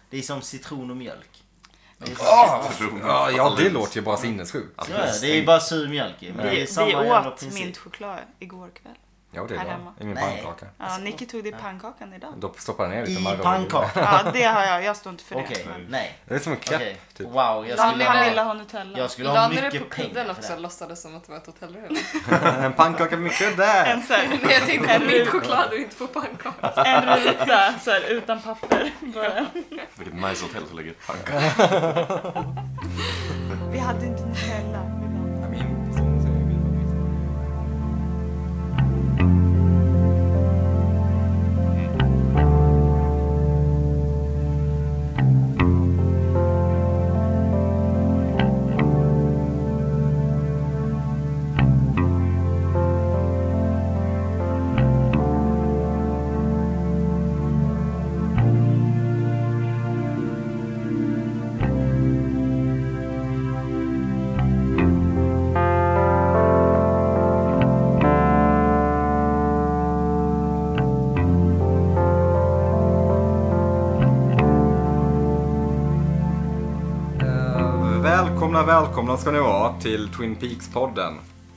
Det är som citron och mjölk. Ja, det låter ju bara sinnessjukt. Ja, det är bara sur mjölk. Men det är samma Vi jävla åt princip. mintchoklad igår kväll. Ja, det är Här bra. hemma. I min Nej. pannkaka. Ja, Nicky tog det i pannkakan idag. Då stoppar jag ner lite I margarin. pannkaka. Ja, det har jag. Jag står inte för det. Okej, Men... nej. Det är som en krepp, Okej. typ. Wow, jag skulle Han ville ha... ha Nutella. Jag skulle ha La ni det mycket på pengar kudden för också det. och låtsades som att det var ett hotellrum? En pannkaka med mycket där. En, så här, Nej, jag tänkte på mitt choklad och inte på pannkaka. en ruta så här, utan papper. Bara. Vilket nice hotell som lägger pannkaka. Vi hade inte Nutella. Min son säger min favorit. Välkomna ska ni vara till Twin Peaks-podden.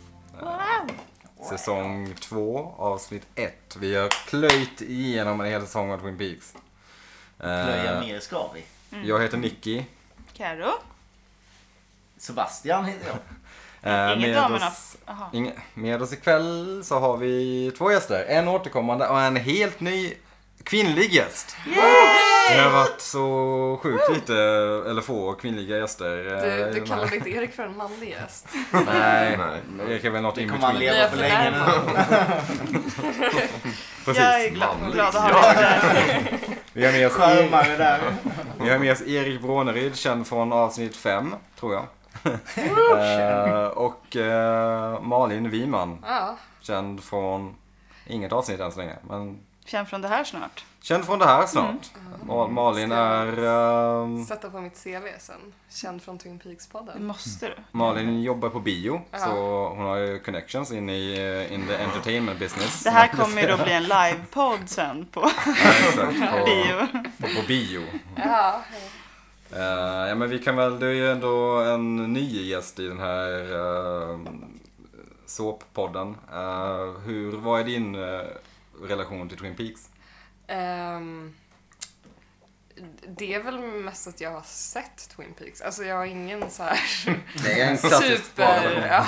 Säsong 2, avsnitt 1. Vi har plöjt igenom en hel säsong av Twin Peaks. Plöja mer ska vi. Jag heter Nicky. Karo. Sebastian heter jag. Inget damerna. Med oss ikväll så har vi 2 gäster. En återkommande och en helt ny kvinnlig gäst. Det har varit så sjukt lite, eller få kvinnliga gäster. Du kallar inte Erik för en manlig gäst. Nej, Erik är väl något Det kommer han in-between. leva för länge nu. Jag är Precis. glad att ha dig där. Vi har med oss Skärmare där. Vi har med oss Erik Bråneryd, känd från avsnitt 5, tror jag. Och Malin Wiman, Ja. känd från inget avsnitt än så länge, men Känd från det här snart. känd från det här snart. Malin är... Sätta på mitt CV sen. Känd från Twin Det Peaks-podden. måste du. Malin jobbar på bio, Ja. så hon har ju connections in the entertainment business. Det här kommer ju då bli en livepodd sen på Exakt, bio. på bio. Ja. Ja, men vi kan väl, du är ju ändå en ny gäst i den här såppodden. Vad är din relation till Twin Peaks? Det är väl mest att jag har sett Twin Peaks. Alltså jag har ingen så här Det är en klassisk super... Ja.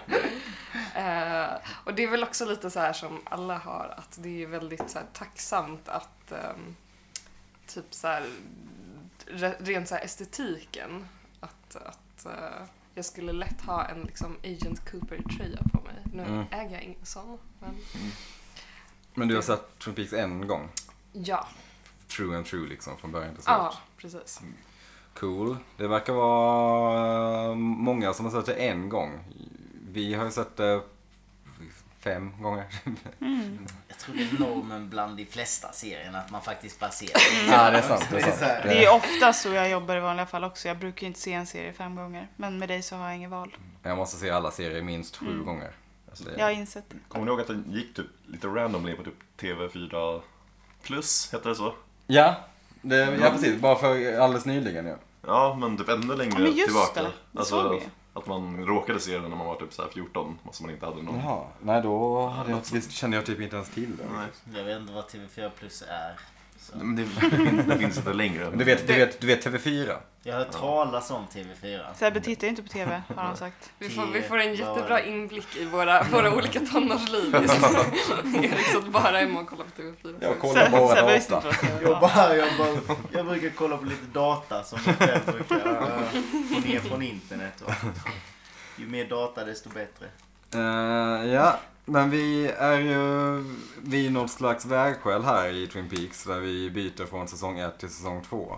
Och det är väl också lite så här som alla har, att det är väldigt så här tacksamt att typ så här rent så här estetiken att jag skulle lätt ha en liksom Agent Cooper-tröja på mig. Nu äger jag ingen sån, Men du har sett Twin Peaks en gång? ja. True and true liksom, från början till slut. Ja, precis. Cool. Det verkar vara många som har sett det en gång. Vi har ju sett det 5 gånger. Jag tror det är normen bland de flesta serierna att man faktiskt bara ser det. Ja, det är sant. Det är sant. Det är ofta så jag jobbar i vanliga fall också. Jag brukar ju inte se en serie 5 gånger. Men med dig så har jag ingen val. Jag måste se alla serier minst 7 gånger. Alltså det... Jag har insett det. Kommer ni ihåg att den gick typ lite randomly på typ TV4 Plus, heter det så? Ja, ja, precis. Bara för alldeles nyligen. Ja. Ja, men typ ännu längre Ja, men just tillbaka. det. Det såg vi. Att man råkade se den när man var typ så här 14, så man inte hade någon. Jaha, nej då hade visst känner jag typ inte ens till det. Nej. Jag vet inte vad TV4 Plus är. Så. Men det finns inte längre. Men du vet TV4? Jag har hört talas om TV4. Sebbe tittar inte på TV, har han sagt. Vi får en jättebra inblick i våra olika tonårsliv just nu. Erik satt bara hemma och kollade på TV4. Jag kollar bara Sebbe visste data. inte vad TV var. Jag brukar kolla på lite data som jag själv brukar få ner från internet. Och ju mer data desto bättre. Ja, men vi är ju vid något slags vägskäl här i Twin Peaks där vi byter från säsong 1 till säsong 2.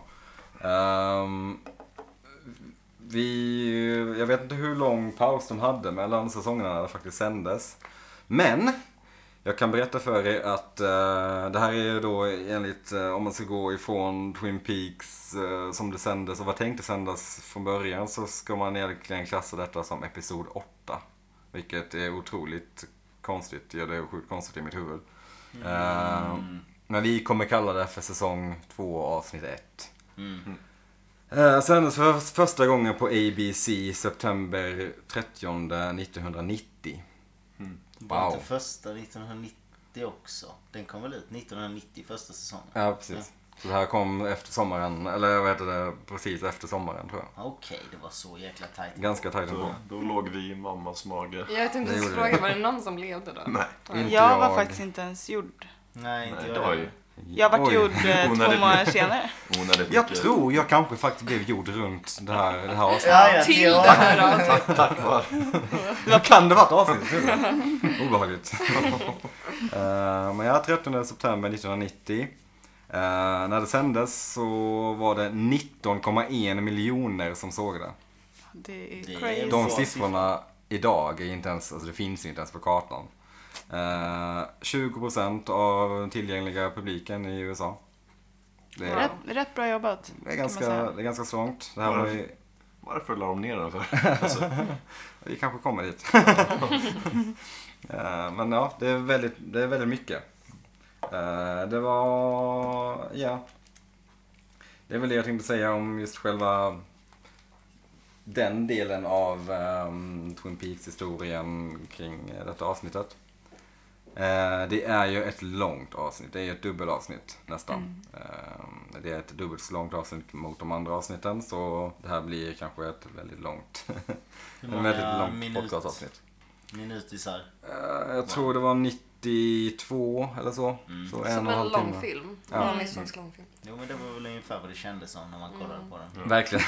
Jag vet inte hur lång paus de hade mellan säsongerna när det faktiskt sändes. Men jag kan berätta för er att det här är då enligt, om man ska gå ifrån Twin Peaks som det sändes och var tänkt att sändas från början, så ska man egentligen klassa detta som episod 8. Vilket är otroligt konstigt, gör det sjukt konstigt i mitt huvud. Men vi kommer kalla det för säsong 2 avsnitt 1. Sändes för första gången på ABC september 30 1990. Var Wow. inte första 1990 också? Den kom väl ut 1990, första säsongen? Ja, precis. Så det här kom efter sommaren, eller vad heter det, precis efter sommaren tror jag. Okej, det var så jäkla tajt. Ganska tajt på. Då låg vi i mammas mage. Jag tänkte Det just gjorde fråga, det. var det någon som levde då? Nej. Inte Jag var jag. faktiskt inte ens gjord. Nej, inte Nej, jag det var ju heller. Jag vart Oj. gjord 2 Onödigt månader senare. onödigt Jag mycket. tror jag kanske faktiskt blev gjord runt det här avsnittet. Ja, Till ja. det här avsnittet. Tack vare. Vad kan det varit avsnittet? Obehagligt. Men ja, 13 september 1990. När det sändes så var det 19,1 miljoner som såg det. Det är Det är crazy. en De bra siffrorna idag är inte ens, alltså det finns inte ens på kartan. 20% av den tillgängliga publiken i USA. Det är, Rätt bra jobbat. det är, kan man säga. ganska strångt. Det här var ju, Varför la de ner den för? Alltså, vi kanske kommer dit. Men ja, det är väldigt mycket. Det var, ja. Det är väl det jag tänkte säga om just själva den delen av Twin Peaks-historien kring detta avsnittet. Det är ju ett långt avsnitt, det är ett dubbelavsnitt nästan. Det är ett dubbelt så långt avsnitt mot de andra avsnitten, så det här blir kanske ett väldigt långt, Hur en väldigt många långt podcasavsnitt. minutisar? Jag tror det var 92 eller så. Så Som en och en en halv lång timme. film. Ja. En vanlig svensk långfilm. Jo, men det var väl ungefär vad det kändes som när man kollade på den. Verkligen.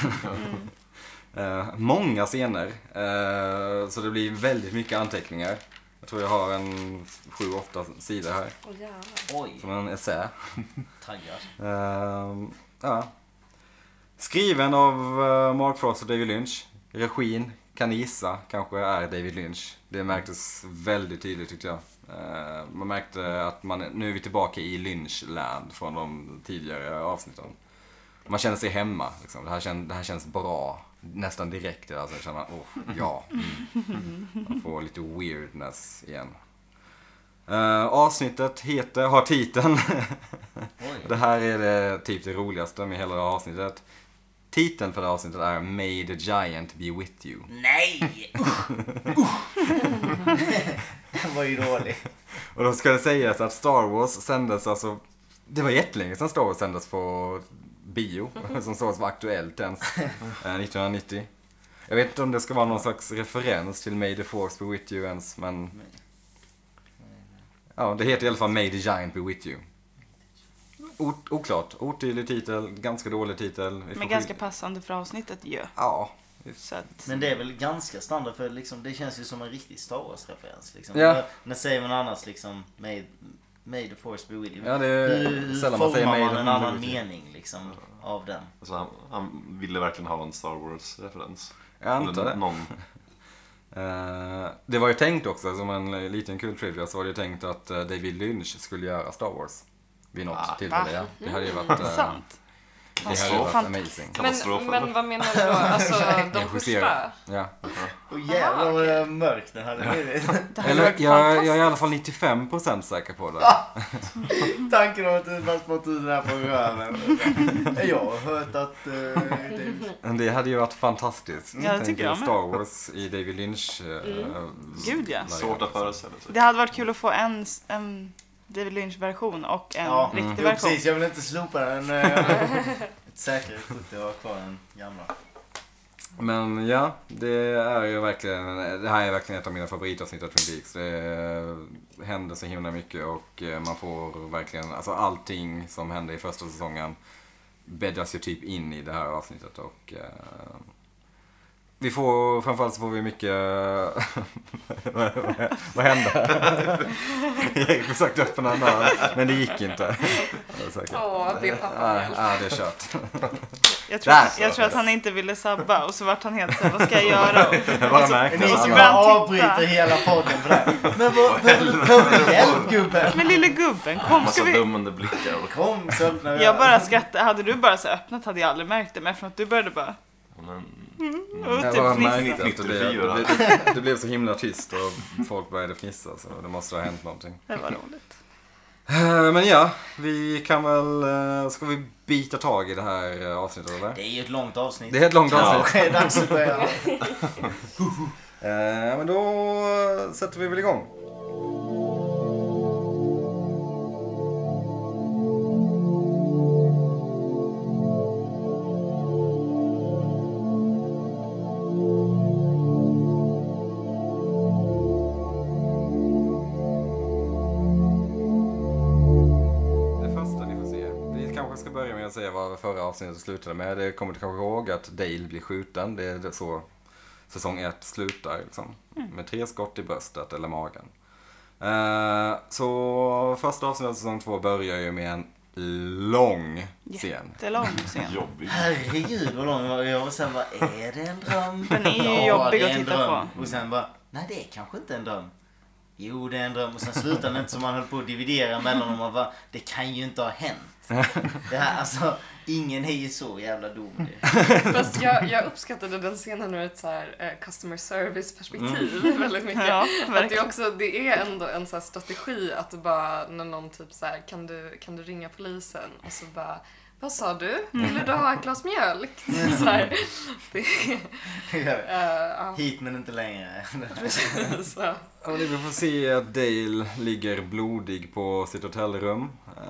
Många scener. Så det blir väldigt mycket anteckningar. Jag tror jag har en 7-8 sidor här. Åh jävlar. Oj, Som en essä. taggad. Ja. Skriven av Mark Frost och David Lynch. Regin, kan ni gissa, kanske är David Lynch. Det märktes väldigt tydligt tyckte jag. Man märkte att nu är vi tillbaka i Lynchland från de tidigare avsnitten. Man känner sig hemma. Liksom. Det här känns bra. Nästan direkt. Alltså, jag känner, ja. Man får lite weirdness igen. Avsnittet har titeln. Oj. Det här är det typ det roligaste med hela det här avsnittet. Titeln för det här avsnittet är May the Giant be with you. Nej! Den var ju dålig. Och då ska det sägas att Star Wars sändes alltså... Det var jättelänge sedan Star Wars sändes på bio. Som Star Wars var aktuellt ens. 1990. Jag vet inte om det ska vara någon slags referens till May the Force be with you ens, men... Ja, det heter i alla fall May the Giant be with you. Oklart. Otydlig titel, ganska dålig titel. Men ganska passande för avsnittet ju. Ja. Så att, Men det är väl ganska standard för liksom, det känns ju som en riktig Star Wars-referens. Liksom. Ja. När säger man annars liksom May the Force be with you. Ja, det är Hur sällan man säger formar May man the en Force be annan with you. mening liksom, av den? alltså han ville verkligen ha en Star Wars-referens. Jag antar det. Någon. Det var ju tänkt också, som en liten kul trivia, så var det ju tänkt att David Lynch skulle göra Star Wars. Vid något tillfälle, ja. Det hade ju varit... sant. Det hade ju varit amazing. Katastrof, Men eller? vad menar du då? Alltså de Regissera. första? Ja. Och jävlar vad mörkt den hade blivit. Det hade Eller varit jag är i alla fall 95% säker på det. Tanken om att du bara spott ut den här på röven. Jag har hört att Men det hade ju varit fantastiskt. Ja, det tycker jag med. Star Wars i David Lynch. Gud, ja. Svårt att föreställa sig. Det hade varit kul att få en David Lynch-version och en ja, riktig jo, version. precis, jag vill inte slopa den. Ett säkerhetsskytte har kvar den gamla. Men ja, det här är verkligen ett av mina favoritavsnitt av Twin Peaks. Det händer så himla mycket och man får verkligen, alltså allting som hände i första säsongen bäddas ju typ in i det här avsnittet och framförallt så får vi mycket vad hände? Jag försökte öppna den där, men det gick inte. Det är pappa. Ja, det är kört. Jag tror att han inte ville sabba och så vart han helt såhär, vad ska jag göra? Jag bara märkte Ni det. som börjar han bara titta. avbryter hela podden för det här. Men vad behöver du hjälp gubben? Men lille gubben, kom ska Massa vi... dömande blickar. Och, Kom så öppnar vi. Jag bara skrattade, hade du bara så öppnat hade jag aldrig märkt det, men eftersom att du började bara... men, Och Jag typ bara fnissa. märkte att Fnitterfyra. det blev så himla tyst och folk började fnissa så det måste ha hänt någonting. Det var roligt. Men ja, vi kan väl... Ska vi bita tag i det här avsnittet eller? Det är ju ett långt avsnitt. Det är ett långt avsnitt. Kanske är dags att börja. Men då sätter vi väl igång. Börja med att säga vad förra avsnittet slutade med. Det kommer du kanske ihåg att Dale blir skjuten. Det är så säsong 1 slutar. Liksom. Med 3 skott i bröstet eller magen. Så första avsnittet av säsong 2 börjar ju med en lång scen. Jättelång scen. Jobbig. Herregud vad lång. Jag var såhär, vad är det en dröm? Den är ju Ja, jobbig det är att en titta dröm. på. Och sen bara, nej det är kanske inte en dröm. Jo, det är en dröm. Och sen slutar den inte som man höll på att dividera mellan dem och bara, det kan ju inte ha hänt. Det här, alltså, ingen är ju så jävla dum. Fast jag uppskattade den scenen ur ett så här customer service perspektiv väldigt mycket. Ja, att det är ändå en så här strategi att bara när någon typ så här, kan du ringa polisen och så bara, vad sa du? Vill du ha ett glas mjölk? Så här, Hit men inte längre. så. Ja, vi får se att Dale ligger blodig på sitt hotellrum.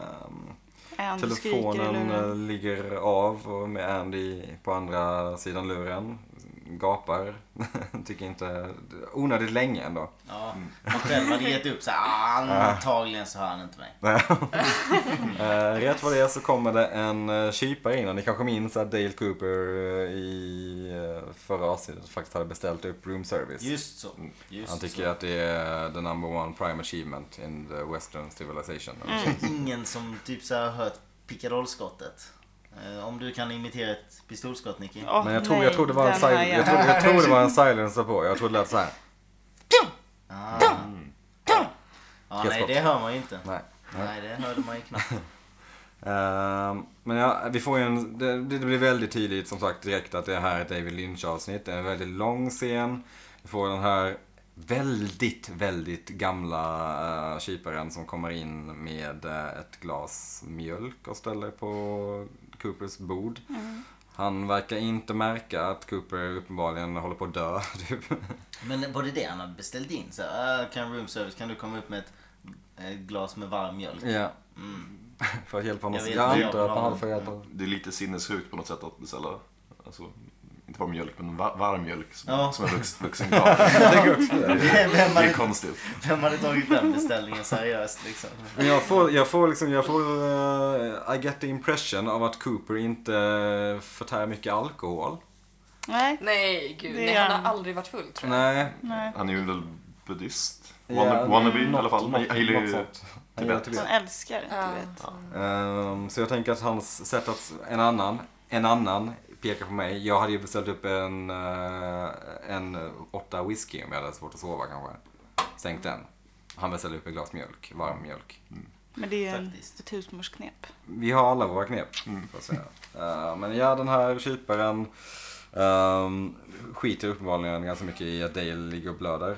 Telefonen ligger av och med Andy på andra sidan luren. Gapar. Tycker inte... Onödigt länge ändå. Ja, man själv hade gett upp så här, antagligen så hör han inte mig. Rätt vad det är så kommer det en kypare in. Och ni kanske minns att Dale Cooper i förra avsnittet faktiskt hade beställt upp room service. Just så. Han tycker att det är the number one prime achievement in the western civilization. Ingen som typ så har hört pickadollskottet. Om du kan imitera ett pistolskott, Nicky. Men jag tror det var en silencer på. Jag tror det lät så här. Nej, det hör man ju inte. Nej, det hörde man ju knappt. Men ja, vi får ju det blir väldigt tydligt som sagt direkt att det här är ett David Lynch-avsnitt. Det är en väldigt lång scen. Vi får den här väldigt, väldigt gamla kyparen som kommer in med ett glas mjölk och ställer på Coopers bord. Han verkar inte märka att Cooper uppenbarligen håller på att dö. Typ. Men var det han hade beställt in? Så, kan room service, kan du komma upp med ett glas med varm mjölk? Ja. För att hjälpa honom. Jag Jag antar att han hade för hjälp. Det är lite sinnessjukt på något sätt att beställa, alltså, inte bara mjölk men varm mjölk som en vuxen grav. Det är konstigt. Vem hade tagit den beställningen seriöst liksom? Men jag får I get the impression av att Cooper inte förtär mycket alkohol. Nej, gud. Nej, han har aldrig varit full, tror jag. Nej. Han är ju väl buddhist. Wannabe i alla fall. Han gillar ju Tibet. Han älskar Tibet. Så jag tänker att hans sätt att en annan pekar på mig. Jag hade ju beställt upp en 8 whisky om jag hade svårt att sova kanske. Stängt den. Han beställde upp ett glas mjölk, varm mjölk. Men det är ett husmorsknep. Vi har alla våra knep. Får säga. Men ja, den här kyparen skiter uppenbarligen ganska mycket i att Dale ligger och blöder.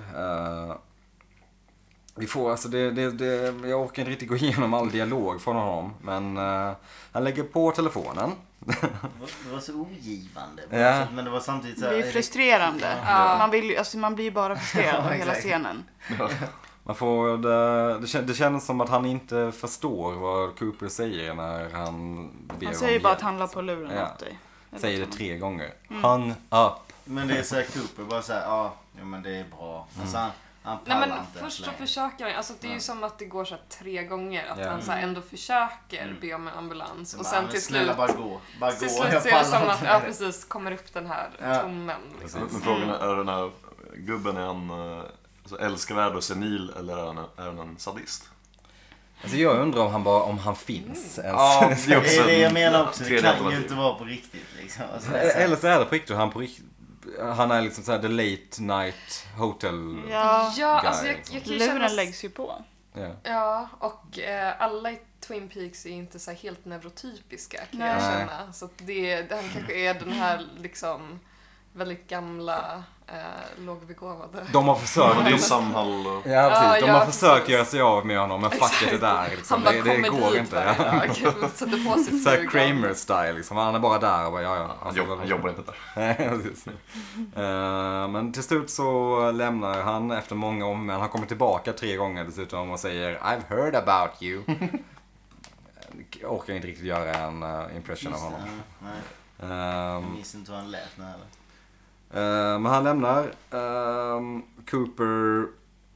Vi får alltså jag orkar inte riktigt gå igenom all dialog från honom, men han lägger på telefonen. Det var så ogivande. Ja. Men det var samtidigt så här, Det är frustrerande. Man blir ju bara frustrerad av hela scenen. Man får det känns som att han inte förstår vad Cooper säger när han ber Han om säger bara hjälp. att han la på luren åt dig. Säger det 3 gånger. Hung up. Men det är så här, Cooper bara så här, men det är bra. Alltså, han Nej, men inte först så längre. försöker han, alltså det är ju som att det går så här 3 gånger att han så här ändå försöker be om en ambulans och sen till slut bara gå. till slut så är det som att precis kommer upp den här tommen liksom. Men frågan är den här gubben, är han alltså, älskvärd och senil eller är han en sadist? Alltså jag undrar om han finns ens. Ja, det är det jag menar också. Det Tredje kan ju alternativ. inte vara på riktigt liksom. Alltså, Eller så är det på riktigt. Han är liksom så här the late night hotel. Ja, Alltså jag kan ju känna... luren läggs ju på. Ja, och alla i Twin Peaks är inte så här helt neurotypiska kan jag Nej. känna. Så att han kanske är den här liksom väldigt gamla, lågbegåvade. De har försökt. Det är Samhall och... Ja, precis. De har precis. försökt göra sig av med honom, men fuck it, det där liksom. Han bara Det går dit inte. varje dag, sätter på sig Så här flugan. Kramer-style liksom. Han är bara där och bara, Han jobbar inte där. Nej, precis. Men till slut så lämnar han efter många om, men han kommer tillbaka 3 gånger dessutom och säger I've heard about you. Jag orkar inte riktigt göra en impression av honom. Nej, jag minns inte hur han lät nu heller. Men han lämnar. Cooper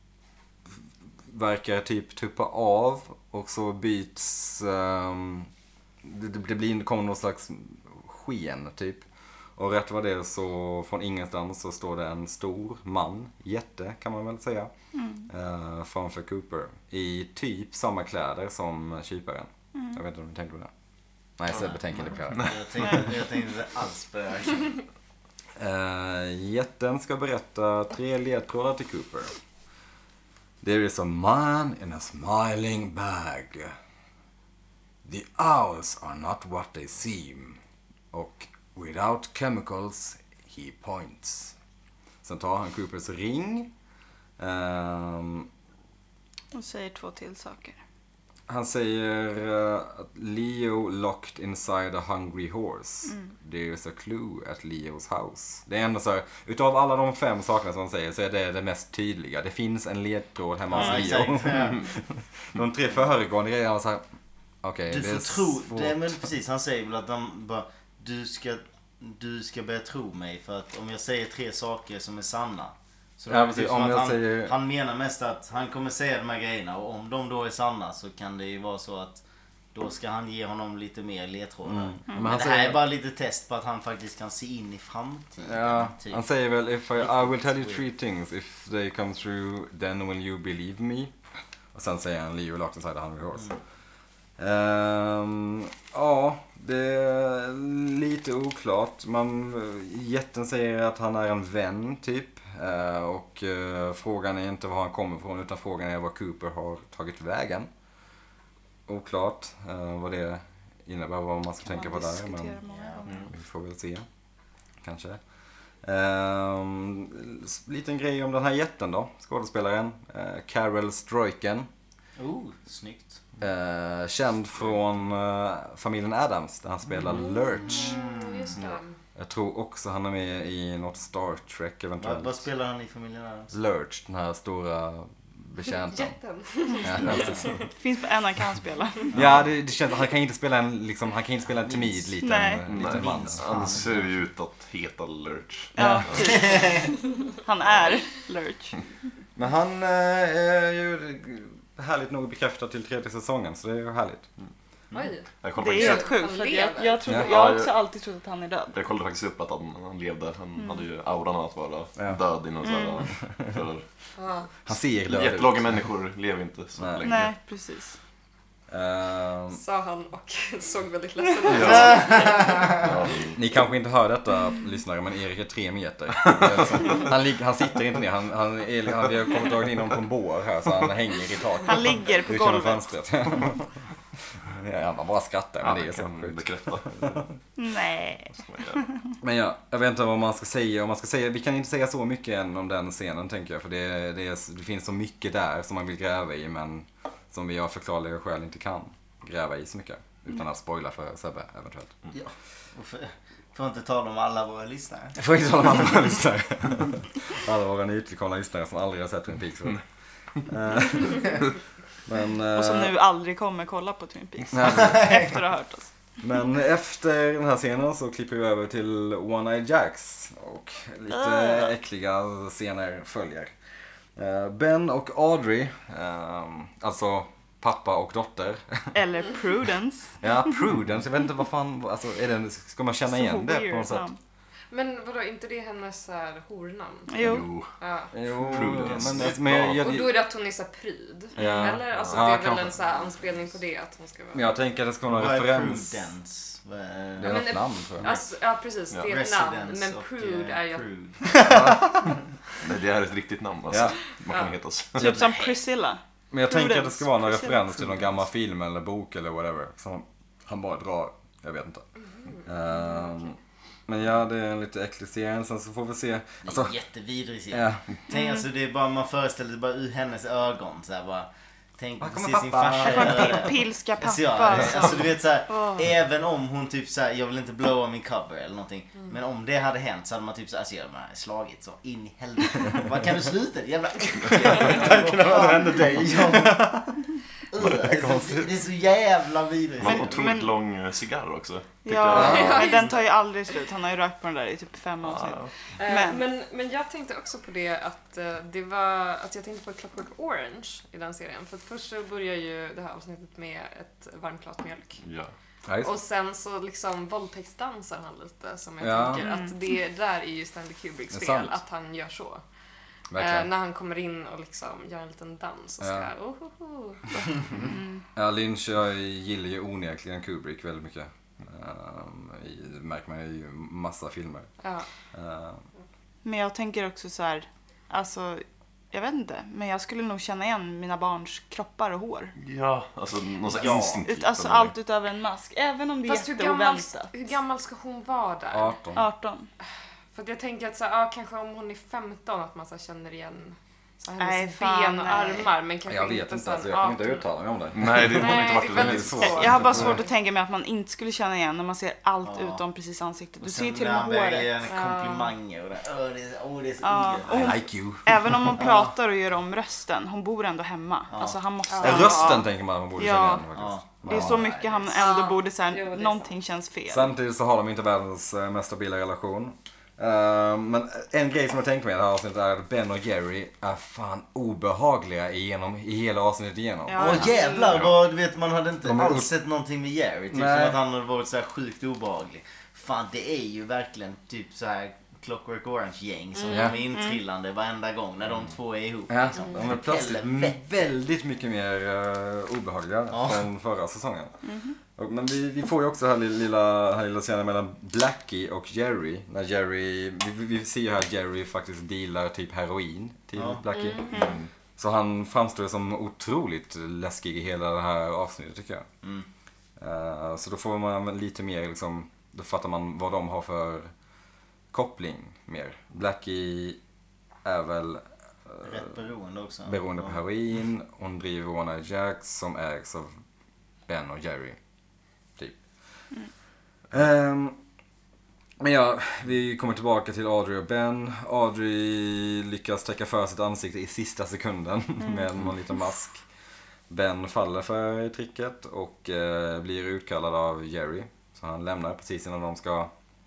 verkar typ tuppa av och så byts det kommer någon slags sken typ. Och rätt vad det är så från ingenstans så står det en stor man, jätte kan man väl säga, framför Cooper i typ samma kläder som kyparen. Jag vet inte om du tänkte på det. Nej, Sebbe tänker inte på det. Jag tänkte inte alls på det. Jätten ska berätta 3 ledtrådar till Cooper. There is a man in a smiling bag. The owls are not what they seem. Och without chemicals he points. Sen tar han Coopers ring. Och säger 2 till saker. Han säger att Leo locked inside a hungry horse. There's a clue at Leos house. Det är ändå så här, utav alla de 5 sakerna som han säger så är det det mest tydliga. Det finns en ledtråd hemma hos Leo. De 3 föregående grejerna var så här. Okej, Du det är får tro, svårt. det är men precis, han säger väl att han bara du ska börja tro mig för att om jag säger 3 saker som är sanna. Så Ja, precis, om om jag han, säger... han menar mest att han kommer säga de här grejerna och om de då är sanna så kan det ju vara så att då ska han ge honom lite mer ledtrådar. Men han det säger... här är bara lite test på att han faktiskt kan se in i framtiden. Ja, typ. han säger väl I will tell you 3 things. If they come true, then will you believe me? Och sen säger han Leo locked inside a hungry horse. Ja, det är lite oklart. Jätten säger att han är en vän typ. Och frågan är inte var han kommer ifrån utan frågan är var Cooper har tagit vägen. Oklart vad det innebär, vad man ska tänka på där. Men vi får väl se. Kanske. Liten grej om den här jätten då. Skådespelaren. Carol Stroiken. Snyggt. Känd från familjen Addams där han spelar Lurch. Just det. Jag tror också han är med i något Star Trek eventuellt. Vad spelar han i familjen Addams? Lurch, den här stora betjänten. Jätten. Det finns på en han kan spela. Ja, det känns han kan inte spela en timid liten Nej. man. Han ser ju ut att heta Lurch. Ja, typ. Han är Lurch. Men han är ju härligt nog bekräftad till 3:e säsongen, så det är ju härligt. Oj. Jag Det är helt sjukt. För jag har också alltid trott att han är död. Jag kollade faktiskt upp att han levde. Han hade ju auran att vara död inom sådär. För Han ser död jättelånga människor lever inte så länge. Nej, precis. Sa han och såg väldigt ledsen ut. Ja. Ni kanske inte hör detta, lyssnare, men Erik är 3 meter. Han sitter inte ner. Vi har kommit dragit in honom på en bår här, så han hänger i taket. Han ligger på Ut genom golvet. fönstret. Ja, man bara skrattar, men det är så kan sjukt. bekräfta. Nej. Men ja, jag vet inte vad man ska säga. Vi kan inte säga så mycket än om den scenen, tänker jag. För det finns så mycket där som man vill gräva i, men som vi av förklarliga skäl inte kan gräva i så mycket. Utan att spoila för Sebbe, eventuellt. Ja. Och får inte tala om alla våra lyssnare. Jag får inte tala om alla våra lyssnare. Alla våra nytillkomna lyssnare som aldrig har sett Twin Peaks. Men, Och som nu aldrig kommer kolla på Twin Peaks. Efter att ha hört oss. Men efter den här scenen så klipper vi över till One-Eyed Jacks. Och lite äckliga scener följer. Ben och Audrey, alltså pappa och dotter. Eller Prudence. Ja, Prudence. Jag vet inte vad fan, alltså, ska man känna igen det på något sätt? Men vadå, inte det hennes hornamn? Jo. Ja. Jo, Prudence. men Och då är det att hon är så pryd? Ja. Eller? Alltså Ja, det är väl kanske. en så här anspelning på det att hon ska vara... jag tänker att det ska vara Vad en är referens. Prudence? Det är Men något namn, tror jag. Alltså, ja precis, Ja. det är ett namn. Residence Men och, Prude är ju... Prude. Nej, det är ett riktigt namn alltså. Ja. Man kan heta så. Typ som Priscilla. Men jag tänker att det Prudence. ska vara någon Prudence. referens till någon gammal film eller bok eller whatever. Som han bara drar, jag vet inte. Men ja, det är en lite äcklig scen. Sen så får vi se. Det Alltså, är jättevidrig scen. ja. Tänk alltså, det är bara, man föreställer sig bara ur hennes ögon så här, bara. Tänk Här att kommer se sin pappa. farsa Här kommer göra det. pilska pappa. Alltså, alltså du vet såhär, Åh. även om hon typ såhär, jag vill inte blowa min cover eller någonting. Men om det hade hänt så hade man typ såhär, alltså jag hade slagit så in i helvete. Vad kan du sluta? Jävla Tanken av att det hände dig. Det är så jävla vidrigt. Man har otroligt lång cigarr också. Ja, jag. men den tar ju aldrig slut. Han har ju rökt på den där i typ 5 avsnitt. Men jag tänkte också på det att det var att jag tänkte på Clockwork Orange i den serien. För att först så börjar ju det här avsnittet med ett varmt glas mjölk. Ja. Ja, just. Och sen så liksom våldtäktsdansar han lite som jag Ja. tänker att det där är ju Stanley Kubricks Det är fel, sant. att han gör så. Verkligen. När han kommer in och liksom gör en liten dans och ska Ja, Lynch jag gillar ju onekligen Kubrick väldigt mycket. Det märker man ju i massa filmer. Ja. Men jag tänker också så här, alltså, jag vet inte, men jag skulle nog känna igen mina barns kroppar och hår. Ja, alltså någon slags Ja. instinktivt. Alltså allt utöver en mask, även om det är Fast hur gammal ska hon vara där? 18. 18. För att jag tänker att så här, kanske om hon är 15 att man så här, känner igen så här, hennes Nej, fan, ben och nej. armar. Men kanske Jag vet inte inte, så alltså, här jag kan inte 18. uttala mig om det. Nej, det har Nej, inte varit det är väldigt väldigt svårt. Jag har bara svårt att tänka mig att man inte skulle känna igen när man ser allt Ja. utom precis ansiktet. Du Och ser ju sen till och med när han håret. väger komplimanger och det är så Ja, ogött. och hon, I like you. även om hon pratar och gör om rösten, hon bor ändå hemma. Ja. Alltså han måste... Ja, rösten tänker man att man borde Ja. känna igen faktiskt. Ja. Det är så mycket han ändå borde säga, Jo, det är någonting känns fel. Samtidigt så har de inte världens mest stabila relation. Men en grej som jag tänkte med i det här avsnittet är att Ben och Jerry är fan obehagliga i hela avsnittet igenom. Ja. Åh jävlar, vad, du vet, man hade inte De är alls sett någonting med Jerry. Typ Nej. som att han hade varit så här sjukt obehaglig. Fan, det är ju verkligen typ så här Clockwork Orange-gäng som Ja. kommer intrillande varenda gång när de två är ihop. Ja, Liksom. de är plötsligt Helvete. väldigt mycket mer obehagliga Ja. från förra säsongen. Men vi får ju också här lilla scenen mellan Blackie och Jerry. När Jerry, vi ser ju här att Jerry faktiskt dealar typ heroin till Ja. Blackie. Så han framstår som otroligt läskig i hela det här avsnittet tycker jag. Så då får man lite mer liksom, då fattar man vad de har för koppling mer. Blackie är väl Rätt beroende också. beroende på heroin. Hon driver One Eye Jacks som ägs av Ben och Jerry. Typ. Men ja, vi kommer tillbaka till Audrey och Ben. Audrey lyckas täcka för sitt ansikte i sista sekunden med någon liten mask. Ben faller för tricket och blir utkallad av Jerry. Så han lämnar precis innan de ska...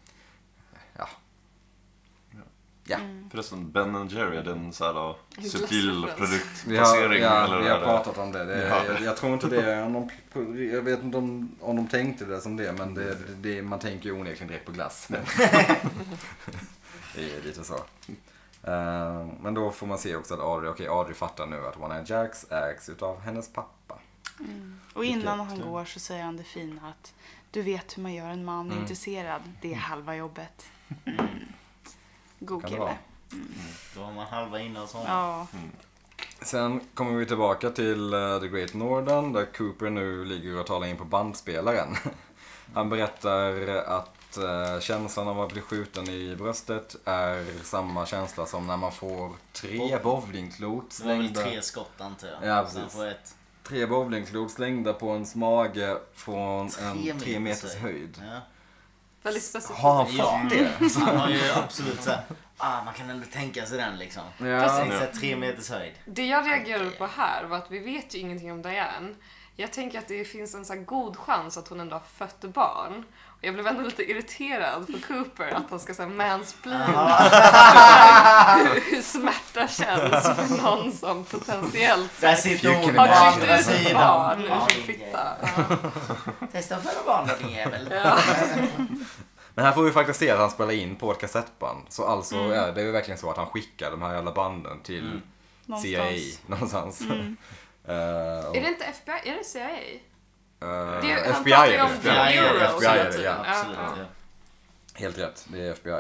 Ja. Förresten, Ben and Jerry, är det en så här subtil Vi har produktplacering? eller vi har är det- pratat om det. Ja. Jag tror inte det är någon, jag vet inte om de tänkte det som det, men man tänker ju onekligen direkt på glass. Det är lite så. Men då får man se också att Audrey fattar nu att One Eye Jacks ägs utav hennes pappa. Och innan Vilket- han går så säger han det fina att du vet hur man gör en man intresserad. Det är halva jobbet. God Kan det kille. vara. Då har man halva inne hos honom. Ja. Sen kommer vi tillbaka till The Great Northern där Cooper nu ligger och talar in på bandspelaren. Han berättar att känslan av att bli skjuten i bröstet är samma känsla som när man får 3 bowlingklot Det var väl slängda. 3 skott antar jag. Ja, Sen precis. får ett 3 bowlingklot slängda på ens mage från en 3 meters höjd. Ja. Väldigt specifikt. Har han fått det? Han har ju absolut såhär, man kan ändå tänka sig den liksom. Ja. Tänk såhär 3 meters höjd. Det jag reagerade på här var att vi vet ju ingenting om Diane. Jag tänker att det finns en så här god chans att hon ändå har fött barn. Och jag blev ändå lite irriterad på Cooper att han ska säga mansplaina. Hur smärta känns för någon som potentiellt Där sitter hon på har andra tryckt ut ett sidan. barn ur Ja, sin fitta. Testa att föda barn då din jävel. Ja. Men här får vi faktiskt se att han spelar in på ett kassettband. Så alltså är det ju verkligen så att han skickar de här jävla banden till CIA någonstans. Är det inte FBI? Är det CIA? Han FBI pratar ju är om det. The FBI är det, Bureau FBI är hela det, tiden. ja. Absolut. Ja, Ja. Helt rätt, det är FBI.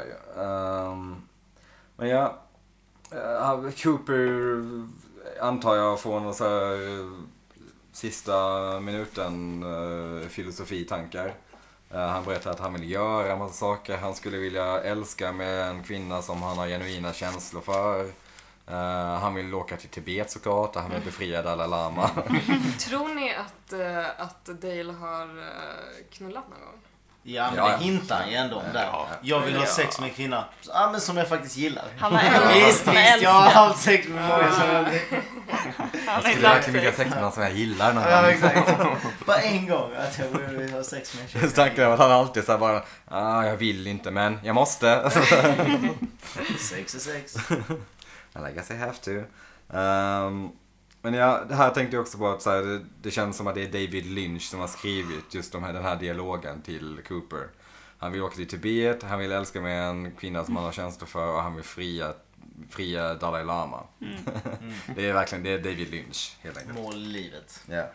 Men ja, Cooper antar jag får någon så här sista minuten filosofitankar. Han berättar att han vill göra en massa saker. Han skulle vilja älska med en kvinna som han har genuina känslor för. Han vill åka till Tibet såklart. Han vill befria Dalai Lama. Tror ni att Dale har knullat någon gång? Ja, men det hintar han ju ändå om där. Jag vill ha sex med en kvinna men som jag faktiskt gillar. Han har Visst, jag har haft sex med många som jag Jag skulle verkligen vilja ha sex med någon som jag gillar. Ja, exakt. Bara en gång att jag vill ha sex med en tjej. Tanken är att han alltid så här bara, jag vill inte men jag måste. Sex är sex. I guess I have to. Men det här tänkte jag också på att så här, det känns som att det är David Lynch som har skrivit just den här dialogen till Cooper. Han vill åka till Tibet, han vill älska med en kvinna som han har känslor för och han vill fria Dalai Lama. Det är verkligen David Lynch helt enkelt. Mål i livet. Ja.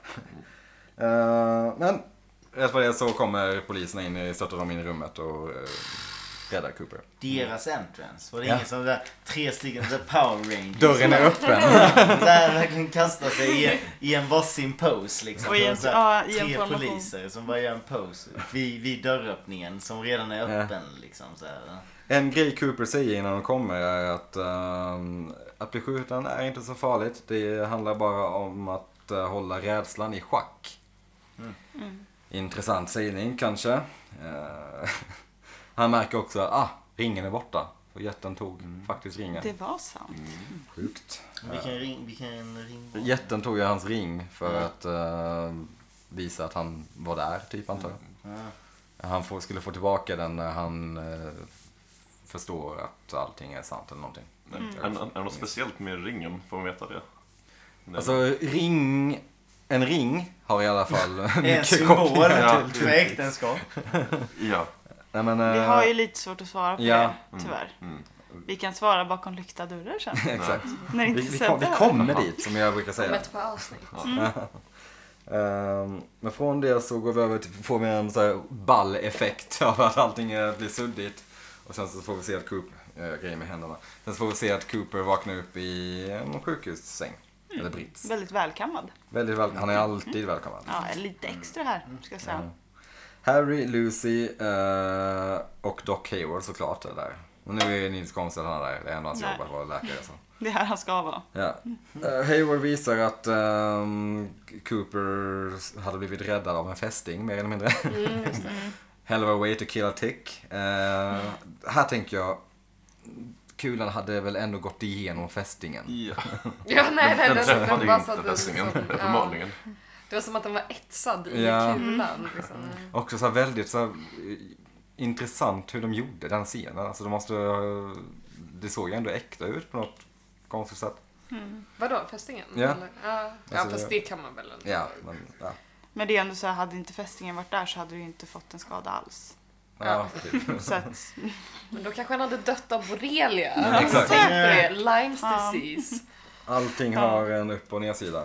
Men rätt vad det så kommer poliserna in, stöter dem in i rummet och räddar Cooper. Deras entrance. Var det ingen som där 3 stycken så Power Rangers? Dörren är öppen. Där verkligen kastar sig i en varsin pose liksom. Och i en 3 formation. poliser som bara gör en pose vid dörröppningen som redan är öppen liksom så här. En grej Cooper säger innan de kommer är att bli skjuten är inte så farligt. Det handlar bara om att hålla rädslan i schack. Intressant sägning kanske. Han märker också att ringen är borta. För jätten tog faktiskt ringen. Det var sant. Sjukt. Vilken ring? Jätten tog ju hans ring för att visa att han var där, typ antar jag. Han skulle få tillbaka den när han förstår att allting är sant eller någonting. Är det något speciellt med ringen? Får man veta det? Alltså en ring har i alla fall En symbol för äktenskap. Ja. Nej, men, Vi har ju lite svårt att svara på ja. det, tyvärr. Vi kan svara bakom lyckta dörrar sen. Exakt. När inte Vi kommer dit, som jag brukar säga. Om ett par avsnitt. Men från det så går vi över till, får vi en så här ball-effekt av att allting blir suddigt. Och sen så får vi se att grejer med händerna. Sen så får vi se att Cooper vaknar upp i en sjukhussäng. Eller brits. Väldigt välkammad. Han är alltid välkommen. Ja, lite extra här, ska jag säga. Harry, Lucy och Doc Hayward såklart är där. Och nu är Nils Konstigt han där. Det är ändå hans jobb att vara läkare. Så. Det är här han ska vara. Ja. Hayward visar att Cooper hade blivit räddad av en fästing, mer eller mindre. Hell of a way to kill a tick. Här tänker jag, kulan hade väl ändå gått igenom fästingen. Ja, nej, Den träffade bara inte fästingen, uppenbarligen. Det var som att den var etsad i Ja. kulan. Liksom. Också så här väldigt så här, intressant hur de gjorde den scenen. Alltså det såg ju ändå äkta ut på något konstigt sätt. Vadå, fästingen? Ja. Eller? Ja, Alltså, fast det kan man väl ändå. Ja. Men det är ändå så här, hade inte fästingen varit där så hade du inte fått en skada alls. Ja, typ. Så att, Men då kanske han hade dött av borrelia. Exakt. Tänk på det, Lymes disease. Allting har en upp- och nedsida.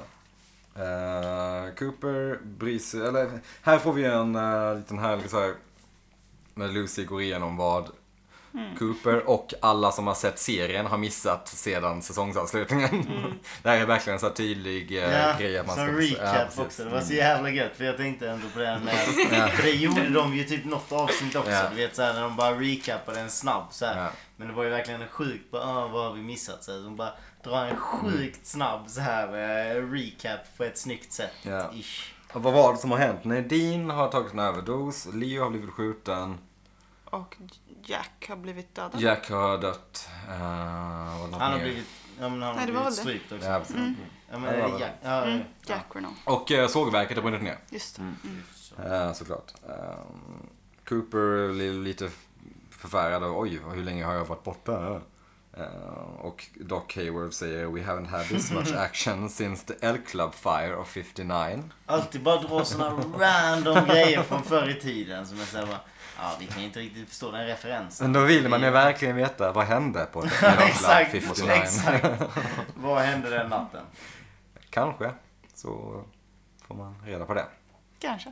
Cooper bryr sig, eller här får vi en liten härlig så här när Lucy går igenom vad Cooper och alla som har sett serien har missat sedan säsongsavslutningen. Det här är verkligen en så här tydlig grej att man som ska recap också. Det var så jävla gött för jag tänkte ändå på den för det gjorde de ju typ något avsnitt också. Ja. Du vet såhär när de bara recapade en snabb så här. Ja. Men det var ju verkligen en sjukt vad har vi missat så här. De bara drar en sjukt snabb så här recap på ett snyggt sätt. Ja. Ish. Och vad var det som har hänt? Nadine har tagit en överdos, Leo har blivit skjuten, och Jack har blivit dödad. Jack har dött. Han har blivit han har Nej, det var blivit väl det. strypt också. Ja, precis. Ja, men är det Jack? Ja, Jack Renault. Och sågverket har brunnit ner. Just Såklart. Cooper blir lite förfärad och oj, hur länge har jag varit borta? Och Doc Hayward säger we haven't had this much action since the L Club fire of 59. alltid bara dra såna random grejer från förr i tiden som är såhär bara, vi kan inte riktigt förstå den referensen. Men då vill man ju verkligen veta vad hände på L Club exakt, 59. exakt. Vad hände den natten? Kanske så får man reda på det. Kanske.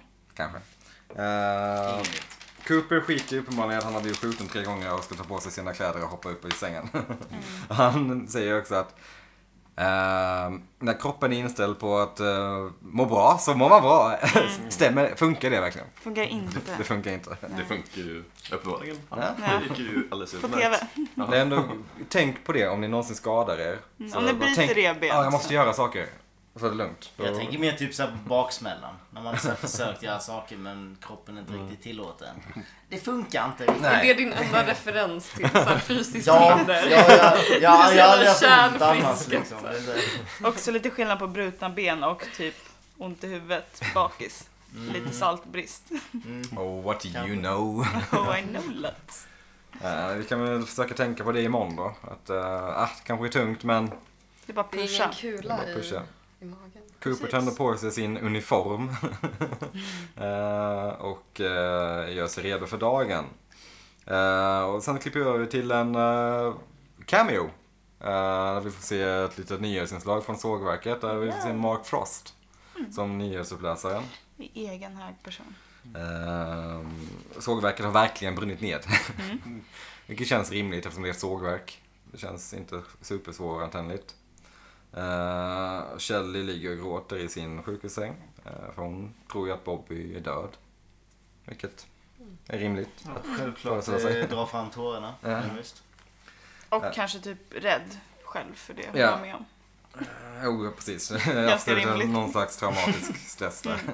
Cooper skiter ju uppenbarligen att han har blivit skjuten 3 gånger och ska ta på sig sina kläder och hoppa upp i sängen. Han säger också att När kroppen är inställd på att må bra så mår man bra. Funkar det verkligen? Funkar inte. Det funkar inte. Det funkar ju uppenbarligen. Ja. Det gick ju alldeles På utmärkt. TV. Det är ändå, tänk på det om ni någonsin skadar er. Så Om ni bara bryter revben. Ja, jag måste göra saker. Så är det lugnt. Jag tänker mer typ såhär baksmällan. När man har försökt göra saker men kroppen inte riktigt tillåter en. Det funkar inte riktigt. Nej. Det är din enda referens till så här fysiskt Ja, hinder. jag har aldrig haft ont Kärnfrisk, annars liksom. Det är så- Också lite skillnad på brutna ben och typ ont i huvudet, bakis. Lite saltbrist. Oh, what do you know? Oh, I know that. Vi kan väl försöka tänka på det imorgon då. Att det kanske är tungt men Det är bara Det är pusha. ingen kula bara pusha. i magen. Cooper Precis. tänder på sig sin uniform och gör sig redo för dagen. Och sen klipper vi över till en cameo. Där vi får se ett litet nyhetsinslag från sågverket där vi får se Mark Frost som nyhetsuppläsaren. I egen hög person. Sågverket har verkligen brunnit ned. Vilket känns rimligt eftersom det är ett sågverk. Det känns inte supersvårantändligt. Shelley ligger och gråter i sin sjukhussäng. För hon tror ju att Bobby är död. Vilket är rimligt. Självklart Föreställa sig. dra fram tårarna. Ja. Ja, visst. Och kanske typ rädd själv för det hon Ja. var med om. Jo, precis. Absolut rimligt. någon slags traumatisk stress där.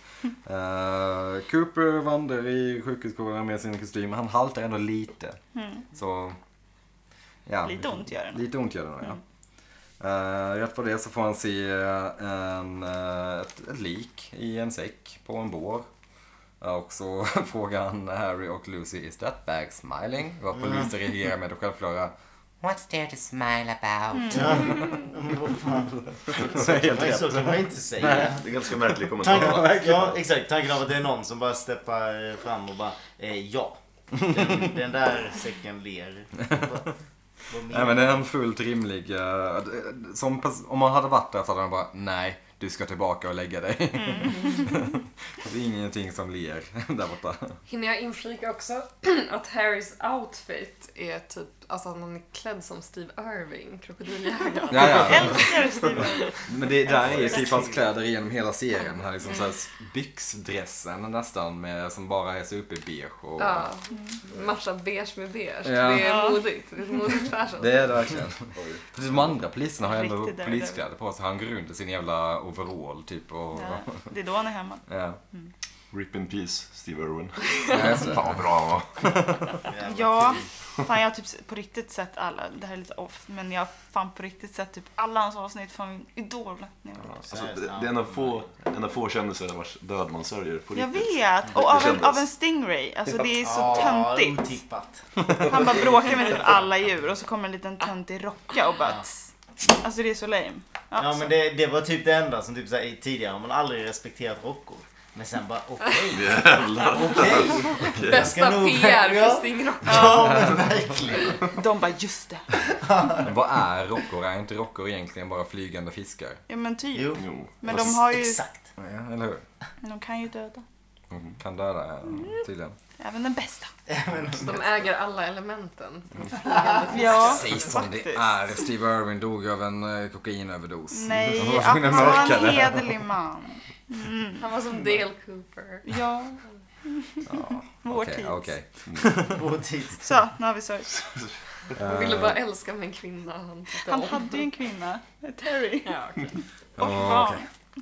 Cooper vandrar i sjukhusgården med sin kostym. Han haltar ändå lite. Så, ja. Lite ont gör det. Lite ont gör det nog, ja. Rätt på det så får han se ett lik i en säck på en bår. Och så frågar han Harry och Lucy, is that bag smiling? Varpå Lucy reagerar med att självklara, what's there to smile about? Vad fan. Så är helt rätt. Så kan man inte säga. Det är ganska märklig kommentar. Ja, exakt. Tanken av att det är någon som bara steppar fram och bara, ja. Den där säcken ler. Vad Nej, men det är en fullt rimlig, om man hade varit där så hade man bara, nej, du ska tillbaka och lägga dig. Det är ingenting som ler där borta. Hinner jag inflika också att Harrys outfit är typ, alltså han är klädd som Steve Irving, krokodiljägaren. Ja, ja. Älskar Steven. Men det där är ju typ hans kläder genom hela serien. Han liksom såhär byxdressen nästan med, som bara är superbeige och... Ja, matcha beige med beige. Ja. Det är modigt. Det är ett modigt fashion. Det är det verkligen. För de andra poliserna har ju ändå Riktigt poliskläder på sig. Han går runt i sin jävla overall typ och... Ja, det är då han är hemma. Ja. Rip in peace, Steve Irwin. Ja, just det. Fan vad bra han var. Ja, fan jag har typ på riktigt sett alla, det här är lite off, men jag har fan på riktigt sett typ alla hans avsnitt från min Idol. när jag var liten. Alltså, det är en av få kändisar vars död man sörjer på Jag riktigt. vet, och av en stingray, alltså det är så töntigt. Otippat. Han bara bråkar med typ alla djur och så kommer en liten töntig rocka och bara alltså det är så lame. Ja, men det var typ det enda som typ såhär, tidigare har man aldrig respekterat rockor. Men sen bara, okej. Jävlar. Okej. Bästa nog- PR Ja. för Stingrock. Ja, men verkligen. De bara just det. Men vad är rockor? Är inte rockor egentligen bara flygande fiskar? Ja men typ. Jo, Jo. Men de har ju, exakt. Ja, eller hur? men de kan ju döda. De kan döda tydligen. Även den bästa. De äger alla elementen. Ja, Precis som det faktiskt. är. Steve Irwin dog av en kokainöverdos. Nej, Han var att tvungen att han var mörka en det. hederlig man. Han var som Dale Cooper. Ja, Ja, vår okej, tid. okej. Vår tid. Så, nu har vi sörjt. Han ville bara älska med en kvinna. Han hade ju en kvinna, Terry. Ja, okej. Och Ja, barn.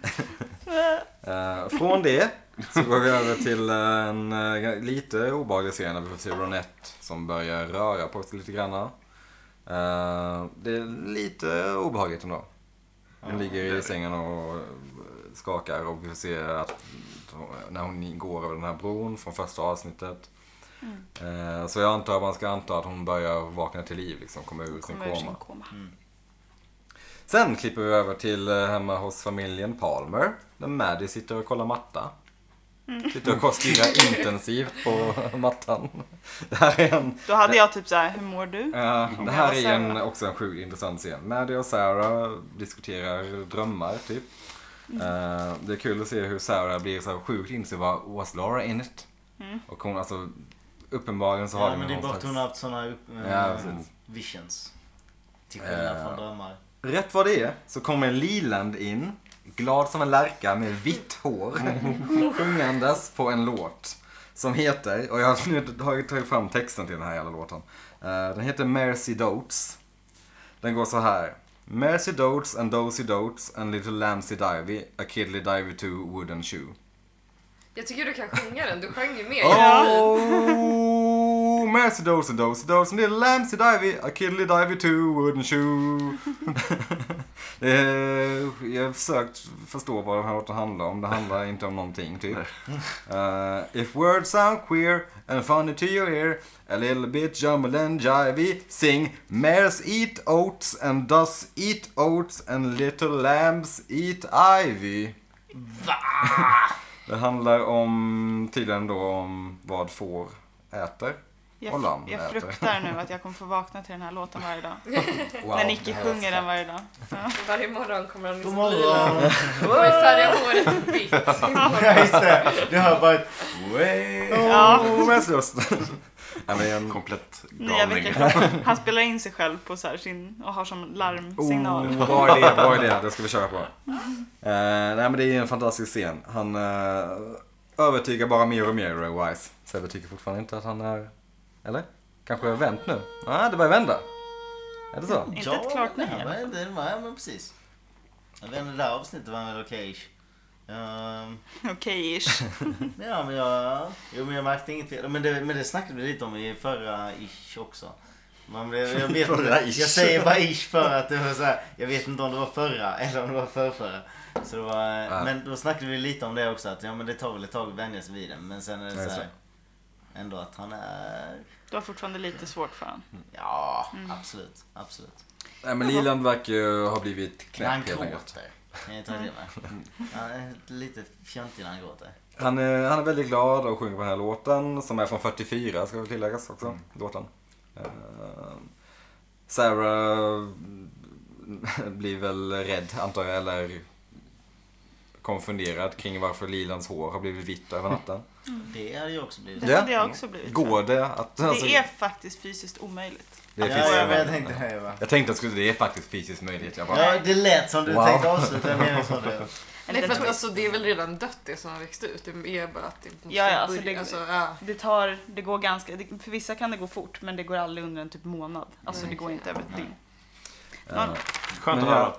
Från det så går vi över till en lite obehaglig scen när vi får se Ronette som börjar röra på sig lite grann. Det är lite obehagligt ändå. Hon ligger i sängen och skakar och vi får se att när hon går över den här bron från första avsnittet. Så jag antar att man ska anta att hon börjar vakna till liv, liksom, kommer ur sin Kommer ur sin koma. koma. Sen klipper vi över till hemma hos familjen Palmer. Där Maddie sitter och kollar matta. Sitter och stirrar intensivt på mattan. Det här är en... Då hade jag typ såhär, hur mår du? Ja, det här är Sarah. också en sjukt intressant scen. Maddie och Sarah diskuterar drömmar typ. Det är kul att se hur Sarah blir så här sjukt inse was Laura in it? Och hon alltså uppenbarligen så har Ja, men det är någon bara att slags- hon har haft såna Ja, precis. visions. Till skillnad från drömmar. rätt vad det är så kommer Leland in, glad som en lärka med vitt hår, sjungandes på en låt som heter, och jag har ju tagit fram texten till den här jävla låten. Den heter Mercy Dotes. Den går så här. Mercy Dotes and Dozy Dotes and Little Lambsy Divey, a Kiddly Divey to Wooden Shoe. Jag tycker du kan sjunga den, du sjöng ju med. Oh, Mercy Dotes and Dozy Dotes and Little Lambsy Divey, a Kiddly Divey to Wooden Shoe. Jag har försökt förstå vad den här låten handlar om. Det handlar inte om någonting typ. If words sound queer and funny to your ear, a little bit jumble and jivey, sing mares eat oats and does eat oats and little lambs eat ivy. Va? Det handlar om tydligen då om vad får äter. Jag fruktar nu att jag kommer få vakna till den här låten varje dag. Wow. När Nicky sjunger den varje dag. Ja. Varje morgon kommer han liksom God morgon. och färga håret vitt. Ja, just det. Du hör bara ett Ja. Komplett Nya galning. veckan. Han spelar in sig själv på så här och har som larmsignal. Bra idé, det ska vi köra på. Nej men det är en fantastisk scen. Han övertygar bara mer och mer Ray Wise. Så jag tycker fortfarande inte att han är, eller? Kanske har vänt nu? Nej, det börjar vända. Är det så? Inte ett klart nej. Det var men precis. Jag vet inte, det där avsnittet var väl okej. Okej-ish. Ja, men jag märkte inget fel. Men det snackade vi lite om i förra ish också. Jag vet inte. Jag säger bara ish för att det var så här, jag vet inte om det var förra eller om det var förrförra. Så det var, men då snackade vi lite om det också, att ja, men det tar väl ett tag att vänja sig vid den. Men sen är det så här, ändå att han är... Det var fortfarande lite svårt för han. Ja, absolut. Nej men Leland verkar ju ha blivit knäpp Han helt enkelt. gråter. Kan jag ta det med? Han är lite fjantig när han gråter. Han är väldigt glad och sjunger på den här låten som är från 44, ska vi tilläggas också, låten. Sarah blir väl rädd antar jag, eller konfunderad kring varför Lelands hår har blivit vitt över natten. Det hade ju också blivit. Det hade jag också blivit. Går det att... Alltså, Det är faktiskt fysiskt omöjligt. det är Ja, fysiskt men jag möjligt. tänkte det va. Jag tänkte att det är faktiskt fysiskt möjligt. Jag bara, Ja, det lät som du Wow. tänkte avsluta den meningen som det. Nej, för att, alltså, det är väl redan dött det som har växt ut. Det är bara att det måste Ja, alltså, börja. det går ganska, för vissa kan det gå fort, men det går aldrig under en typ månad. Alltså det går inte över ett dygn. Skönt att höra.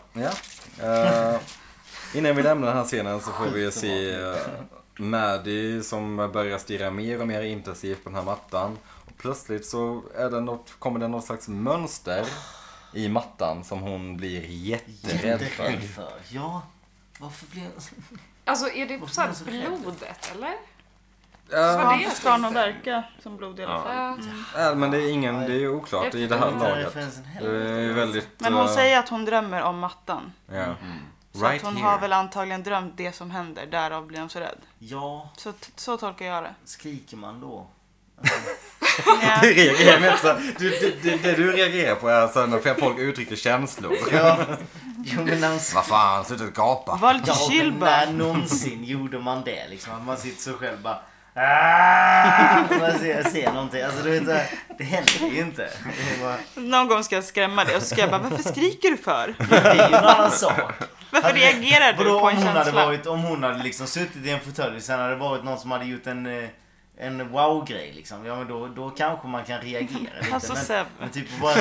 Innan vi lämnar den här scenen så får vi se Maddie som börjar stirra mer och mer intensivt på den här mattan. Och plötsligt så kommer det något slags mönster i mattan som hon blir jätterädd för. Ja, varför blir jag... Alltså är det så här blodet eller? Ska nog verka som blod i alla fall. Ja, men det är det är oklart i det här laget. Det är väldigt... Men hon säger att hon drömmer om mattan. Ja. Så att hon har väl antagligen drömt det som händer, därav blir hon så rädd. Ja, Så tolkar jag det. skriker man då? Ja. Du reagerar med så det du reagerar på är så när folk uttrycker känslor. Ja, jo men alltså... Vad fan, sluta gapa. Var lite Ja, chill men bara. när någonsin gjorde man det liksom? Att man sitter så själv bara... Man ser någonting. Alltså du vet så här, det händer ju inte. Det är bara... Någon gång ska jag skrämma dig och så ska jag bara, varför skriker du för? Det är ju en annan sak. Varför reagerar du Vadå, på en känsla? om hon hade liksom suttit i en fåtölj, sen hade det varit någon som hade gjort en wow-grej liksom. Ja men då kanske man kan reagera lite. Alltså, Seb. men typ bara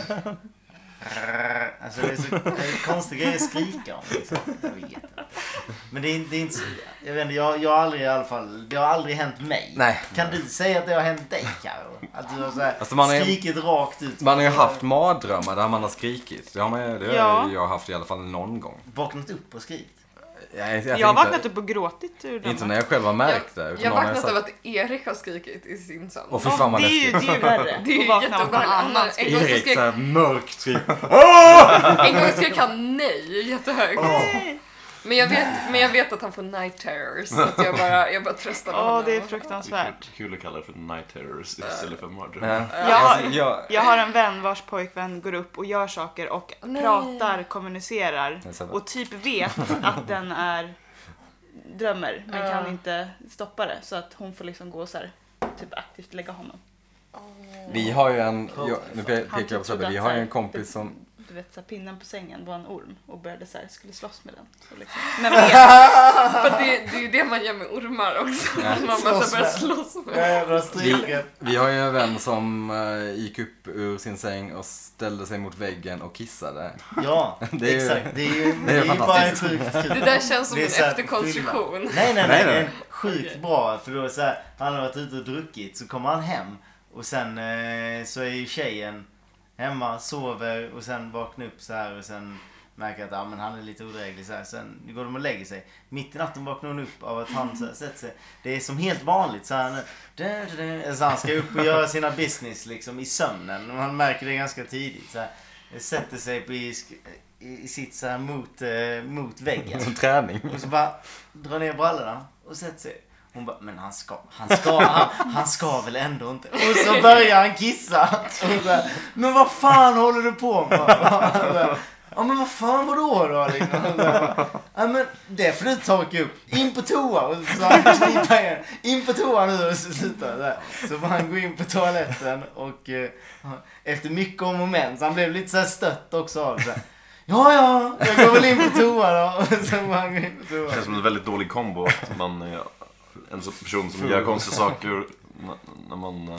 alltså det är så konstig grej att skrika om liksom. Jag vet inte. Men det är inte så, jag vet inte, jag har aldrig i alla fall, det har aldrig hänt mig. Nej. Kan du säga att det har hänt dig, Karo? Att du har så här Alltså, man är- skrikit rakt ut? Man har ju haft mardrömmar där man har skrikit. Det har Ja. jag haft i alla fall någon gång. Vaknat upp och skrikit? Jag har vaknat upp och gråtit ur den. Inte när jag själv har märkt det. utan Jag någon har vaknat sagt- av att Erik har skrikit i sin sömn. Och fy fan vad det är läskigt. ju värre. Det är ju Att vakna av att någon jätteobehagligt. annan skriker. En gång så Erik skrek- såhär mörkt skrik. En gång skrek han nej jättehögt. Men jag vet att han får night terrors. Så att jag bara tröstar honom. Det är fruktansvärt. Kul att kalla det för night terrors istället för mardrömmar. Jag har en vän vars pojkvän går upp och gör saker och pratar, kommunicerar och typ vet att den är drömmer men kan inte stoppa det, så att hon får liksom gå så här, typ aktivt lägga honom. Vi har ju en, nu pekar Han jag på trodde Sebbe, vi att har så ju här, en kompis som, Du vet, så här, pinnen på sängen var en orm och började så här, skulle slåss med den. Så liksom. Men för det är ju det man gör med ormar också. Man bara börjar slåss med. Vi har ju en vän som gick upp ur sin säng och ställde sig mot väggen och kissade. Ja, det är exakt. Det är ju bara en sjukt kul. Det där känns som en efterkonstruktion. Nej, det är sjukt bra. För då så här, han har varit ute och druckit, så kommer han hem. Och sen så är ju tjejen hemma, sover och sen vaknar upp så här och sen märker att men han är lite odräglig så här. Sen går de och lägger sig. Mitt i natten vaknar hon upp av att han så här, sätter sig. Det är som helt vanligt så här, så han ska upp och göra sina business liksom i sömnen. Och han märker det ganska tidigt så här. Sätter sig i sitt så här mot väggen. Som träning. Och så bara drar ner brallorna och sätter sig. Hon bara, men han ska väl ändå inte. Och så börjar han kissa. Och så här, men vad fan håller du på med? Ja, men vad fan var då? Ja, men det får du torka upp. In på toa. Och så han knipa igen. In på toa nu och så slutar där. Så får han gå in på toaletten och efter mycket om och men, så han blev lite så här stött också av det. Ja, jag går väl in på toa då. Och så får han gå in på toa. Det känns som en väldigt dålig kombo att man är en person som gör konstiga saker när man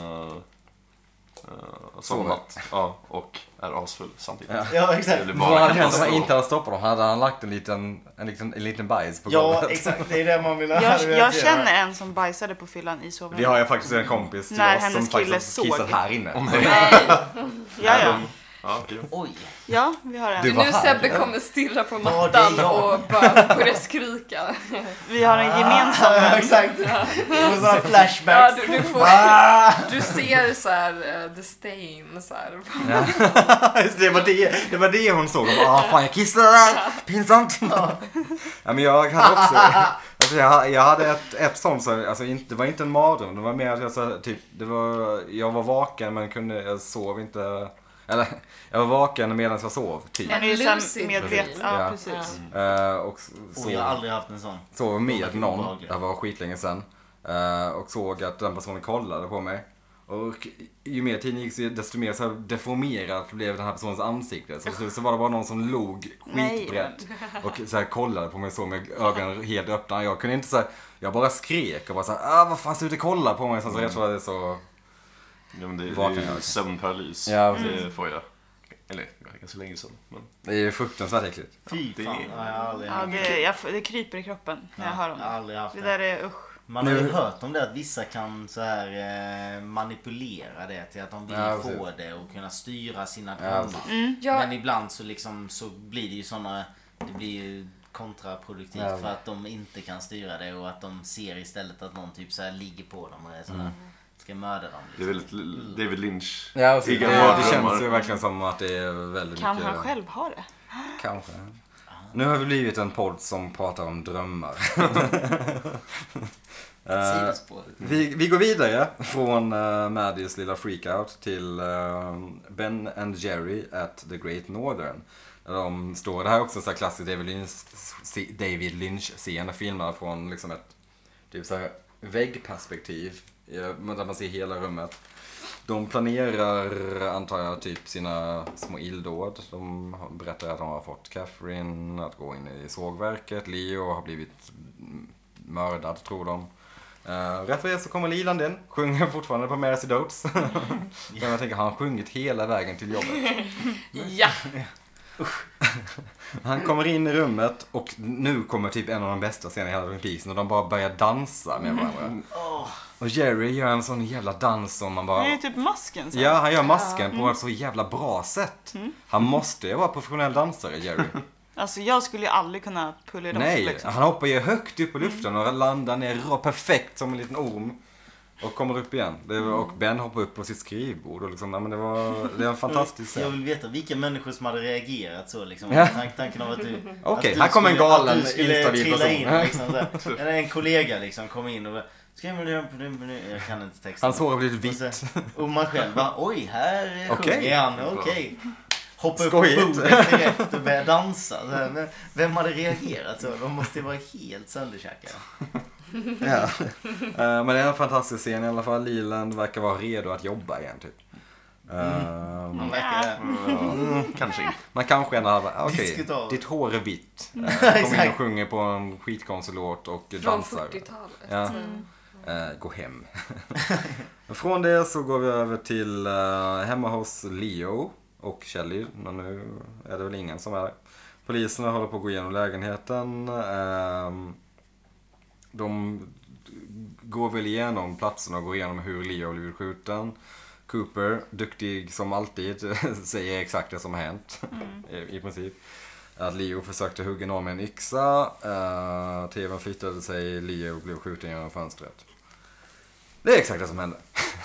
somnat. Ja, och är asfull samtidigt. Ja, exakt. Vad hade hänt om han inte hade stoppat dem? Hade han lagt en liten bajs på golvet? Ja, exakt. Det är det man vill ha. Jag känner en som bajsade på fyllan i sovrummet. Vi har ju faktiskt en kompis till när oss som hennes kille faktiskt kissat här inne. Nej. Ja. Ja, okay. Oj. Ja, vi har en. Nu Sebbe kommer stirra på mattan och bara börja skrika. Vi har en gemensam. Ja, exakt. Och så flashbacks. Ja, du ser så här The Stain så här. Ja. det var det hon såg. Fan, jag kissade där. Pinsamt. Ja, men jag hade också... Alltså jag hade ett sånt, alltså det var inte en mardröm. Det var mer att jag var vaken men jag sov inte... Eller, jag var vaken medan jag sov, typ. En lucid medveten, ja, precis. Jag har aldrig haft en sån. Sov med någon, det var skitlänge sedan. Och såg att den personen kollade på mig. Och ju mer tiden gick desto mer så deformerat blev den här personens ansikte. Så var det bara någon som log skitbrett. Och så här kollade på mig så med ögonen helt öppna. Jag kunde inte så här, jag bara skrek och bara så här, vad fan sluta kolla på mig. Så jag tror att det är så... Ja, men det är ju sömnparalys. Ja, det får jag. Eller ganska länge sedan. Men... Det är ju fruktansvärt äckligt. Fy fan, det kryper i kroppen när jag hör om det. Jag har aldrig haft det. Där är usch. Man har ju hört om det att vissa kan så här manipulera det till att de vill få det och kunna styra sina drömmar. Men ibland så liksom så blir det ju såna, det blir ju kontraproduktivt för att de inte kan styra det och att de ser istället att någon typ så här ligger på dem och är såna ska mörda dem. Liksom. Det är väldigt David Lynch. Ja, det känns ju verkligen som att det är väldigt kan mycket... han själv ha det? Kanske. Nu har vi blivit en podd som pratar om drömmar. Vi går vidare från Maddys lilla freakout till Ben and Jerry at the Great Northern. Där de står, det här är också en sån här klassisk David Lynch-scen, filmad från liksom ett typ så här väggperspektiv där man ser hela rummet. De planerar, antar jag, typ sina små illdåd. De berättar att de har fått Catherine att gå in i sågverket. Leo har blivit mördad, tror de. Rätt för det så kommer Leland in, sjunger fortfarande på Mercy Dotes. Jag tänker, har han sjungit hela vägen till jobbet? Ja! Han kommer in i rummet och nu kommer typ en av de bästa scenerna i hela Twin Peaks när de bara börjar dansa med varandra. Och Jerry gör en sån jävla dans som man bara... Det är typ masken. Så. Ja, han gör masken på ett så jävla bra sätt. Han måste ju vara professionell dansare, Jerry. Alltså jag skulle ju aldrig kunna pulla det off. Nej, liksom. han hoppar ju högt upp i luften och landar ner perfekt som en liten orm. Och kommer upp igen. Och Ben hoppar upp på sitt skrivbord. Och liksom, men det var en fantastisk scen. Jag vill veta vilka människor som hade reagerat så. Liksom. Tanken av att du... Okej, här kommer en galen instabil person. In, liksom, så en kollega liksom kom in och... Jag kan inte texten. Hans hår har blivit vitt. Och man själv bara, oj, här sjunger han. Okej. Hoppa upp Skojigt. på bordet direkt och börja dansa. Vem hade reagerat så? De måste ju vara helt sönderkäkade. Ja. Men det är en fantastisk scen i alla fall. Leland verkar vara redo att jobba igen typ. Man verkar kanske inte. Man kanske ändå hade, okej, Diskutabelt. ditt hår är vitt. Kommer in och sjunger på en skitkonstig låt och Från dansar. 40-talet. Ja. Gå hem. Från det så går vi över till hemma hos Leo och Shelley. Nu är det väl ingen som är där. Poliserna håller på att gå igenom lägenheten. De går väl igenom platsen och går igenom hur Leo blivit skjuten. Cooper, duktig som alltid, säger exakt det som har hänt. I princip. Att Leo försökte hugga någon med en yxa. TVn flyttade sig, Leo blev skjuten genom fönstret. Det är exakt det som hände.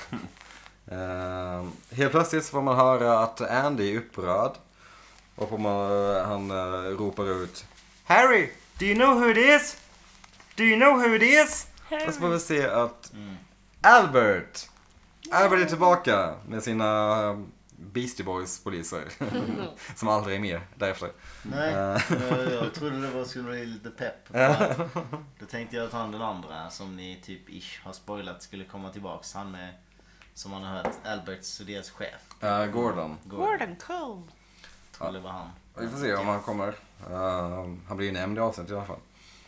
Helt plötsligt får man höra att Andy är upprörd. Och han ropar ut: Harry, do you know who it is? Do you know who it is? Harry. Och så får vi se att Albert är tillbaka med sina Beastie Boys poliser. Som aldrig är med därefter. Nej, jag trodde det skulle bli lite pepp. Då tänkte jag att han den andra som ni typ har spoilat skulle komma tillbaks. Han med, som man har hört, Alberts och deras chef. Gordon Cole. Tror det var han. Vi får se om han kommer. Han blir ju nämnd i avsnittet i alla fall.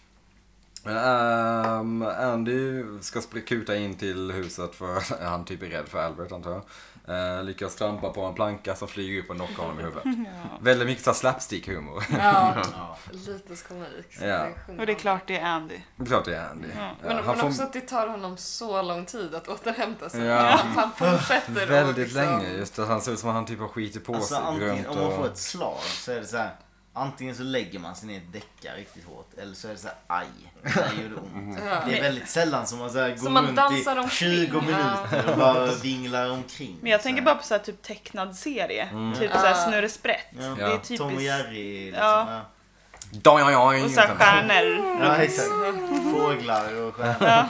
Andy ska kuta in till huset för han typ är rädd för Albert, antar jag. Lyckas trampa på en planka som flyger upp och knockar honom i huvudet. Väldigt mycket så slapstick-humor. Ja, lite komik. Ja. Och det är klart det är Andy. Det är klart det är Andy. Men också att det tar honom så lång tid att återhämta sig. Ja. Han fortsätter väldigt liksom... länge. Just att han ser ut som att han typ har skitit på sig. Antingen, om man får ett slag så är det så här. Antingen så lägger man sig ner och däckar riktigt hårt. Eller så är det så här, aj, det här gör det ont. Det är väldigt sällan som man så här går runt i 20 minuter och bara vinglar omkring. Men jag tänker bara på så här, typ tecknad serie. Typ så här Snurresprätt. Ja. Det är typiskt. Tom och Jerry liksom. Ja. Och så här stjärnor. Ja, exakt. Fåglar och stjärnor.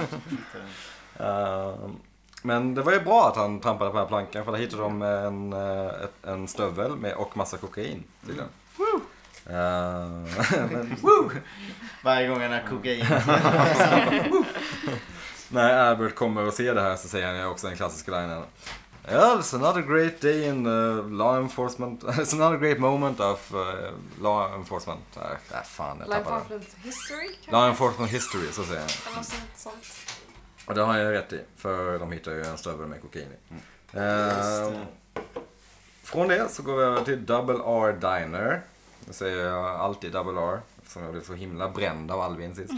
Men det var ju bra att han trampade på den här plankan. För där hittade de en stövel med och massa kokain. Men, varje gång han har kokain. när Albert kommer och ser det här så säger han ju också den klassiska linen: "Yeah, it's another great day in law enforcement. It's another great moment of law enforcement." Fan, jag tappade det. Law enforcement history, så säger han. Och det har jag rätt i, för de hittar ju en stövel med kokain i. Från det så går vi över till Double R Diner. Nu säger jag alltid Double R, eftersom jag blev så himla bränd av Alvin sist.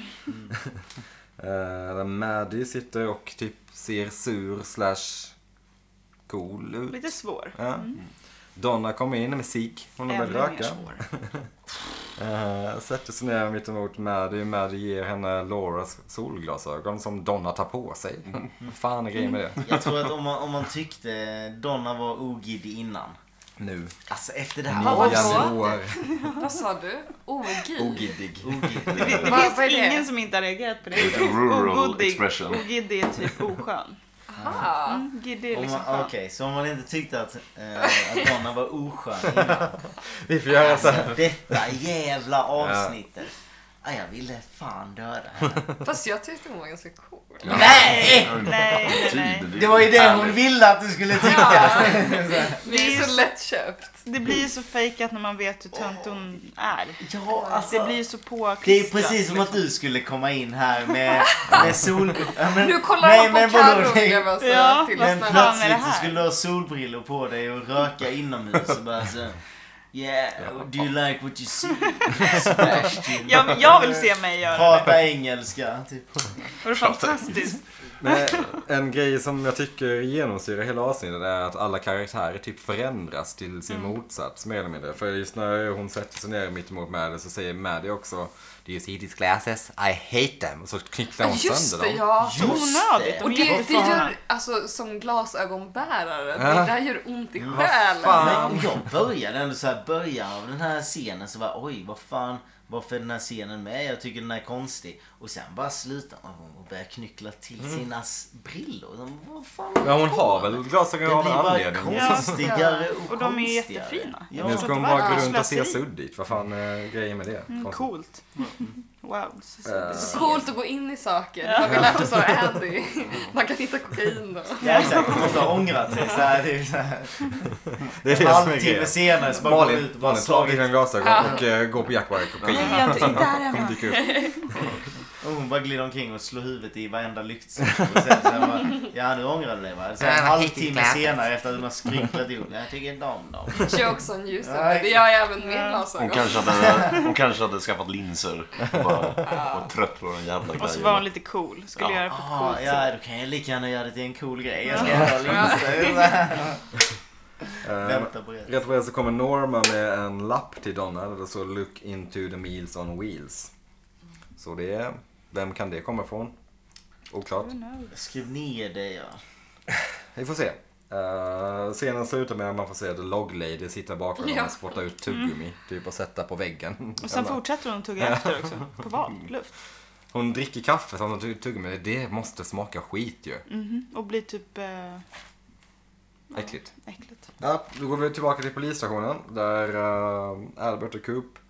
Där Maddie sitter och typ ser sur / cool ut. Lite svår. Ja. Donna kommer in med musik. Hon har börjat röka. Sätter sig ner mitt emot Maddie. Maddie ger henne Lauras solglasögon som Donna tar på sig. Vad fan är grejen med det? Jag tror att om man tyckte Donna var ogiddig innan. Nu. Alltså efter det här. Vad sa du? Ogiddig. Det finns ingen som inte har reagerat på det. Rural expression. Ogiddig är typ oskön. Giddig är liksom skön. Okej, så om man inte tyckte att Donna var oskön innan. Vi får göra så Alltså, här. detta jävla avsnittet. Jag ville fan döda henne. Fast jag tyckte hon var ganska cool. Nej! Nej. Det var ju det hon ville att du skulle tycka. Det är så lättköpt. Det blir ju så fejkat när man vet hur tönt hon är. Ja, alltså, Det blir ju så påklistrat. det är precis som att du skulle komma in här med sol... Nu kollar jag på Carro. Ja, Men vad fan är det plötsligt så här? skulle du ha solbrillor på dig och röka inomhus och bara så... Yeah, do you like what you see? Sebastian. Jag vill se mig göra det. Prata engelska, typ. Och det är fantastiskt. Men en grej som jag tycker genomsyrar hela avsnittet är att alla karaktärer typ förändras till sin motsats mer eller mindre. För just när hon sätter sig ner mitt emot Maddie så säger Maddie också: "Do you see these glasses? I hate them." Och så knycklar hon sönder dem. Ja. Så onödigt. Och det gör, alltså som glasögonbärare, det där gör ont i själen. Men jag började ändå så här, början av den här scenen så var oj, vad fan, varför är den här scenen med? Jag tycker den är konstig. Och sen bara slutar man och börjar knyckla till sina brillor. Vad fan, Ja, hon har väl glasögon av en det blir anledning. bara konstigare Och de är ju konstigare. jättefina. Ja. Nu ska hon bara gå runt och se suddigt. Vad fan är grejen med det? Konstigt. Coolt. Wow. Så coolt att gå in i saker. Har vi lärt oss av Andy. Man kan hitta kokain då. Ja, exakt. Man måste ha ångrat sig. Så här, det är så här. Det är det En som är halvtimme grejen. senare så bara går ut och bara Malin tar dina glasögon och går på jakt på kokain. Nej, inte där hemma. Kommer dyka upp. Och hon bara glider omkring och slår huvudet i varenda lyktstolpe. Och sen så här bara, ja nu ångrar du dig va? Så en halvtimme senare efter att hon har skrynklat ihop. Jag tycker inte om dem. Jokes on you. Det gör jag även med glasögon. Hon kanske hade skaffat linser. Och bara var trött på den jävla grejen. Och så var hon lite cool. Skulle göra på ett coolt ja, sätt. då kan jag lika gärna göra det till en cool grej. Jag ska ha linser. Vänta på det. Rätt vad det så kommer Norma med en lapp till Donna. Det står Look into the meals on wheels. Så det är, vem kan det komma ifrån? Oklart. Skriv ner det ja. Vi får se. Scenen slutar med att man får se att Log Lady sitter bakom och spottar ut tuggummi. Typ och sätta på väggen. Och sen fortsätter hon tugga efter också. På vad? Luft. Hon dricker kaffe som hon tuggummi. Det måste smaka skit ju. Och blir typ... Äckligt. Äckligt. Ja, då går vi tillbaka till polisstationen. Där Albert och Coop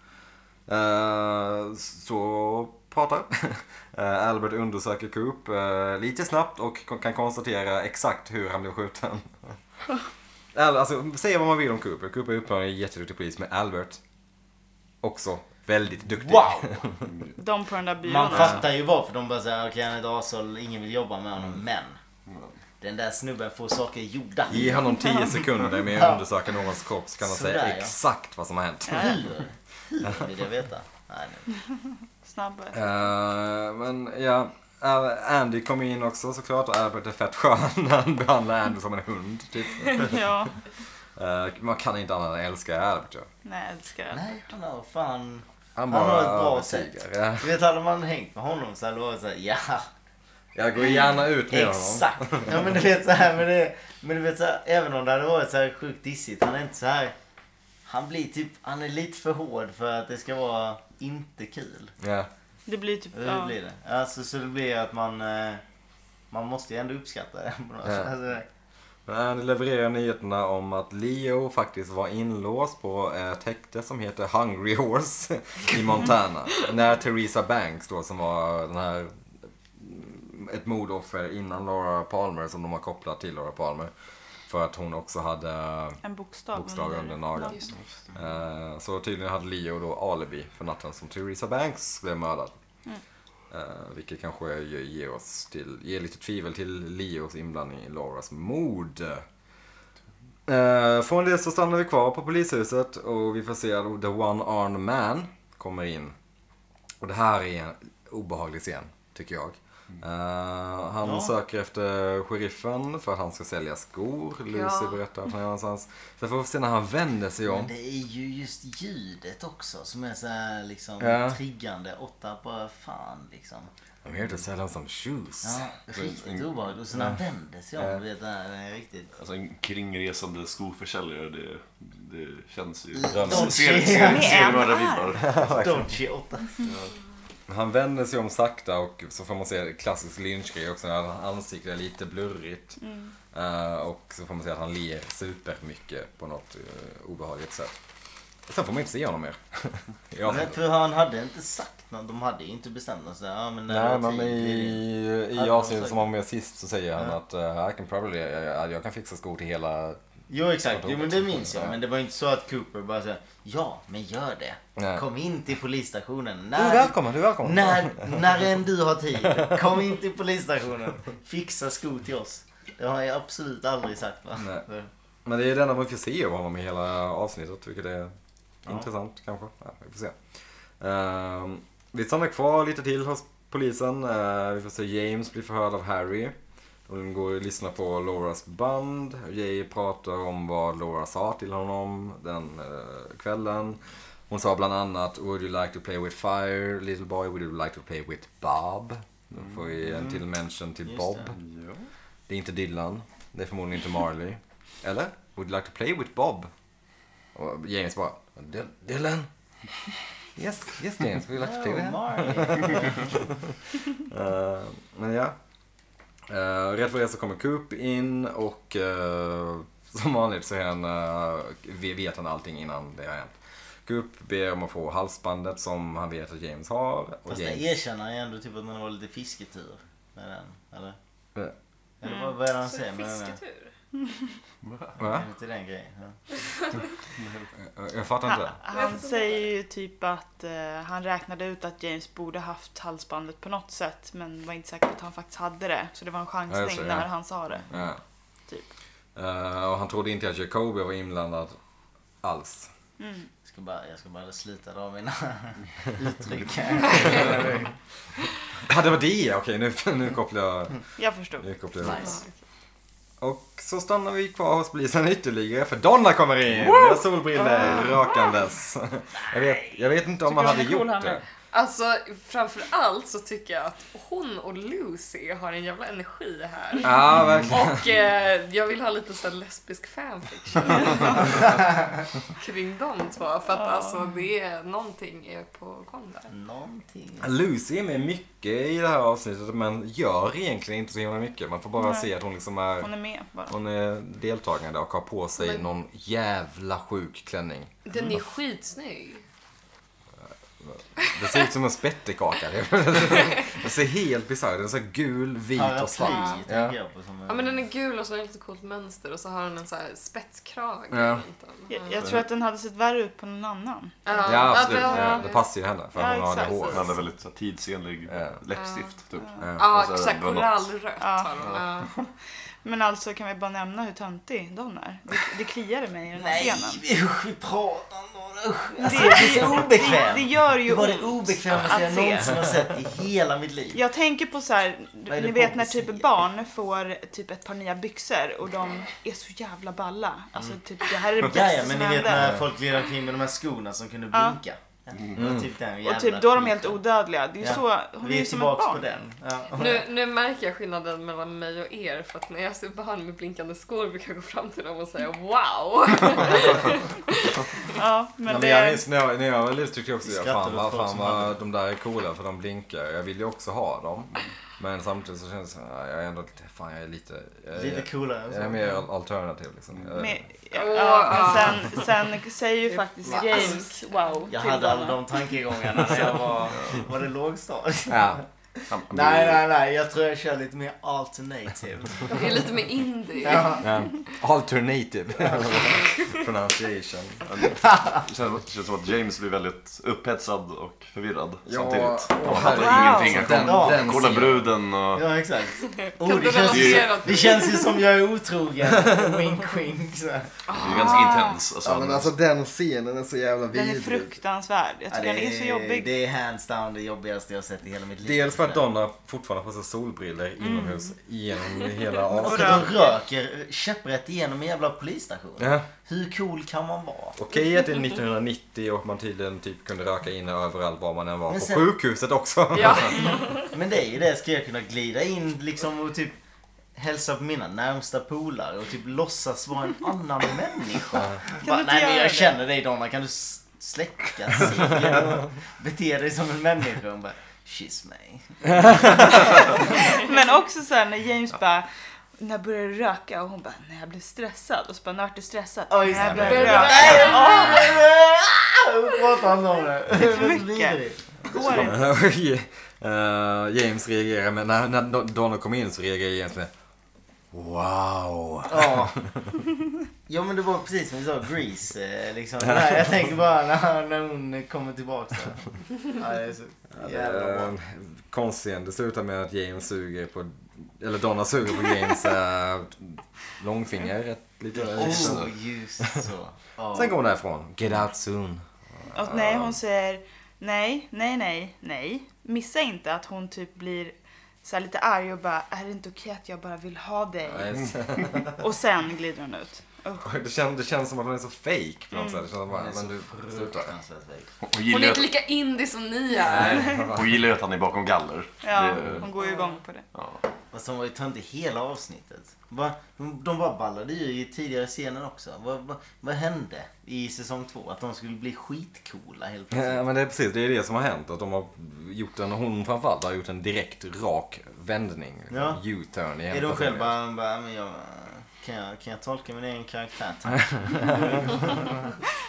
så pratar. Albert undersöker Coop lite snabbt och kan konstatera exakt hur han blev skjuten. Alltså, säga vad man vill om Coop. Coop är uppenbarligen en jätteduktig polis, men Albert också väldigt duktig. Wow! De på den där byrån. Man fattar ju varför de bara säger okej, han är ett asshole, ingen vill jobba med honom, men den där snubben får saker gjorda. Ge honom 10 sekunder med att undersöka någons kropp så kan han säga exakt vad som har hänt. Hur vill jag veta? Nej. Snabbare. Men ja, Andy kom in också såklart och Albert är fett skön när han behandlar Andy som en hund typ. Ja. Man kan inte annat än älska Albert ju. Nej, jag älskar det. Nej, han har fan... Han har ett bra sätt. Ja. Du vet, hade man hängt med honom så hade det varit såhär, ja. Jag går gärna ut med honom. Exakt. Ja men du vet så här, men du vet så här, även om det hade varit så här sjukt dissigt, han är inte så här. Han blir typ, han är lite för hård för att det ska vara inte kul. Ja. Det blir typ... Det blir det. Alltså så det blir att man måste ju ändå uppskatta det på något sätt. Alltså, Men levererar nyheterna om att Leo faktiskt var inlåst på ett häkte som heter Hungry Horse i Montana. När Theresa Banks då, som var den här ett mordoffer innan Laura Palmer som de har kopplat till Laura Palmer. För att hon också hade en bokstav under nageln. Så tydligen hade Leo då alibi för natten som Theresa Banks blev mördad. Vilket kanske ger lite tvivel till Leos inblandning i Lauras mord. Från det så stannar vi kvar på polishuset och vi får se att The One-Armed Man kommer in. Och det här är en obehaglig scen, tycker jag. Han söker efter sheriffen för att han ska sälja skor. Lucy berättar att han är någonstans. Så får vi se när han vänder sig om. Men det är ju just ljudet också som är så här liksom triggande. 8 på fan liksom. I'm here to sell him some shoes. Ja, riktigt obehagligt. Och så när han vänder sig om, vet du, det är riktigt. Alltså en kringresande skoförsäljare, det känns ju... Seriemördarvibbar. Dolce 8. Han vänder sig om sakta och så får man se klassisk lynchgrej också när ansiktet är lite blurrigt. Och så får man se att han ler supermycket på något obehagligt sätt. Sen får man inte se honom mer. Men för han hade inte sagt något, de hade ju inte bestämt sig. Ja, men nej, men i avsnittet som var med sist så säger han att jag kan fixa skor till hela... Jo exakt, jo, men det minns jag. Men det var inte så att Cooper bara sa ja, men gör det. Nej. Kom in till polisstationen. Du är välkommen. När än du har tid. Kom in till polisstationen. Fixa skor till oss. Det har jag absolut aldrig sagt, va? Nej. Men det är det enda man får se av honom i hela avsnittet. Tycker det är intressant kanske. Ja, vi får se. Vi stannar kvar lite till hos polisen. Vi får se James bli förhörd av Harry. De går och lyssnar på Lauras band. Jay pratar om vad Laura sa till honom den kvällen. Hon sa bland annat: Would you like to play with fire, little boy? Would you like to play with Bob? Då får vi en till mention till Bob. Det är inte Dylan. Det är förmodligen inte Marley. Eller? Would you like to play with Bob? Och James bara: Dylan? Yes James, would you like to play with him? Men ja. Rätt för det så kommer Coop in och som vanligt så är vet han allting innan det har hänt. går upp, ber om att få halsbandet som han vet att James har. Och fast James... det erkänner han ju ändå typ att man var lite fisketur med den, eller? Eller vad är det han säger med den? Fisketur? Va? Inte den grejen. Ja. Jag fattar inte. Han säger ju typ att han räknade ut att James borde haft halsbandet på något sätt, men var inte säker på att han faktiskt hade det. Så det var en chansning när han sa det. Ja. Typ. Och han trodde inte att Jacobi var inblandad alls. Jag ska bara slita av mina uttryck. Det var det? Okej, nu kopplar jag. Jag förstod. Nice. Och så stannar vi kvar hos polisen ytterligare för Donna kommer in. Vi har solbriller rakandes. Jag vet inte om man hade gjort det. Alltså, framförallt så tycker jag att hon och Lucy har en jävla energi här. Ja, verkligen. Och jag vill ha lite så här lesbisk fanfiction kring de två. För att alltså, det är någonting är på gång där. Någonting. Lucy är med mycket i det här avsnittet men gör egentligen inte så himla mycket. Man får bara se att hon liksom är... Hon är med bara. Hon är deltagande och har på sig någon jävla sjuk klänning. Den är skitsnygg. Det ser ut som en spettekaka. Det ser helt bisarrt. Den är så gul, vit och svart. Ja, men den är gul och så har den lite coolt mönster och så har den en så här spetskrage. Ja. Jag tror att den hade sett värre ut på någon annan. Ja, absolut. Det passar ju henne för hon har det hår. Den är väldigt så tidsenlig läppstift typ. Ja, exakt. Korallrött har de. Men alltså kan vi bara nämna hur töntig Donna är. Det kliade mig i den här scenen. Nej, usch, vi pratar om det. Alltså, det är så obekvämt. Det gör ju det var det obekvämaste jag någonsin har sett i hela mitt liv. Jag tänker på så här, ni vet när typ barn får typ ett par nya byxor och de är så jävla balla. Alltså typ det här är det bästa men ni vet när folk glider omkring med de här skorna som kunde blinka. Typ den och typ då är de helt odödliga. Det är så, hon vi är är som ett barn. på den. Nu märker jag skillnaden mellan mig och er. För att när jag ser barn med blinkande skor brukar jag gå fram till dem och säga wow. Men jag minns när jag var lite tyckte jag också fan vad de där är coola för de blinkar. Jag vill ju också ha dem. Men samtidigt så känns det jag är ändå lite coolare. Jag är mer alternativ liksom. Men sen säger ju faktiskt James wow. Jag hade alla de tankegångarna när jag var det lågstadiet. Ja. Nej, jag tror jag kör lite mer alternative. Det är lite mer indie. Alternative pronunciation. Det känns som att James blir väldigt upphetsad och förvirrad samtidigt. Han fattar ingenting. Den Kolla bruden och... Ja, exakt. Det känns ju som jag är otrogen. Wink, wink. Så. Det är ganska intens. Alltså den scenen är så jävla vidrig. Den är fruktansvärd. Jag tycker den är så jobbig. Det är hands down det jobbigaste jag har sett i hela mitt liv. Dels för att Donna fortfarande får sig solbriller inomhus genom hela avsnittet. Och de röker käpprätt igenom en jävla polisstation. Ja. Hur cool kan man vara? Okej att det är 1990 och man tydligen typ kunde röka in överallt var man än var. På sjukhuset också. Ja. Men det är ju det. Ska jag kunna glida in liksom och typ hälsa på mina närmsta polare och typ låtsas vara en annan människa. Nej men jag känner dig Donna, kan du släcka sig och bete dig som en människa och bara kyss mig. Men också så här när James bara när jag började röka och hon bara när jag blev stressad och så bara när jag blev stressad när jag började röka. Prata om det. Det är för mycket. Går det? James reagerar med när Donna kom in så reagerar James med wow. Ja. Ja men det var precis som vi sa Grease liksom. Nej, jag tänker bara när hon kommer tillbaka. Ja, det är så jävla bra. Konstigt. Det slutar med att James suger på eller Donna suger på James långfinger just så. Sen går hon därifrån. Get out soon. Och nej, hon säger nej. Missa inte att hon typ blir så här lite arg och bara är det inte okej att jag bara vill ha dig? Och sen glider hon ut. Det känns som att hon är så fake på något sätt. Det känns bara, men du slutar. Hon är inte lika indie som ni är. Hon gillar ju att han är bakom galler. Ja, hon går ju igång på det. Ja. Fast de var ju tönt i hela avsnittet. De bara ballade ju i tidigare scenen också. Vad hände i säsong 2? Att de skulle bli skitcoola helt plötsligt. Ja, men det är precis det som har hänt. Att de har gjort hon framförallt har gjort en direkt rak vändning. Ja. U-turn. Är de själva bara men jag... Kan jag tolka min egen karaktär?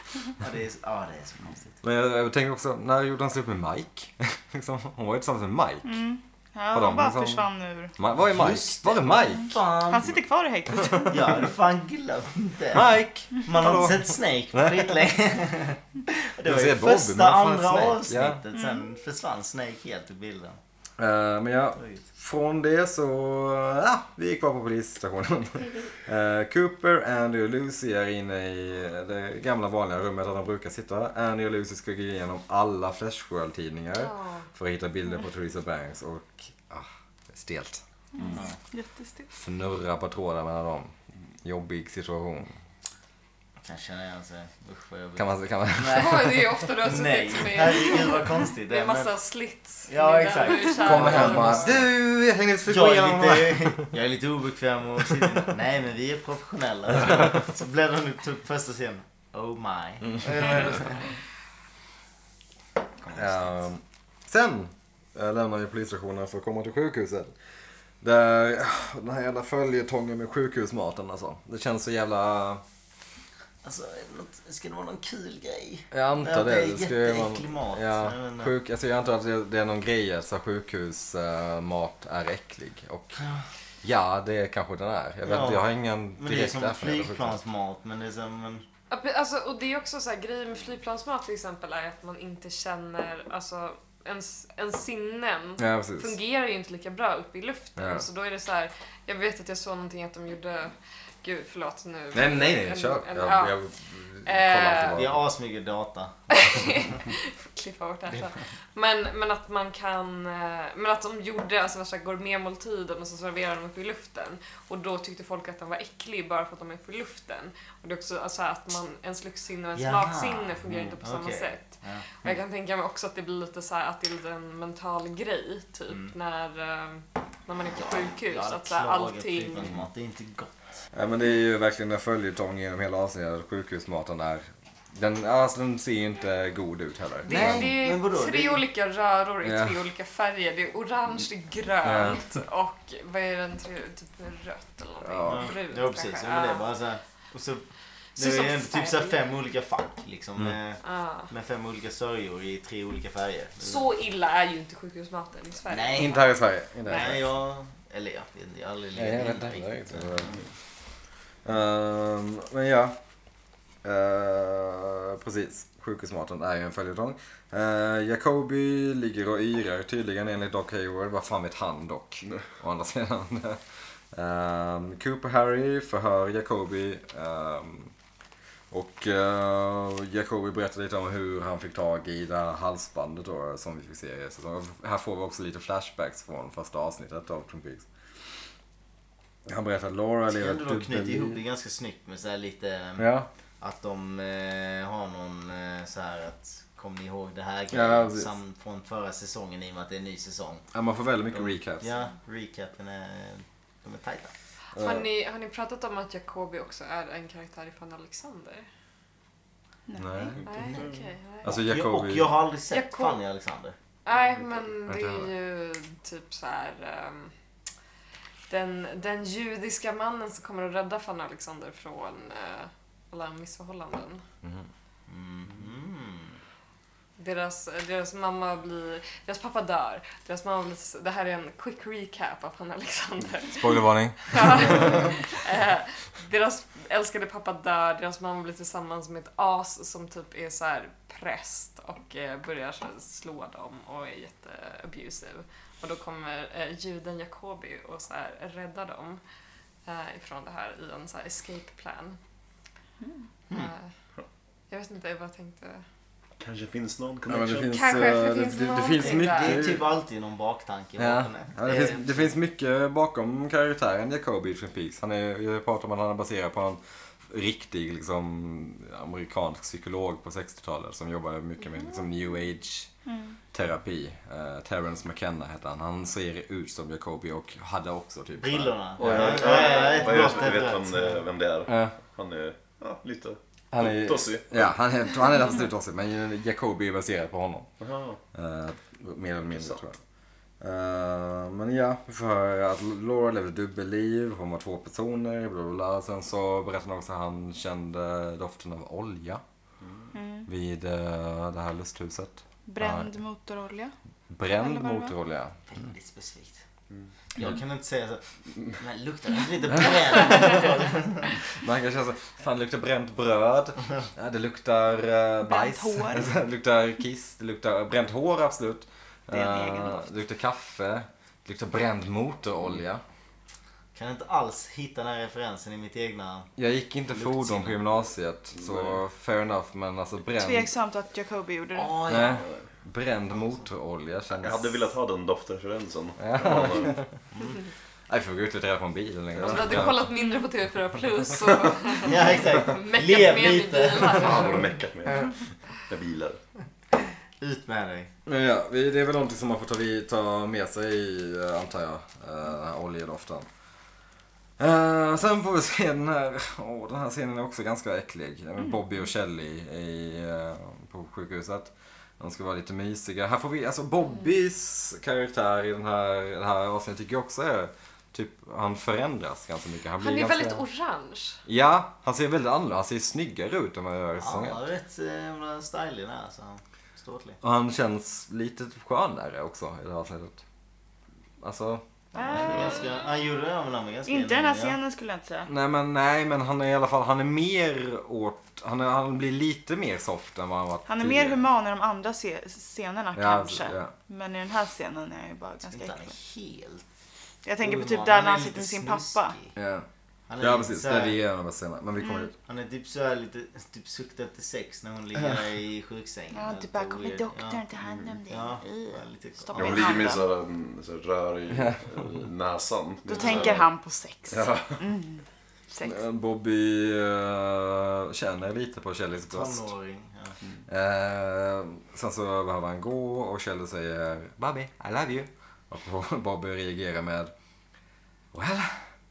det är så konstigt. Men jag tänkte också, när gjorde han slut med Mike? Liksom, hon var ju tillsammans med Mike. Ja, han bara försvann ur. Var är Mike? Var är Mike? Fan. Han sitter kvar i häktet. Jag hade fan glömt det. Mike! Man har inte sett Snake på skitlänge. Det var ju Bobby, första, andra Snake, avsnittet. Sen försvann Snake helt ur bilden. Men ja, från det så, vi gick kvar på polisstationen. Cooper, Andy och Lucy är inne i det gamla vanliga rummet där de brukar sitta. Andy och Lucy ska gå igenom alla Flash World-tidningar för att hitta bilder på Theresa Banks och det är stelt. Jättestelt. Fnurra på trådar mellan dem. Jobbig situation. Kan känna igen sig. Usch vad jobbigt. Kan man... Ja, det är ofta du har Nej, suttit med herregud vad konstigt. det är en massa slits. Ja, exakt. Kommer hem bara, du, jag tänkte flytta igenom jag är lite obekväm och sitter. Nej, men vi är professionella. Så blev de upp första scenen. Oh my. Sen lämnar vi polisstationen för att komma till sjukhuset. Där, den här jävla följetongen med sjukhusmaten alltså. Det känns så jävla... Alltså, ska det vara någon kul grej? Jag antar det. Det är jätteäcklig mat. Ja, jag antar att det är någon grej att så sjukhusmat är äcklig. Och ja, det är kanske den är. Jag vet inte, jag har ingen direkt erfarenhet. Men det är som flygplansmat, men det är som... Alltså, och det är också så här, grejer med flygplansmat till exempel är att man inte känner, alltså ens sinnen fungerar ju inte lika bra uppe i luften. Ja. Så då är det så här, jag vet att jag såg någonting att de gjorde, gud förlåt nu. Nej, kör. Vi har asmycket data. Klippa bort det här sen. Men att man kan, men att de gjorde alltså så här gourmetmåltiden och så serverade de upp i luften och då tyckte folk att den var äcklig bara för att de är uppe i luften. Och det är också alltså att ens luktsinne och ens smaksinne fungerar inte på samma sätt. Ja. Och jag kan tänka mig också att det blir lite så här att det är lite en mental grej typ när man är på sjukhus att så här, allting det är inte gott. Ja, men det är ju verkligen en följetong genom hela avsnittet. Sjukhusmaten där. Den ser ju inte god ut heller. Det är tre olika röror i tre olika färger. Det är orange, det är grönt och vad är den tredje? Typ rött eller någonting. Brunt, ja, precis. Ja, men det är bara så här. Och så det är typ så 5 olika fack liksom med 5 olika sörjor i 3 olika färger. Så illa är ju inte sjukhusmaten i Sverige. Nej, inte här i Sverige. Nej, jag vet inte. Jag har aldrig men ja. Precis. Sjukhusmaten är ju en följetong. Jacoby ligger och yrar tydligen enligt Doc Hayward. Vad fan vet han dock? Å andra sidan. Cooper Harry förhör Jacoby. Och Jacoby berättar lite om hur han fick tag i det här halsbandet då, som vi fick se i säsongen. Här får vi också lite flashbacks från första avsnittet av Twin Peaks. Han berättar att Laura lever ett dubbelliv. Knyter ihop det ganska snyggt med så här lite att de har någon så här att kommer ni ihåg det här grejen från förra säsongen i och med att det är en ny säsong. Ja, man får väldigt mycket recaps. Ja, recapen de är tajta. Har ni pratat om att Jacoby också är en karaktär ifrån Alexander? Nej. Okay. Alltså Jacoby... Och jag har aldrig sett Fanny Alexander. Nej, men det är ju typ så här den judiska mannen som kommer att rädda Fanny Alexander från alla missförhållanden. Deras mamma blir... Deras pappa dör. Deras mamma blir... Det här är en quick recap av Fanny Alexander. Spoilervarning. Deras älskade pappa dör. Deras mamma blir tillsammans med ett as som typ är så här präst och börjar så slå dem och är jätteabusive. Och då kommer juden Jacoby och så här räddar dem ifrån det här i en så här escape plan. Jag vet inte vad jag tänkte... Kanske finns någon connection. Det finns mycket. Det är typ alltid någon baktanke. Det finns mycket bakom karaktären Jacoby i Twin Peaks. Jag pratar om att han är baserad på en riktig liksom, amerikansk psykolog på 60-talet som jobbar mycket med liksom, new age terapi. Terrence McKenna heter han. Han ser ut som Jacoby och hade också typ... Brillorna. Jag vet vem det är. Han är lite... Han är tossig. Ja, han är nästan tossig, men Jacoby är baserad på honom. Mer eller mindre tror jag. Men ja, vi får höra att Laura levde dubbelliv, hon var 2 personer, bla bla bla. Sen så berättade han också att han kände doften av olja. vid det här lusthuset. Bränd motorolja. Bränd motorolja. Väldigt specifikt. Jag kan inte säga så. Men luktar det lite bränd? Man kan känna så. Fan, det luktar bränt bröd. Ja, det luktar bajs. Bränt hår. Det luktar kiss. Det luktar bränt hår, absolut. Det är en egen doft. Det luktar kaffe. Det luktar bränd motorolja. Kan inte alls hitta den här referensen i mitt egna... Jag gick inte fordon på gymnasiet, så fair enough, men alltså bränd... Tveksamt att Jacobi gjorde det. Nej, bränd motorolja känns... Jag hade velat ha den doftreferensen. Jag får gå ut och träda på en bil eller Om du hade kollat mindre på TV4 Plus och Ja, exakt. meckat Lev med lite. Fan, borde meckat med bilar. Ut med dig. Men ja, det är väl någonting som man får ta med sig, antar jag, den här oljedoften. Sen får vi se den här scenen är också ganska äcklig. Bobby och Shelley på sjukhuset. De ska vara lite mysiga. Här får vi, alltså Bobbys karaktär i det här avsnittet tycker jag också är typ, han förändras ganska mycket. Han är ganska... väldigt orange. Ja, han ser väldigt annorlunda, han ser snyggare ut än vad jag gör i säsongen. Ja, rätt stylig där så ståtlig. Och han känns lite skönare också i det här avsnittet. Alltså... Han gjorde det med ganska... Inte den här scenen skulle jag inte säga. Nej, men han är i alla fall, han är mer han blir lite mer soft än vad han var Han är tidigare. mer human i de andra scenerna kanske. Ja. Men i den här scenen är han ju bara ganska inte han äcklig. är helt... Jag tänker på typ Han där är när han lite sitter med sin snuskig. pappa. Ja. Han är Ja, lite precis. så här- Det är en av de scenerna. Men vi kommer dit. Han är typ så här lite typ suktar efter sex när hon ligger i sjuksängen. Ja, Lite du bara kommer weird. doktorn ta hand om dig. Ja, I. lite Stoppa Ja, in hon ligger med handen. så här rör i näsan. Då tänker han på sex. Ja. Sex. Bobby känner lite på Kellys bröst. Tonåring. Ja. Sen så behöver han gå och Kelly säger Bobby, I love you. Och Bobby reagerar med Well,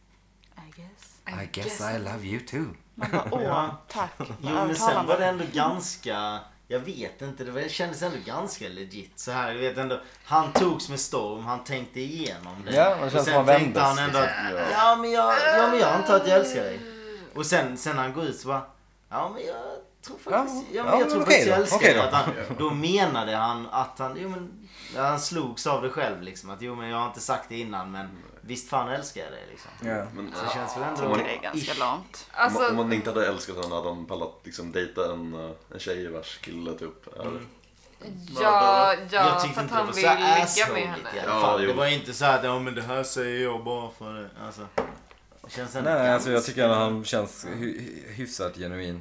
I guess I love you too. Man bara, åh, Ja. tack. Jo, men sen var det Övertalande. ändå ganska... Jag vet inte, det kändes ändå ganska legit. Så här, jag vet ändå, han togs med storm, han tänkte igenom det. Ja, men det känns och som sen han tänkte vändes, han ändå att, ja men jag antar att jag älskar dig. Och sen när han går ut så bara, ja men jag tror faktiskt, jag tror faktiskt jag älskar dig. Att han, då menade han att han slogs av det själv liksom. Att men jag har inte sagt det innan, men visst fan älskar jag dig liksom. Ja. Men, Så det känns väl ändå... Jag tycker det är ganska lamt. Alltså, om man inte hade älskat honom hade han pallat liksom dejta en tjej vars kille typ. ja, Jag tyckte för att inte han det vill var så ligga med assholigt henne. i alla fall. Ja, Det jo. var inte så att men det här säger jag bara för det. Alltså, det känns ändå Nej, alltså jag ganska- tycker att han känns hyfsat genuin.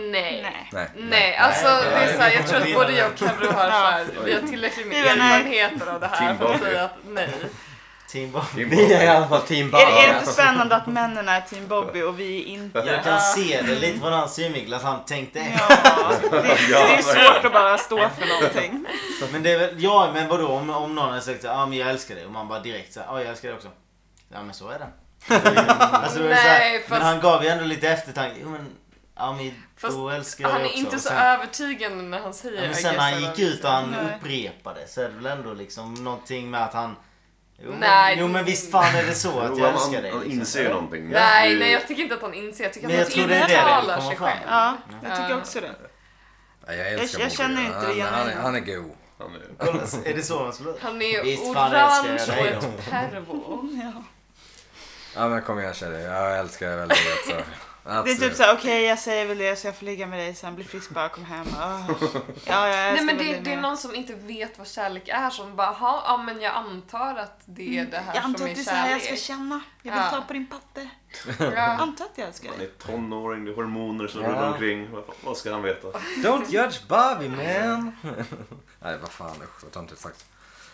Nej, alltså det är såhär, jag tror att både jag och Carro har såhär, vi har tillräckligt med erfarenheter av det här Team för att Bobby. säga att nej. Team Bobby. Vi är i alla fall team Bobby. Är det inte spännande att männen är Team Bobby och vi är inte? Jag kan se det lite från hans synvinkel att han tänkte Ja, det är svårt att bara stå för någonting. Men det är väl, ja men vadå om någon har sagt men jag älskar dig och man bara direkt säger jag älskar dig också. Ja men så är det. Alltså, det är så här, Nej, men fast- han gav ju ändå lite eftertanke. Jo men Fast då älskar jag han dig är också. inte Och så sen, övertygande när han säger men I sen guess när I han love gick you. ut och han Nej. upprepade så är det väl ändå liksom någonting med att han Nej, jo men visst fan är det så att jag älskar dig. Han liksom. inser ju någonting. Nej, jag tycker inte att han inser. Jag tycker Men att jag han tror det är det det intalar kommer sig fram. själv. Ja, jag tycker också det. Nej, jag älskar Jag Bobby. känner inte det Han är god. Han är... Kolla, är det så han skulle... Han är Visst fan älskar jag orange dig och då. ett pervo. Ja. Ja men kom igen tjejer, jag älskar er väldigt så. Det är typ såhär, okej jag säger väl det så jag får ligga med dig sen blir frisk bara kom hem. Ja, jag älskar Nej men väl det är med. någon som inte vet vad kärlek är som bara, ja men jag antar att det är det här Jag som antar är att det är så här jag ska kärlek. känna. Jag vill Ja. ta på din patte. Ja. Jag antar att jag älskar Han dig. är tonåring, det är hormoner som Ja. rullar omkring. Vad ska han veta? Don't judge Bobby man. Nej vad fan usch, vad töntigt sagt.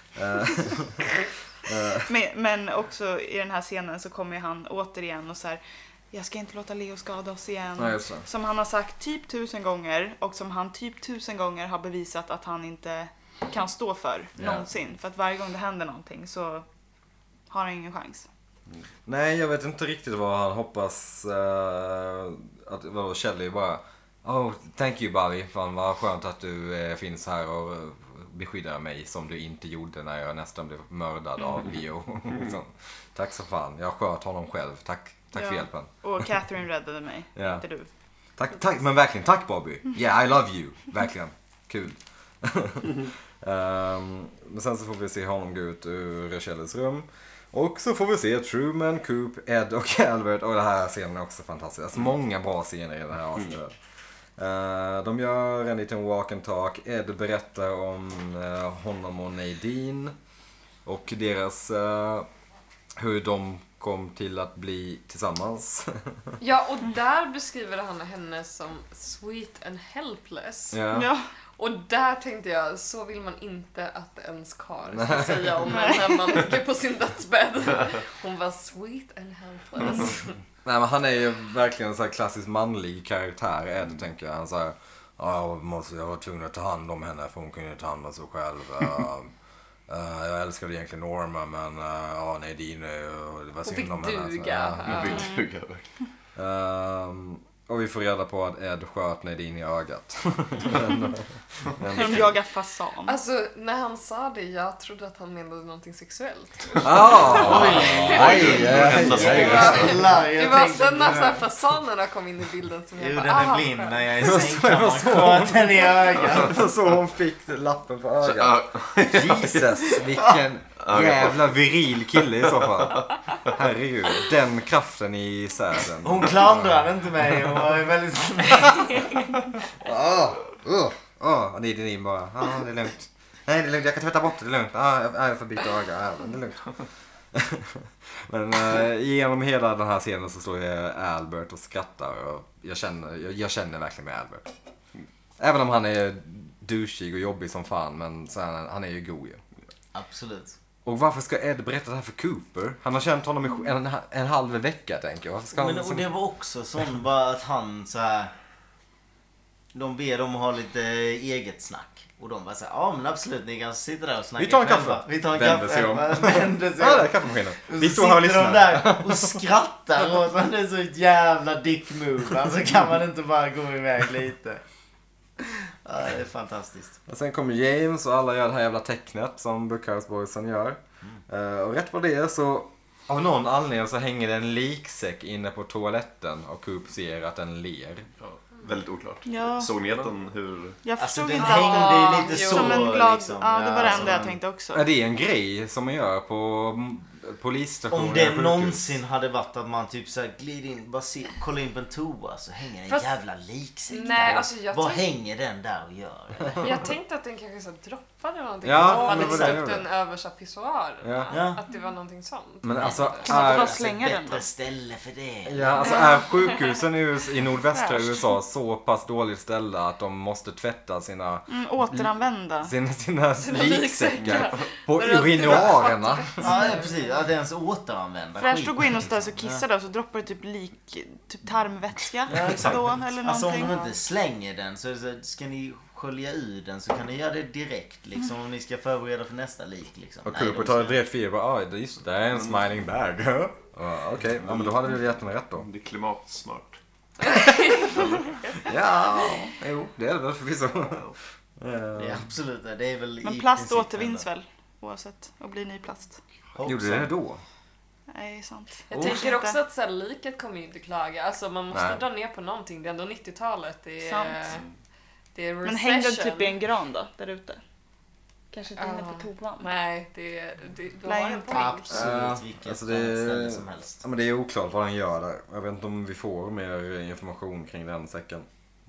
Men också i den här scenen så kommer han återigen och så här, jag ska inte låta Leo skada oss igen. Ja, just det. Som han har sagt typ 1000 gånger och som han typ 1000 gånger har bevisat att han inte kan stå för Ja. någonsin. För att varje gång det händer någonting så har han ingen chans. Nej jag vet inte riktigt vad han hoppas att vad Shelley bara oh thank you Bobby, fan vad skönt att du finns här och beskyddar mig som du inte gjorde när jag nästan blev mördad av Leo. Så, tack så fan, jag sköt honom själv, tack för hjälpen. Och Catherine räddade mig, Ja. inte du. Tack, men verkligen tack Bobby. Yeah, I love you. Verkligen. Kul. Men sen så får vi se honom gå ut ur Rachelles rum. Och så får vi se Truman, Coop, Ed och Albert. Och den här scenen är också fantastisk. Alltså många bra scener i det här avsnittet. De gör en liten walk and talk. Ed berättar om honom och Nadine. Och deras... hur de kom till att bli tillsammans. Ja, och där beskriver han henne som sweet and helpless. Ja. Och där tänkte jag, så vill man inte att ens karl ska säga om en när man ligger på sin dödsbädd. Hon var sweet and helpless. Nej, men han är ju verkligen en så här klassisk manlig karaktär, Ed, tänker jag. Han säger, jag var tvungen att ta hand om henne för hon kunde ta hand om sig själv. Jag älskade egentligen Norma, men Nadine, det var synd om henne. Hon fick duga. Och vi får reda på att Ed sköt Nadine i ögat. De jagar fasan. Alltså, när han sa det, jag trodde att han menade någonting sexuellt. Det var sen när fasanerna kom in i bilden som jag bara, den är blind när jag är i sängkammaren. Sköt henne i ögat. Så hon fick lappen på ögat. Jesus, vilken jävla viril kille i så fall. Herregud, den kraften i säden. Hon klandrar inte mig. Hon var väldigt... Det är din bara. Det är lugnt. Nej, det är lugnt. Jag kan tvätta bort det. Det är lugnt. Jag får byta öga. Det är lugnt. Men genom hela den här scenen så står jag Albert och skrattar. Och jag känner verkligen med Albert. Även om han är douchig och jobbig som fan. Men så han är ju god ju. Absolut. Och varför ska Ed berätta det här för Cooper? Han har känt honom i en halv vecka, tänker jag. Varför ska och det var också sån bara att han så här. De ber dem ha lite eget snack. Och de bara så här, ja men absolut, ni kan sitta där och snacka. Vi tar en kaffe. Vi tar en Vänder sig kaffe. om. Vänder sig Ja, om. det är kaffemaskinen. Vi så står här och sitter de lyssnar. där och skrattar och det är så ett jävla dick move. Alltså kan man inte bara gå iväg lite. Ja, det är fantastiskt. Och sen kommer James och alla gör det här jävla tecknet som Buckhouse-boysen gör. Och rätt vad det är så av någon anledning så hänger det en liksäck inne på toaletten och Coop ser att den ler. Ja, väldigt oklart. Ja. Såg ni den hur... Jag förstod den inte hängde att ju lite så som en glad... liksom. Ja, det var det alltså, enda jag tänkte också. Ja, det är en grej som man gör på polisstationen. om det någonsin hade varit att man typ så här glider in, bara kolla in på en toa så hänger en jävla liksäck nej, där. alltså vad hänger den där och gör? Jag tänkte att den kanske så droppade eller någonting. Ja, man det hade var det stött den över så pissoaren. Ja. Att det var någonting sånt. Men alltså, Kan man bara slänga den då? Bättre ställe för det. ja, alltså är sjukhusen i nordvästra USA så pass dåligt ställda att de måste tvätta sina Återanvända. sina liksäckar på Men det- urinoarerna. Ja, precis. Att ens återanvända Fräscht att gå in och ställa sig och kissa där och så droppar det typ tarmvätska då eller Alltså om någonting. de inte slänger den så, är det så här, ska ni skölja ur den så kan ni göra det direkt liksom om ni ska förbereda för nästa lik liksom. Och Nej, Cooper de tar ska- ett direkt fiber. Ja, det är en smiling bag. Okej, ja, men då hade vi jättemycket rätt då. Det är klimatsmart. Ja, jo, det är det väl förvisso. Det är absolut det. Det är väl Men i plast princip återvinns väl oavsett och blir ny plast. enda. Gjorde det då? Nej, sant. Jag tänker också att så här, liket kommer ju inte klaga. Alltså man måste dra ner på någonting. Det är ändå 90-talet. Det är, Sant. det är Men recession. häng den typ i en gran då, där ute. Kanske inte inne på toan. Nej, det Nej, var en inte. poäng. Absolut vilket alltså ställe som helst. Ja, men det är oklart vad han gör där. Jag vet inte om vi får mer information kring den säcken.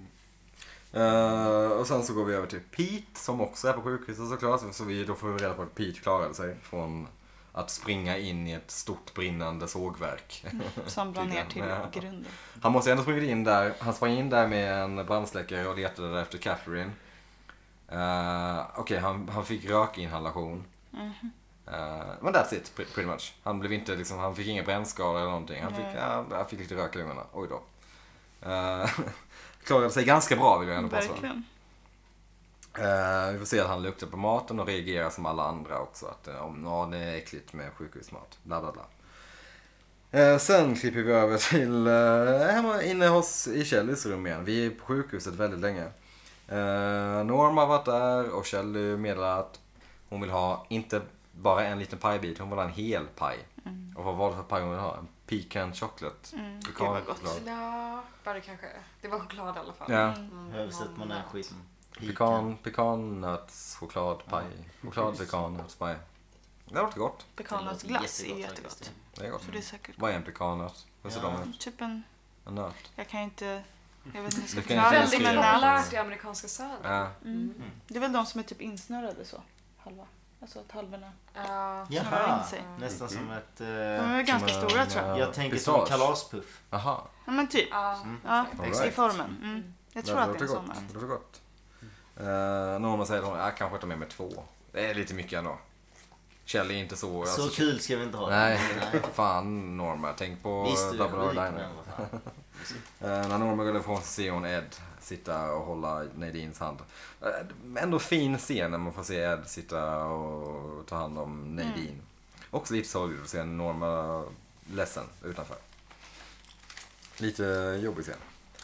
Och sen så går vi över till Pete som också är på sjukhuset såklart. Så då får vi reda på att Pete klarade sig från att springa in i ett stort brinnande sågverk. Som brann ner till Ja. grunden. Han måste ändå springa in där. Han sprang in där med en brandsläckare och letade där efter Catherine. Okej, han fick rökinhalation. Men that's it, pretty much. Han blev inte liksom, han fick inga brännskador eller någonting. Han fick lite rök i lungorna. Oj då. Klarade sig ganska bra vill jag ändå påstå. Verkligen. Vi får se att han luktar på maten och reagerar som alla andra också. Att det är äckligt med sjukhusmat. Bla bla bla. Sen klipper vi över till hemma inne i Shellys rum igen. Vi är på sjukhuset väldigt länge. Norma har varit där och Shelly meddelar att hon vill ha inte bara en liten pajbit, hon vill ha en hel paj. Och vad var det för paj hon vill ha? En pecan chocolate. Det var gott. Ja, var det kanske. Det var choklad i alla fall. Ja. Hur översätter man den skiten? Pekannöts chokladpaj. Chokladpekannötspaj. Det låter gott. Pekannötsglass är jättegott. Det är gott. Så det är säkert. Vad är en pekannöt? Hur ser de ut? Typ en nöt. Jag vet inte hur jag ska Det kan förklara jag det som en beskriva. nöt. Populärt i amerikanska södern. Ja. Det är väl de som är typ insnurrade så. Halva. Alltså att halvorna Ja. snurrar in sig. Nästan som ett... De är ganska stora tror jag. jag tänker som en kalaspuff. Aha. Ja men typ. Ja, All i right. formen. Jag tror att det är en sån gott. nöt. Det låter gott. Någon säger att jag kanske tar med mig 2. Det är lite mycket ändå. Kjell är inte så... Så kul ska vi inte ha. Nej, fan Norma. Tänk på Visst, Double R Diner. När Norma går ifrån så ser hon Ed sitta och hålla Nadines hand. Ändå fin scen när man får se Ed sitta och ta hand om Nadine. Också lite sorgligt att se Norma ledsen utanför. Lite jobbig scen.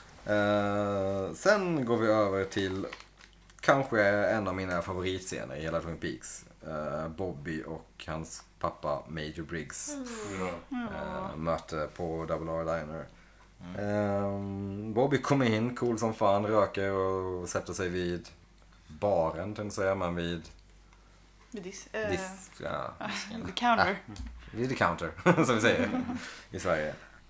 Sen går vi över till kanske en av mina favoritscener i hela Twin Peaks. Bobby och hans pappa Major Briggs möte på Double R Diner. Bobby kommer in, cool som fan, röker och sätter sig vid baren, tänkte jag säga, men vid the counter. Vid the counter, som vi säger i Sverige.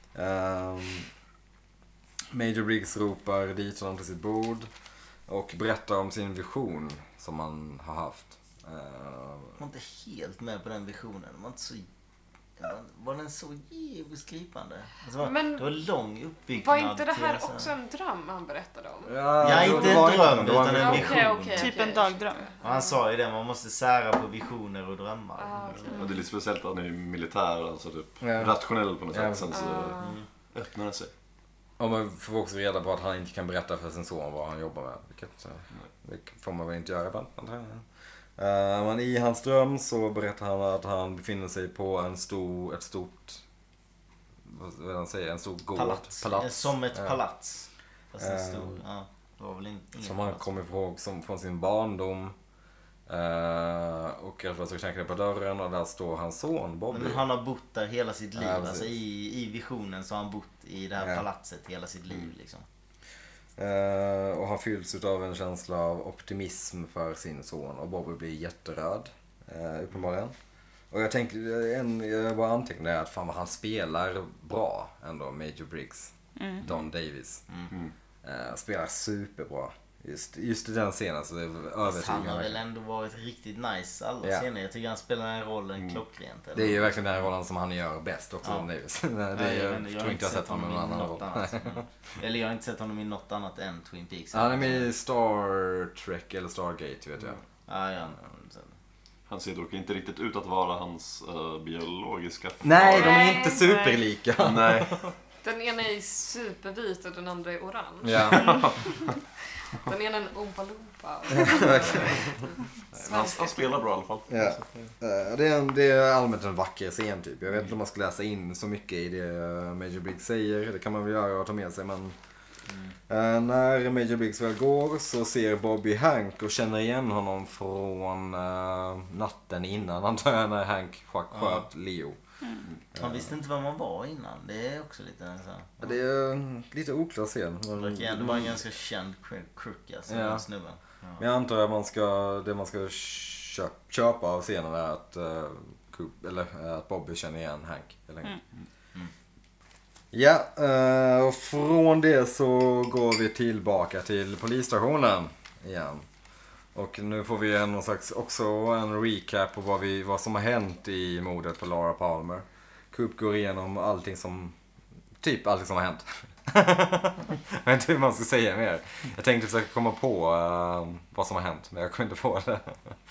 Major Briggs ropar dit honom till sitt bord och berättar om sin vision som han har haft. Jag var inte helt med på den visionen. Var den så jävligt gripande? Alltså, det var lång uppbyggnad. Var inte det här också en dröm han berättade om? Ja, inte en dröm utan en vision. Typ en dagdröm. Och han sa ju det, man måste sära på visioner och drömmar. Och det är lite speciellt att han är militär, alltså typ rationell på något sätt. Sen så öppnar det sig. Och man får också reda på att han inte kan berätta för sin son vad han jobbar med. Vilket får man väl inte göra ibland. Men i hans dröm så berättar han att han befinner sig på en stor gård. Palats. Som ett palats. Fast en stor, det var väl ingen som han kommer ihåg från sin barndom. Och jag så knackar det på dörren och där står hans son Bobby. Men han har bott där hela sitt liv. Alltså i visionen så har han bott i det här palatset hela sitt liv liksom. Och han fylls av en känsla av optimism för sin son och Bobby blir jätteröd uppenbarligen. Och jag tänkte, jag bara antecknade att fan vad han spelar bra ändå, Major Briggs, Don Davis. Spelar superbra. Just i den scenen så det är övertygande. Han har väl ändå varit riktigt nice alla scener. Jag tycker han spelar den rollen klockrent. Det är ju verkligen den rollen som han gör bäst också, Don Davis. Jag tror inte jag sett honom i någon annan roll. Eller jag har inte sett honom i något annat än Twin Peaks. Han är med i Star Trek eller Stargate, vet jag. Han ser dock inte riktigt ut att vara hans biologiska far. Nej, de är inte superlika. Nej. Den ena är supervit och den andra är orange. Ja. Den ena är en Oompa Loompa. Han spelar bra i alla fall. Ja. Det är allmänt en vacker scen typ. Jag vet inte om man ska läsa in så mycket i det Major Briggs säger. Det kan man väl göra och ta med sig, men när Major Briggs väl går så ser Bobby Hank och känner igen honom från natten innan, antar jag, när Hank sköt Leo. Han visste inte vad man var innan. Det är också lite så här. Det är lite oklar scen. Det var en ganska känd crook, alltså, snubben. Men jag antar att man ska köpa av scenen är att att Bobby känner igen Hank. Ja, och från det så går vi tillbaka till polisstationen igen. Och nu får vi en recap på vad som har hänt i mordet på Laura Palmer. Coop går igenom allting som har hänt. Jag vet inte hur man ska säga mer. Jag tänkte försöka komma på vad som har hänt, men jag kom inte på det.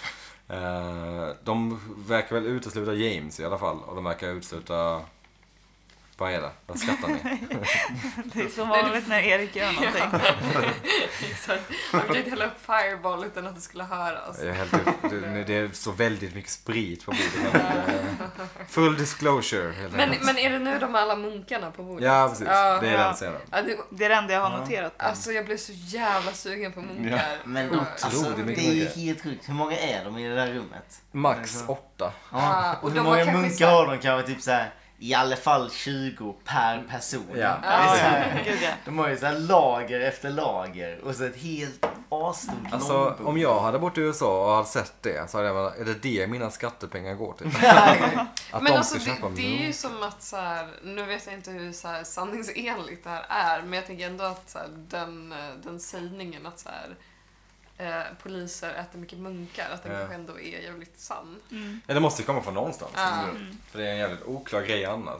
De verkar väl utesluta James i alla fall, och de verkar utesluta... Vad är det? Vad skrattar ni? Det är som vanligt när Erik gör någonting. Exakt. Han försökte hälla upp Fireball utan att det skulle höras. Det är så väldigt mycket sprit på bordet. Full disclosure. Men är det nu de alla munkarna på bordet? Ja, precis. Det är den scenen. Det är det enda jag har noterat. Alltså jag blev så jävla sugen på munkar. Ja. Men det är ju helt sjukt. Hur många är de i det där rummet? Max 8. Och hur många munkar har de? Kanske typ så här i alla fall 20 per person. Ja. Det är så här, Gud, ja. de har ju så här lager efter lager och så ett helt asstort Alltså långbord. om jag hade bott i USA och hade sett det så hade jag bara, är det mina skattepengar går till? Att Men de alltså ska köpa det är ju munk. som att så här, nu vet jag inte hur så här sanningsenligt det här är, men jag tänker ändå att så här, den sägningen att så här, poliser äter mycket munkar, att den kanske ändå är jävligt sann. Ja, det måste ju komma från någonstans. Mm. För det är en jävligt oklar grej annars.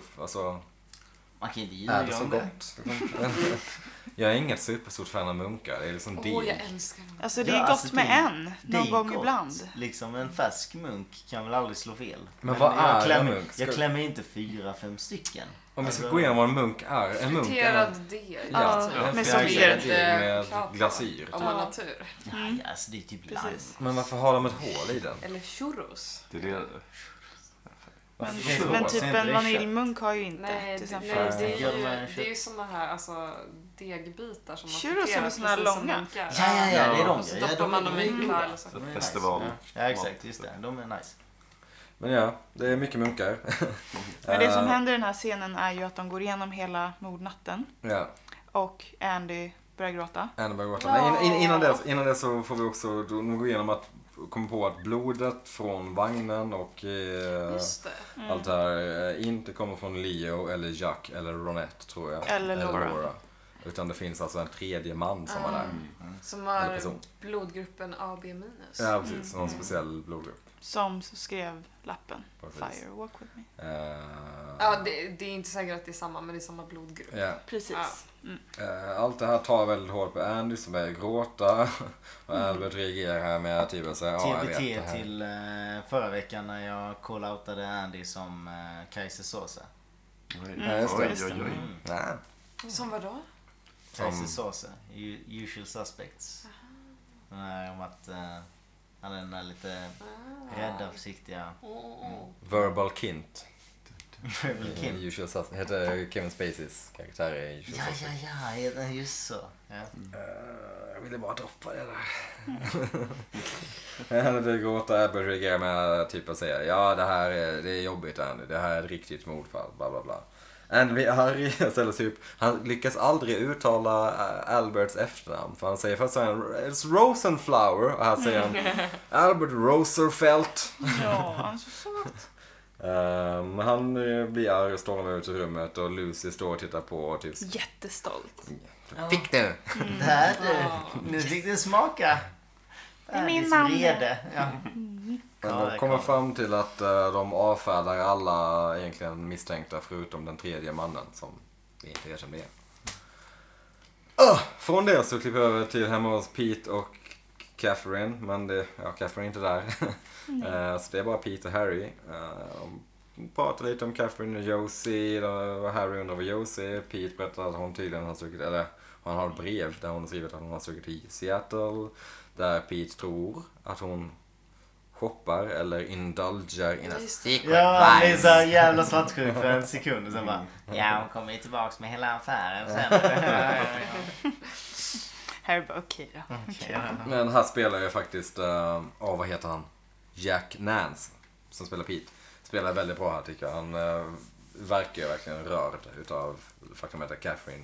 Man kan inte Är ljuga det så om det. gott? Jag är inget superstort fan av munkar. Det är liksom Åh, jag deg. älskar dem. Alltså det är Ja, gott alltså, med det är- en, Det är någon gång gott. ibland. Liksom en färsk munk kan väl aldrig slå fel. Men vad är en klämmer, munk? Jag klämmer inte 4-5 stycken. Om vi ska Alltså, gå igenom vad en munk är. En munk är Friterad deg. Ja, Ja, en med friterad socker. deg med glasyr. Om man natur. Ja, alltså det är typ lime. Precis. Men varför har de ett hål i den? Eller churros. Det är det. Men, Varför men så? typ Är inte en det vaniljmunk har ju inte Nej, till det, exempel. nej det, Gör är de ju, här det är ju såna här alltså, degbitar som man Churros är friterar väl såna här precis som långa? munkar. Ja, det är de. Och så Ja, doppar de man dem i är klar goda. eller så. De är Festival. nice. Ja, exakt. Just det. De är nice. Men ja, det är mycket munkar. Men det som händer i den här scenen är ju att de går igenom hela mordnatten Ja, och Andy börjar gråta. Annabelle Rotten. Nej, innan det så får vi också gå igenom att komma på att blodet från vagnen och Just det. allt det här inte kommer från Leo eller Jack eller Ronette tror jag. Eller Laura. Utan det finns alltså en tredje man som var där. Som Eller har person. blodgruppen AB-. Ja, precis. Någon speciell blodgrupp. Som skrev lappen. Precis. Fire, walk with me. Ja, det är inte säkert att det är samma, men det är samma blodgrupp. Ja. Precis. Allt det här tar väldigt hårt på Andy som börjar gråta. Och Albert reagerar här med typ att säga ja, jag vet det TBT här. till förra veckan när jag call-outade Andy som Kaiser Sosa. Ja, just det. Oj. Nej. Som vadå? Kaiser Sosa, Usual Suspects. Den här om att han är den där lite rädda, försiktiga Verbal Kint. Kim. Usual Suspects. Heter Kevin Spaceys karaktär i Usual Ja, Suspects. ja, just så. Ja. Jag ville bara droppa det där. Han börjar gråta, Albert reagerar med typ att säga ja det här det är jobbigt Andy, det här är ett riktigt mordfall, bla bla bla. Andy blir arg, typ, han lyckas aldrig uttala Alberts efternamn för han säger först så här, it's Rosenflower och här säger han Albert Rosenfelt. Ja, han är så söt. Han blir arg och stormar ut ur rummet och Lucy står och tittar på och typ Jättestolt. fick du? Där du, nu fick du smaka. Det är min Andys man. vrede. Ja. Men de kommer fram till att de avfärdar alla egentligen misstänkta förutom den tredje mannen som vi inte vet vem det är. Från det så klipper jag över till hemma hos Pete och Catherine. Men Catherine är inte där. Så det är bara Pete och Harry. De pratar lite om Catherine och Josie. Och Harry undrar vad Josie är. Pete berättar att hon tydligen har stuckit, eller han har ett brev där hon har skrivit att hon har stuckit i Seattle. Där Pete tror att hon shoppar eller indulger in a secret Ja, det är vice. så jävla svartsjuk för en sekund och sen bara ja, hon kommer ju tillbaks med hela affären sen. Harry bara okej då. Okej, Men här spelar ju faktiskt, vad heter han? Jack Nance som spelar Pete. Spelar väldigt bra här tycker jag. Han verkar ju verkligen rörd utav faktumet att Catherine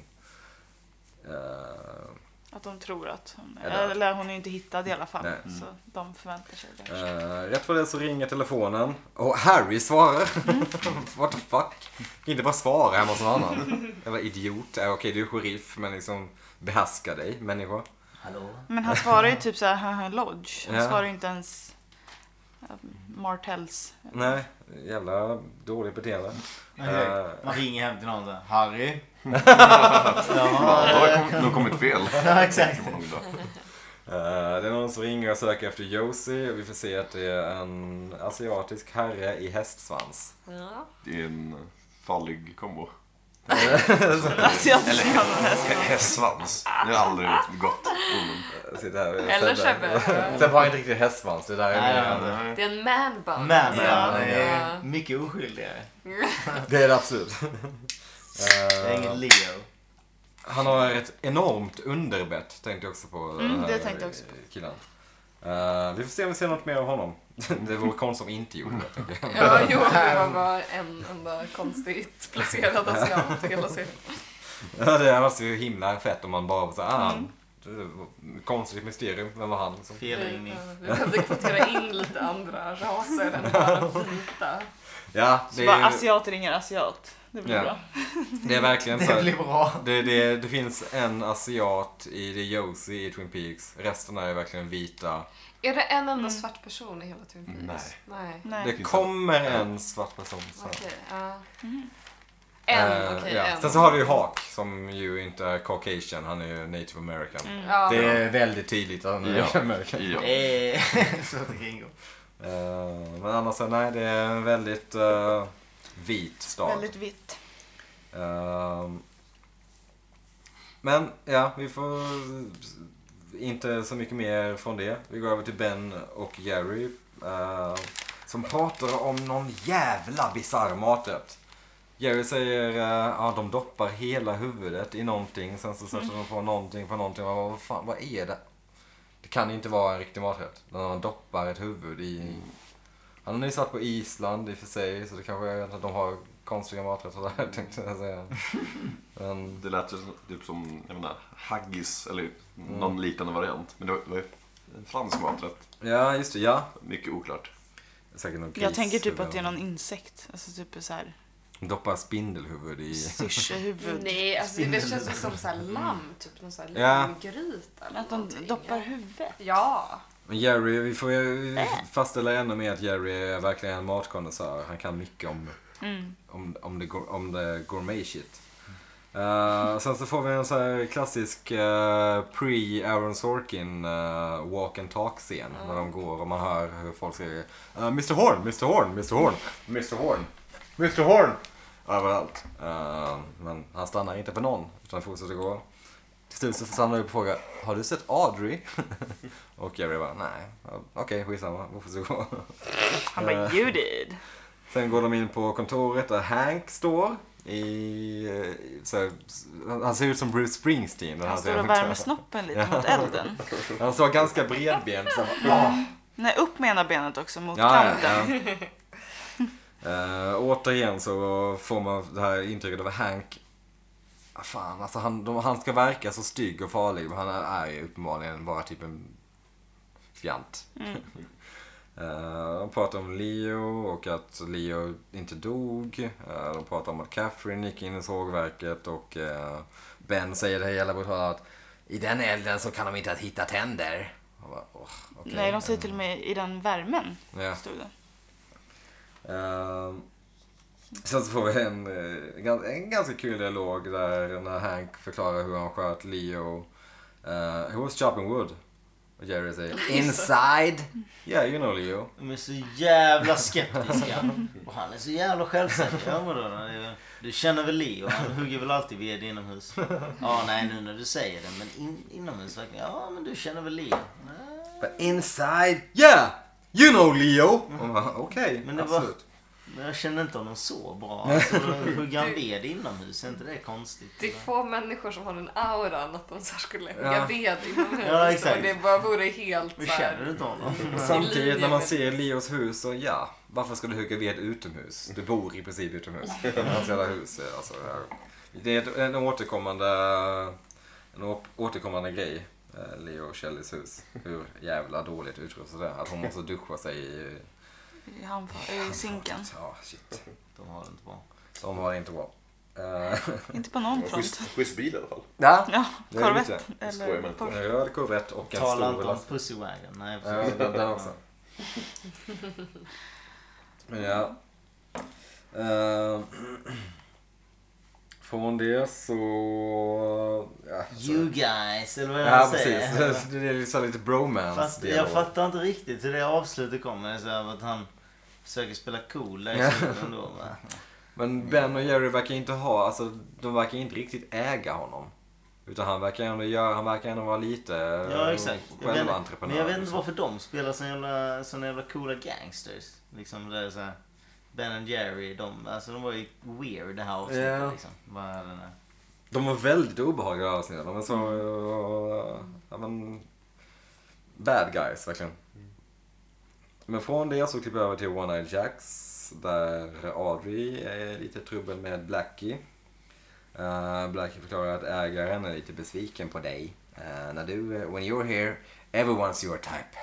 Att de tror att hon Är död. eller hon är inte hittad i alla fall. Nej. Så de förväntar sig det. rätt för det så ringer telefonen och Harry svarar. What the fuck? Inte bara svara hemma hos någon annan. Eller idiot. Okej, du är sheriff men liksom behärska dig människa. Hallå? Men han svarar ju typ såhär haha Lodge. Han Ja. svarar ju inte ens Martells. Nej, jävla dåligt beteende. Man ringer hem till någon så här, Harry? Ja, då har det kommit fel. Ja, exakt. Det är någon som ringer och söker efter Josie och vi får se att det är en asiatisk herre i hästsvans. Ja. Det är en farlig kombo. Asiatiska Hästsvans. Det är aldrig gott. Sitter här, Eller Sebbe. Sen var inte riktigt hästsvans, det där är Nej, mer, ja. Det är en man-bun. Men Ja. ja, det är Ja. mycket oskyldigare. det är det absolut. Det är ingen Leo. Han har ett enormt underbett, tänkte jag också på den här det tänkte jag också killen. Vi får se om vi ser något mer av honom. Det vore konstigt om inte gjorde det, tycker jag. Ja, jo, det var bara en enda konstigt placerad asiat i hela serien. Ja, det var så himla fett om man bara så konstigt mysterium, vem var han? Liksom. Felringning. Vi behövde kvotera in lite andra raser än bara vita. Ja, Så bara asiat ringer asiat. Det blir bra. Det är verkligen så. Det blir bra. Det finns en asiat i The Josie i Twin Peaks. Resten är verkligen vita. Är det en enda svart person i hela Twin Peaks? Nej. Det kommer en svart person. Okej, ja. En. Sen så har vi ju Hawk som ju inte är Caucasian, han är ju Native American. Det är väldigt tydligt att han är Native American. Så att det kan ingå. Men annars nej, det är en väldigt vit stad. Väldigt vitt. Men ja, vi får inte så mycket mer från det. Vi går över till Ben och Jerry som pratar om någon jävla bizarr maträtt. Jerry säger att de doppar hela huvudet i någonting, sen så sätter de på någonting. Vad är det? Det kan inte vara en riktig maträtt när man doppar ett huvud i... Han är ju satt på Island i och för sig, så det kanske är att de har konstiga maträtter där, tänkte jag säga. Men... Det lät ju typ som, jag menar, haggis eller någon liknande variant. Men det var ju en fransk maträtt. Ja, just det, ja. Mycket oklart. Säkert någon gris, jag tänker typ att det är någon insekt. Alltså typ så här. Doppa spindelhuvud i... Syrsehuvud. Nej, alltså det känns ju som så här lamm, typ någon så här lammgryta. Att de doppar huvudet. Ja. Men Jerry, vi får ju fastställa ännu mer att Jerry är verkligen en matkondensör. Han kan mycket om det gourmet shit. Sen så får vi en så här klassisk pre-Aaron Sorkin walk and talk scen när de går och man hör hur folk säger Mr. Horn, Mr. Horn, Mr. Horn, Mr. Horn, Mr. Horn överallt. Men han stannar inte på någon utan fortsätter gå. Till slut så stannar du på fråga: har du sett Audrey? Och Jerry bara, nej. Okej, skitsamma, varför så gå? Han bara, you did. Sen går de in på kontoret där Hank står. Han ser ut som Bruce Springsteen. Han står och värmer snoppen lite mot elden. Han står ganska bredbent. Nej, upp med ena benet också mot kanten. Återigen så får man det här intrycket av Hank. Fan, alltså han ska verka så stygg och farlig, men han är ju uppenbarligen bara typ en fjant. De pratar om Leo och att Leo inte dog. De pratar om att Catherine gick in i sågverket och Ben säger det hela brutalt att i den elden så kan de inte hitta tänder. Bara, okay. Nej, de säger till och med i den värmen. Ja. Stod det. Sen så får vi en ganska kul dialog där när Hank förklarar hur han sköt Leo. He was chopping wood. Och Jerry säger inside. Yeah, you know Leo. De är så jävla skeptiska. Och han är så jävla självsäker. Ja, men då, du känner väl Leo? Han hugger väl alltid ved inomhus. Ja, nej, nu när du säger det. Men inomhus verkligen. Ja, men du känner väl Leo? But inside. Yeah, you know Leo. Okej, men det absolut. var... Men jag känner inte honom så bra. Alltså, hugga han ved inomhus, är inte det konstigt? Det är få människor som har den auran att de så skulle hugga ved inomhus. Ja, exakt. Och det bara vore helt Men så här... känner du inte honom? Samtidigt när man ser Leos hus så varför ska du hugga ved utomhus? Du bor i princip utomhus. Hans jävla hus. Alltså, det är en återkommande grej. Leo och Shellys hus. Hur jävla dåligt utrustat det är. Att hon måste duscha sig i sinken. Ja, shit. De har det inte bra. De har det inte bra. Inte på någon front. Schysst bil i alla fall. Ja, Corvette. Eller Porsche. en röd Corvette och en Tala stor inte om last. Pussywagon. Nej, Den också. Ja. Från det så... You guys, eller vad jag säger. Precis. Det är liksom lite bromance. Fast jag fattar inte riktigt hur det avslutet kommer. Så att han försöker spela cool där i slutet ändå. Men Ben och Jerry verkar inte de verkar inte riktigt äga honom. Utan han verkar ändå vara lite själventreprenör. Men jag vet inte varför de spelar såna jävla coola gangsters. Liksom det är så här, Ben och Jerry, de var ju weird det här avsnittet. Yeah. Liksom. De var väldigt obehagliga avsnitt. De var så... bad guys, verkligen. Men från det så klipper jag över till One Eye Jacks, där Audrey är lite trubbel med Blackie. Blackie förklarar att ägaren är lite besviken på dig. When you're here, everyone's your type.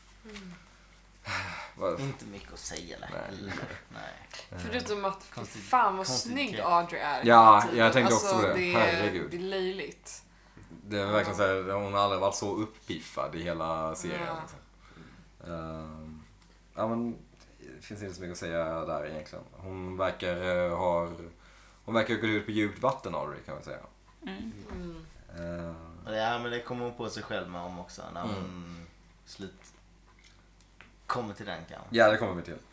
Inte mycket att säga där. Nej. Förutom att fan vad snygg Audrey är. Ja, jag tänkte också det. Herregud. Det är löjligt. Det är verkligen så här, hon har aldrig varit så uppiffad i hela serien. Ja, men det finns inte så mycket att säga där egentligen. Hon verkar gå ut på djupt vatten, Audrey, kan man säga. Ja, men det kommer hon på sig själv med om också när hon kommer till den kanske. Ja, det kommer vi till.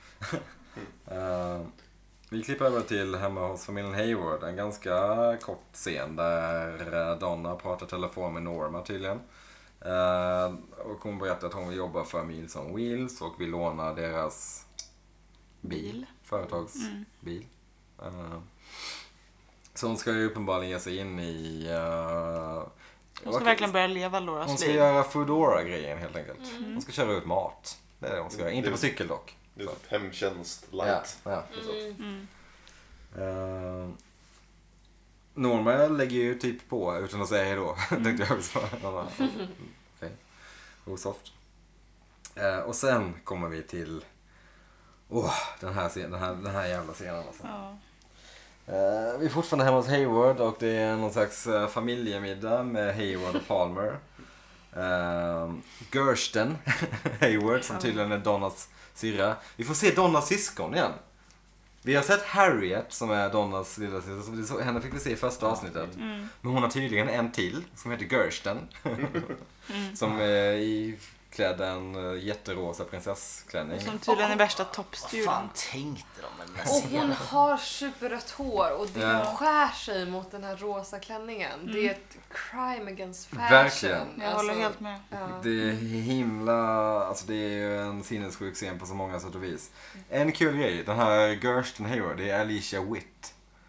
Vi klipper över till hemma hos familjen Hayward. En ganska kort scen där Donna pratar telefon med Norma tydligen. Och hon berättar att hon vill jobba för Meals on Wheels och vill låna deras bil. Företagsbil. Så hon ska ju uppenbarligen ge sig in i... hon ska verkligen börja leva Lauras liv. Hon ska göra Foodora-grejen helt enkelt. Hon ska köra ut mat. Det är det hon ska göra. Inte på cykel dock. Det är ett hemtjänst light. Ja. Norma lägger ju typ på utan att säga då. Tänkte jag också. Okej. Osoft. Och sen kommer vi till den här jävla scenen alltså. Vi är fortfarande hemma hos Hayward och det är någon slags familjemiddag med Hayward och Palmer. Gersten Hayward som tydligen är Donnas syrra. Vi får se Donnas syskon igen. Vi har sett Harriet som är Donnas lilla syster. Henne fick vi se i första avsnittet. Men hon har tydligen en till som heter Gersten. Som är iklädd en jätterosa prinsessklänning. Som tydligen är värsta toppstyrden. Vad fan tänkte de med den här Och scenen? hon har superrött hår och det skär sig mot den här rosa klänningen. Det är ett crime against fashion. Verkligen. Jag håller helt med. Det är himla... Alltså det är ju en sinnessjuk scen på så många sätt och vis. En kul grej, den här Gersten Hayward, det är Alicia Witt.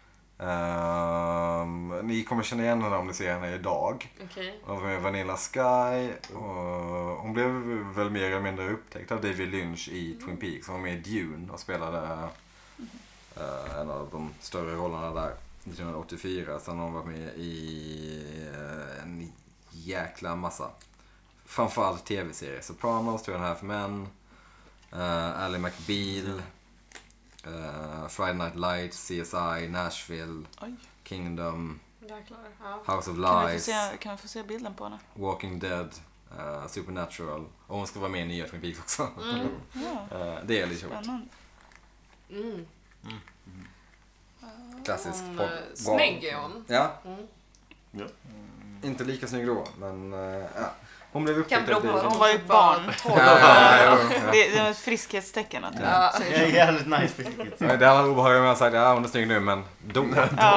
Ni kommer känna igen henne om ni ser henne idag. Hon var med Vanilla Sky. Hon blev väl mer eller mindre upptäckt av David Lynch i Twin Peaks. Hon var med i Dune och spelade en av de större rollerna där 1984. Sen har hon varit med i en jäkla massa. Framförallt tv-serier. Sopranos, Two and a Half Men, Ally McBeal, Friday Night Lights, CSI, Nashville, Kingdom, House of Lies, kan vi få se bilden på henne? Walking Dead, Supernatural. Och hon ska vara med i nya Twin Peaks också. Det är lite spännande. Klassisk pop. Snygg är hon. Ja. Inte lika snygg då, men ja. Hon blev upptäckt. Hon var ju ett barn. Det är ett friskhetstecken att det är jävligt nice friskhet. Det här var obehagligt med att säga hon är snygg nu, men då.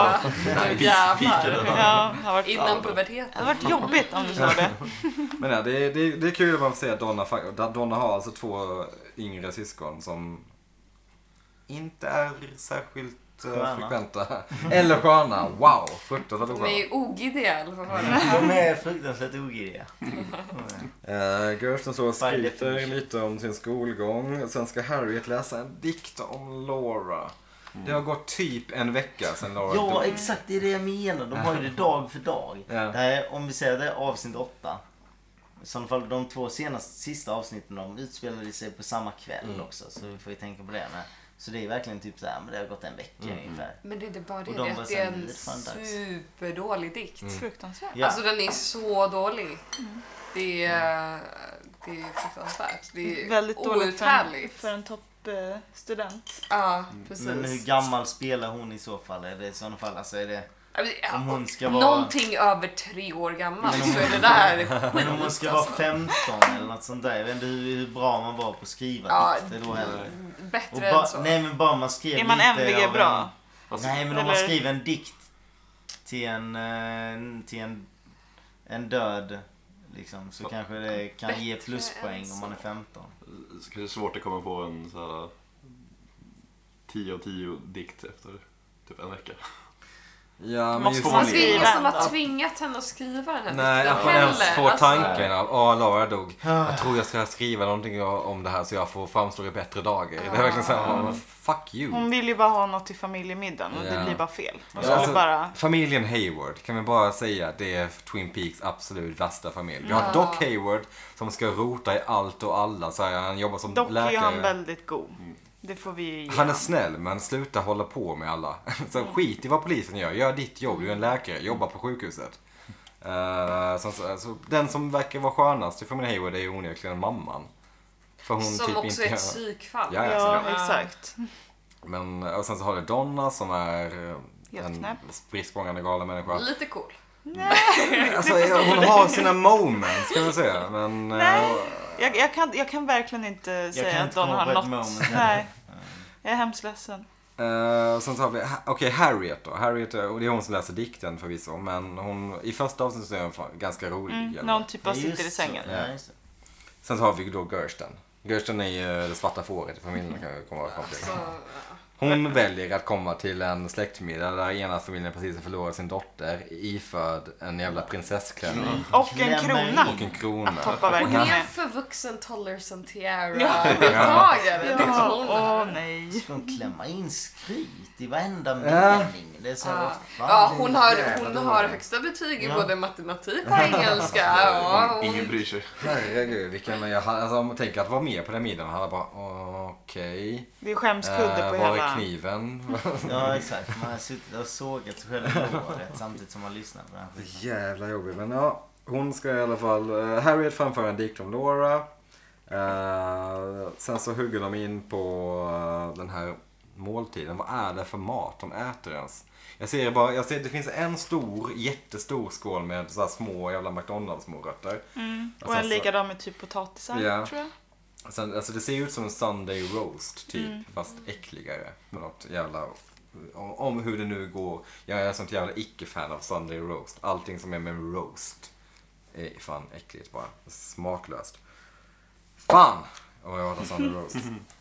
Jävlar. Innan puberteten. Det har varit jobbigt om du sa det. Men ja, det är kul att man får se att Donna har alltså 2 yngre syskon som inte är särskilt frekventa. Eller sköna. Wow, fruktansvärt sköna. De är ogiddiga. De är fruktansvärt ogiddiga. Gersten så skryter lite om sin skolgång. Sen ska Harriet läsa en dikt om Laura. Det har gått typ en vecka sedan Laura dog. Exakt, det är det jag menar. De har ju det dag för dag. Det här, om vi säger det, avsnitt 8. I så fall de 2 sista avsnitten de utspelade sig på samma kväll också. Så vi får ju tänka på det. Så det är verkligen typ såhär, men det har gått en vecka ungefär. Men det är bara det att det är en superdålig dikt. Fruktansvärt. Ja. Alltså den är så dålig. Det är fruktansvärt. Det är väldigt dåligt för en toppstudent. Ja, precis. Men hur gammal spelar hon i så fall? Är det i sådana fall, alltså är det... Om hon ska vara... Någonting över 3 år gammal så är det där. Men om hon ska vara 15 eller något sånt där. Jag vet inte hur bra man var på att skriva dikter då heller. Bättre än så. Nej, men bara man skrev är man MVG bra? Nej, men om man skriver en dikt till en död liksom, så kanske det kan ge pluspoäng om man är 15. Så kanske det är svårt att komma på en så här 10 av 10 dikt efter typ en vecka. Ja, men just Fast det är ingen som har tvingat henne att skriva den här nej, dikten att man ens får alltså, tanken av Laura dog. Jag tror jag ska skriva någonting om det här så jag får framstå i bättre dagar. Det är verkligen så här, fuck you. Hon vill ju bara ha något till familjemiddagen och det blir bara fel. Hon skulle Alltså, bara... familjen Hayward kan vi bara säga att det är Twin Peaks absolut värsta familj. Vi har Doc Hayward som ska rota i allt och alla. Så här, han jobbar som Dock läkare. är han väldigt god. Det får vi ge Han är snäll men sluta hålla på med alla. Så skit i vad polisen gör. Gör ditt jobb. Du är en läkare. Jobba på sjukhuset. Så den som verkar vara skönast i familjen Hayward är onekligen mamman. För hon som typ också inte är ett psykfall. Ja, exakt. Men, och sen så har du Donna som är en sprittsprångande galen människa. Lite cool. Alltså, hon har sina moments kan man säga. Men, Jag kan verkligen inte säga att Donna har något. Nej. Jag är hemskt ledsen. Sen så har vi Harriet då. Harriet, och det är hon som läser dikten förvisso. Men hon, i första avsnittet är hon ganska rolig. Någon typ av sitter i sängen. Ja. Sen så har vi då Gersten. Gersten är ju det svarta fåret i familjen. Kan jag komma fram till. Hon väljer att komma till en släktmiddag där ena familjen precis har förlorat sin dotter iförd en jävla prinsessklänning. Och en krona. Och en krona. Hon är för vuxen Tollers and Tiara-deltagare. Nej. Ska hon klämma in skryt i varenda mening? Det är så hon har högsta betyg i både matematik och engelska. Ingen bryr sig. Herregud, om man tänker att vara med på den middagen, han bara okej. Det är skämskudde på var hela... är kniven? Ja, exakt. Man har suttit och sågat sig själv i håret samtidigt som man lyssnar på den. Jävla jobbigt. Men ja, hon ska i alla fall... Harriet framför en dikt om Laura. Sen så hugger de in på den här måltiden. Vad är det för mat de äter ens? Jag ser det finns en jättestor skål med så här små jävla McDonalds-morötter. Och en likadan med typ potatisar, tror jag. Sen, alltså det ser ut som en Sunday roast typ, fast äckligare. Med något jävla... Om hur det nu går. Jag är sånt jävla icke-fan av Sunday roast. Allting som är med roast är fan äckligt bara. Smaklöst. Fan! Och jag hatar Sunday roast.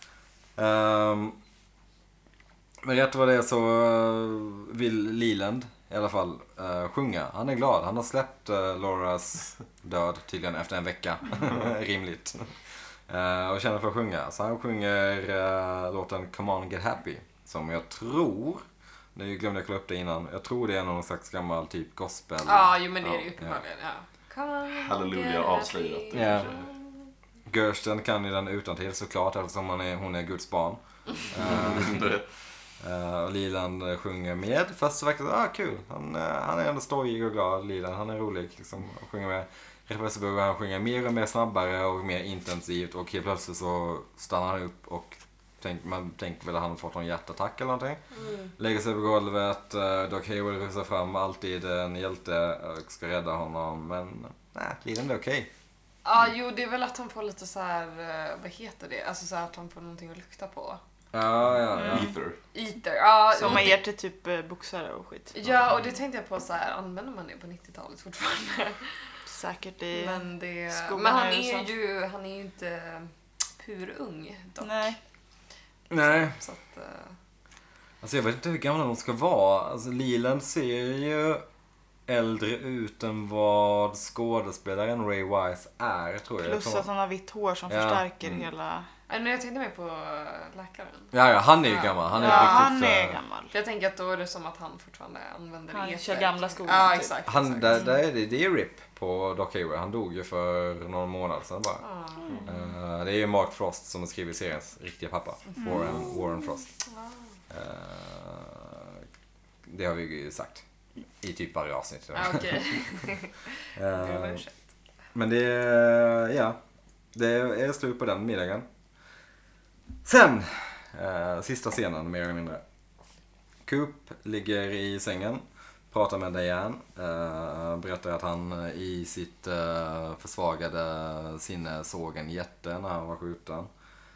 Men rätt vad det är så vill Leland i alla fall sjunga. Han är glad. Han har släppt Lauras död tydligen efter en vecka. Rimligt. Och känner för att sjunga. Så han sjunger låten Come On Get Happy. Som jag tror, nu glömde jag kolla upp det innan. Jag tror det är någon slags gammal typ gospel. Jo men det är det uppenbarligen. Halleluja avslöjat. Ja. Gersten kan ju den utantill såklart eftersom hon är Guds barn. Och Leland sjunger med. Först så verkar det kul. Han är ändå stojig och glad. Leland, han är rolig liksom, och sjunger med. Rätt plötsligt börjar han sjunga mer och mer snabbare och mer intensivt. Och helt plötsligt så stannar han upp och man tänker väl att han har fått en hjärtattack eller någonting. Lägger sig på golvet. Doc Hayward rusar fram, alltid en hjälte och ska rädda honom. Men nej, Leland är okej. Jo, det är väl att han får lite så här, vad heter det? Alltså så här att han får någonting att lukta på. Ether. Som man ger till typ boxare och skit. Ja, och det tänkte jag på så här, använder man det på 90-talet fortfarande? Säkert i men han är ju inte pur ung dock. Nej. Så att, alltså jag vet inte hur gamla de ska vara. Alltså Leland ser ju äldre ut än vad skådespelaren Ray Wise är, tror jag. Plus att han har vitt hår som förstärker hela... Nej, jag tänkte mig på läkaren. Ja, han är ju gammal. Han är gammal. För jag tänker att då är det som att han fortfarande använder det. Han kör gamla skolan. Ja, typ. exakt. Det är RIP på Doc Hayward. Han dog ju för någon månad sedan bara. Det är ju Mark Frost som har skrivit seriens riktiga pappa. Warren Frost. Det har vi ju sagt. I typ varje avsnitt. Okej. Men det är slut på den middagen. Sen, sista scenen mer eller mindre. Coop ligger i sängen, pratar med Diane, berättar att han i sitt försvagade sinne såg en jätte när han var skjuten.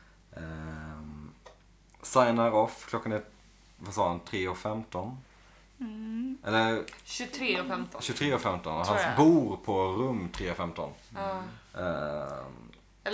Signar off, klockan är, vad sa han, 3:15? Eller 23:15. 23:15. Han bor på rum 3:15. Eller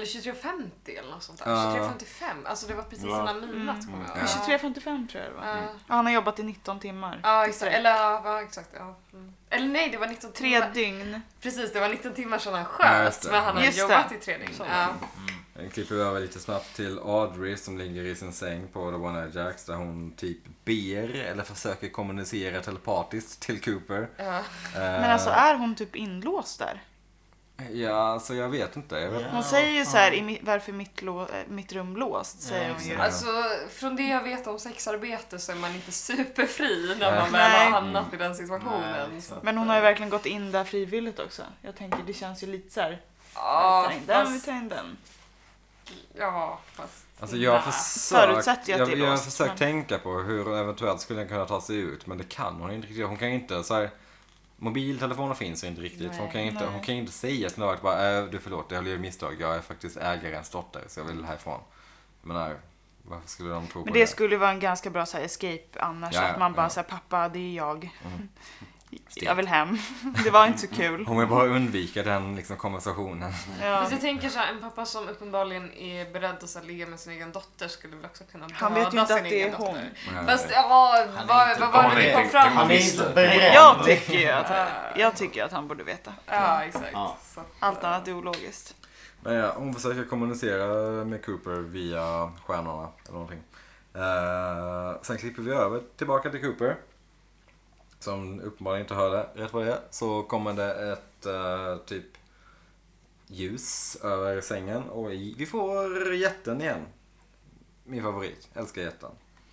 23.50 eller något sånt där. 23.55. Alltså det var precis innan midnatt. 23.55 tror jag det var. Han har jobbat i 19 timmar. Ja, exakt. Eller exakt. Ja. Eller nej, det var 19 timmar. 3 dygn. Precis, det var 19 timmar sedan han sköt. Men han har jobbat i 3 dygn. Jag klipper över lite snabbt till Audrey som ligger i sin säng på The One Eyed Jacks där hon typ ber eller försöker kommunicera telepatiskt till Cooper. Men alltså är hon typ inlåst där? Ja, alltså jag vet inte. Hon säger ju så här, varför mitt rum låst, säger hon ju. Alltså, från det jag vet om sexarbete så är man inte superfri när man väl har hamnat i den situationen. Men hon har ju verkligen gått in där frivilligt också. Jag tänker, det känns ju lite så här. Vi tar in den. Ja, fast... Alltså jag har försökt tänka på hur hon eventuellt skulle kunna ta sig ut, men det kan hon inte riktigt. Hon kan inte så här, mobiltelefoner finns inte riktigt. Nej, hon kan inte säga till någon bara du förlåt, jag har gjort misstag. Jag är faktiskt ägarens dotter så jag vill härifrån. Men varför skulle de tro på det? Men det skulle vara en ganska bra så här, escape annars att man bara säger pappa, det är jag. Jag vill hem. Det var inte så kul. Hon vill bara undvika den liksom, konversationen. Fast jag tänker så här, en pappa som uppenbarligen är beredd att så här, ligga med sin egen dotter skulle väl också kunna han vet ju inte att det är hon. Fast vad var det vi kom fram Han är inte beredd. Jag tycker att han borde veta. Ja, exakt. Så, allt annat är ologiskt. Men hon försöker kommunicera med Cooper via stjärnorna eller någonting. Sen klipper vi över tillbaka till Cooper. Som uppenbarligen inte hörde rätt vad det är. Så kommer det ett typ ljus över sängen. Och vi får jätten igen. Min favorit. Älskar jätten.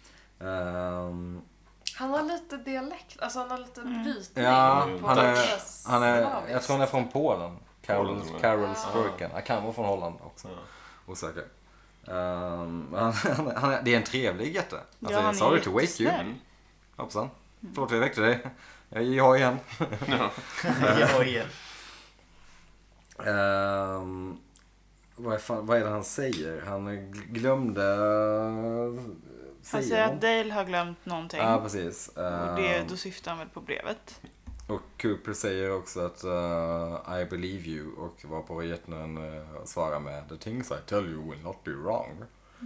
Han har lite dialekt. Alltså han har lite brytning. Ja, han är jag tror han är från Polen. Carol Spurken. Han kan vara från Holland också. Osäker. Det är en trevlig jätte. Alltså, han sorry to wake you. Hoppsan. Förlåt, jag väckte dig. Jag igen. Jag igen. Vad är det han säger? Han glömde han säger att Dale har glömt någonting. Ja, precis. Och då syftar han väl på brevet. Och Cooper säger också att I believe you. Och var på jätten svarar med the things I tell you will not be wrong.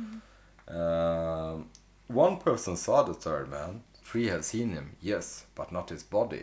One person saw the third man. 3 have seen him, yes, but not his body.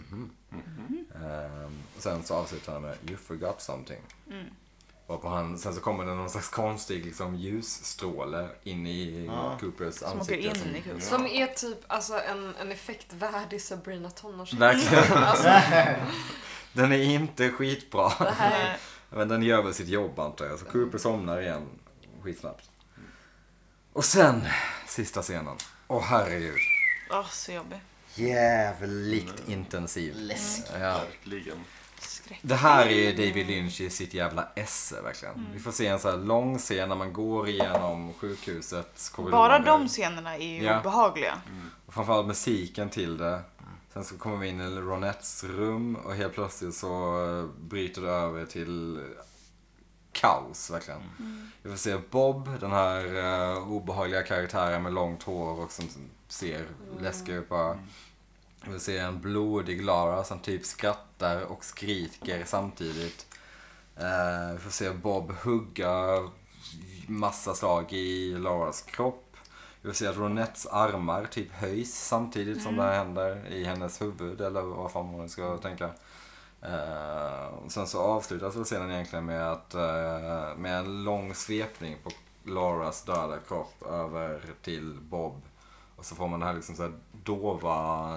Sen så avslutar han med you forgot something. Sen så kommer det någon slags konstig liksom, ljusstråle in i Coopers ansikte. Som är typ alltså, en effekt värdig Sabrina tonårs. Verkligen. Den är inte skitbra. Men den gör väl sitt jobb antar jag. Så Cooper somnar igen skitsnabbt. Och sen, sista scenen. Herregud. Så jobbig. Jävligt intensiv. Verkligen. Det här är David Lynch i sitt jävla esse verkligen. Vi får se en så här lång scen när man går igenom sjukhusets korridorer. Bara de scenerna är ju obehagliga. Och framförallt musiken till det. Sen så kommer vi in i Ronettes rum och helt plötsligt så bryter det över till kaos verkligen. Vi får se Bob, den här obehagliga karaktären med långt hår och som ser läskig ut bara. Vi får se en blodig Lara som typ skrattar och skriker samtidigt. Vi får se Bob hugga massa slag i Laras kropp. Vi får se att Ronettes armar typ höjs samtidigt som det här händer i hennes huvud eller vad fan man ska tänka. Sen så avslutas scenen egentligen med att med en lång svepning på Laras döda kropp över till Bob. Och så får man det här liksom så här dova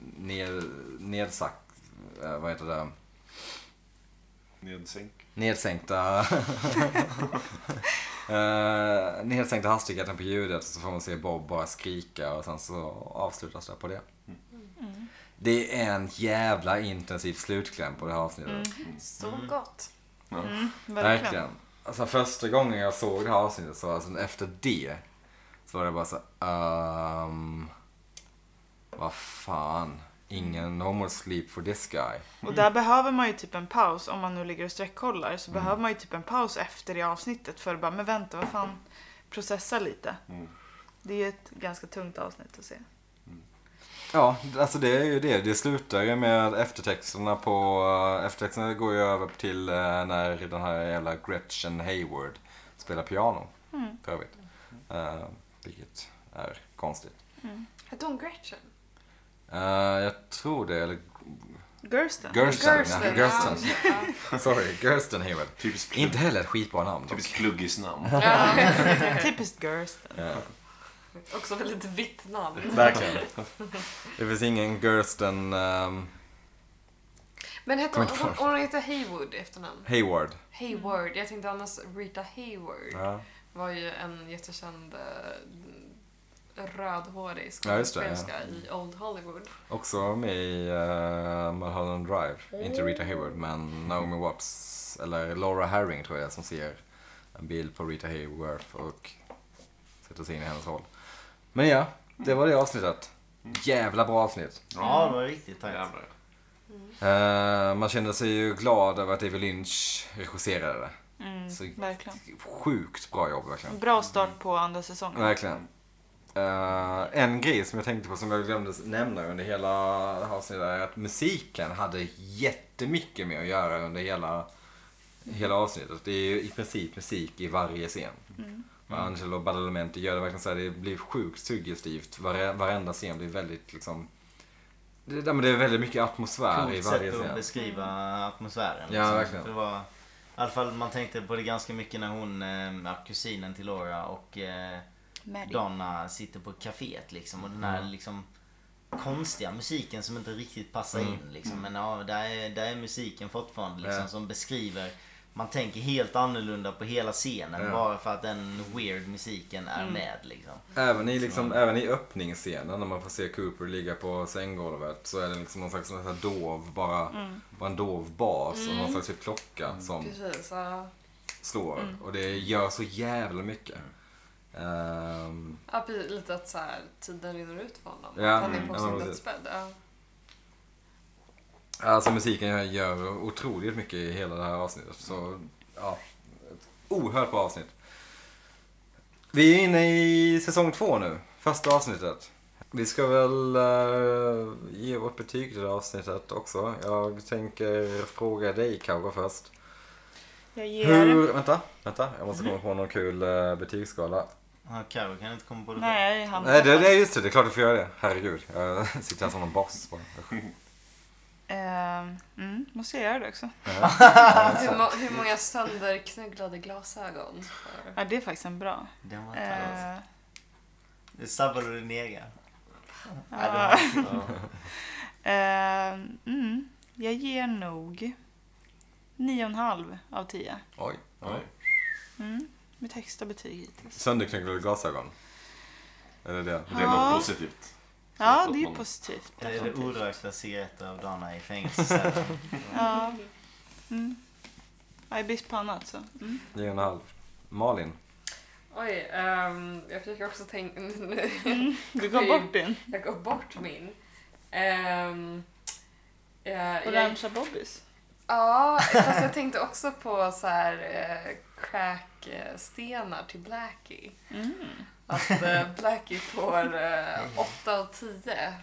vad heter det? Nedsänkta nedsänkta hastigheten på ljudet, så får man se Bob bara skrika och sen så avslutas det på det. Det är en jävla intensiv slutkläm på det här avsnittet. Så gott. Verkligen. Alltså första gången jag såg det här avsnittet så alltså, efter det så var det bara så vad fan, ingen no more sleep for this guy. Och där behöver man ju typ en paus. Om man nu ligger och sträckkollar så behöver man ju typ en paus efter det avsnittet för att bara, men vänta, vad fan, processa lite. Det är ju ett ganska tungt avsnitt att se. Ja, alltså det är ju det. Det slutar ju med eftertexterna på... Eftertexterna går ju över till när den här jävla Gretchen Hayward spelar piano. För övrigt. Vilket är konstigt. Hette hon Gretchen? Jag tror det, eller... Gersten. Sorry, Gersten Hayward. Inte heller ett skitbra namn. Typiskt kluggis namn. Typiskt Gersten. Ja. Också väldigt vitt namn. Verkligen. Det finns ingen Gersten... Men hette hon heter Haywood efternamn? Hayward. Jag tänkte annars Rita Hayward var ju en jättekänd rödhårig skådespelerska i Old Hollywood. Också med i Mulholland Drive. Inte Rita Hayward, men Naomi Watts eller Laura Herring tror jag som ser en bild på Rita Hayward och sätter sig in i hennes roll. Men ja, det var det avsnittet. Jävla bra avsnitt. Ja, det var riktigt tajt. Man kände sig ju glad över att David Lynch regisserade det. Så verkligen. Sjukt bra jobb verkligen. Bra start på andra säsongen. Verkligen. En grej som jag tänkte på som jag glömde nämna under hela avsnittet är att musiken hade jättemycket med att göra under hela avsnittet. Det är ju i princip musik i varje scen. Angelo Badalamenti gör det verkligen så här, det blir sjukt suggestivt. Varenda scen blir väldigt liksom... Det är väldigt mycket atmosfär i varje scen. Sätt att beskriva atmosfären. Ja, liksom. verkligen. Det var, i alla fall man tänkte på det ganska mycket när hon, kusinen till Laura och Donna sitter på kaféet liksom. Och den här liksom konstiga musiken som inte riktigt passar in liksom. Men ja, där är musiken fortfarande liksom, som beskriver. Man tänker helt annorlunda på hela scenen bara för att den weird musiken är med liksom. Även i öppningsscenen när man får se Cooper ligga på sänggolvet så är det liksom någon slags dov, bara en dov bas och någon slags typ klocka som slår. Och det gör så jävla mycket. Lite att så här, tiden rinner ut för honom. Ja, han är på sin dödsbädd. Alltså musiken gör otroligt mycket i hela det här avsnittet. Så ja, ett oerhört bra avsnitt. Vi är inne i säsong 2 nu. Första avsnittet. Vi ska väl ge vårt betyg till det avsnittet också. Jag tänker fråga dig Kaura först. Jag ger... Vänta. Jag måste komma på någon kul betygsskala. Karo kan inte komma på det. Nej, det är just det. Det är klart du får göra det. Herregud. Jag sitter här som någon boss bara. Måste jag göra det också? Hur många sönderknugglade glasögon? Ja, det är faktiskt en bra. Den var det sabbade du din egen. Jag ger nog 9,5 av 10. Oj. Mitt högsta betyg hittills. Sönderknugglade glasögon. Är det det? Det är något positivt. Ja, det är positivt. Är det orökta cigaretter av Dana i fängelse? Ja. Jag är brist på annat så. 9,5. Malin. Oj, jag försöker också tänka... Du går bort din. Jag går bort min. Orangea Bobbys. Ja, fast jag tänkte också på så här crackstenar till Blackie. Att Blackie får 8 av 10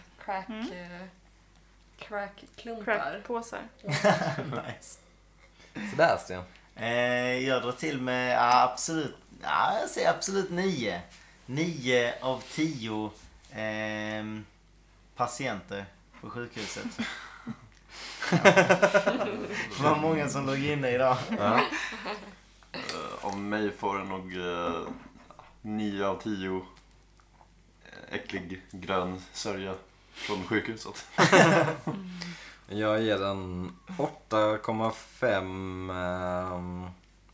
crackklumpar. Crackpåsar. Nice. Sådär Sten. Jag drar till med absolut, jag säger absolut 9. 9 av 10 patienter på sjukhuset. Det var många som låg inne idag. Ja. Av mig får det nog 9 av 10 äcklig grön sörja från sjukhuset. Jag ger den 8,5.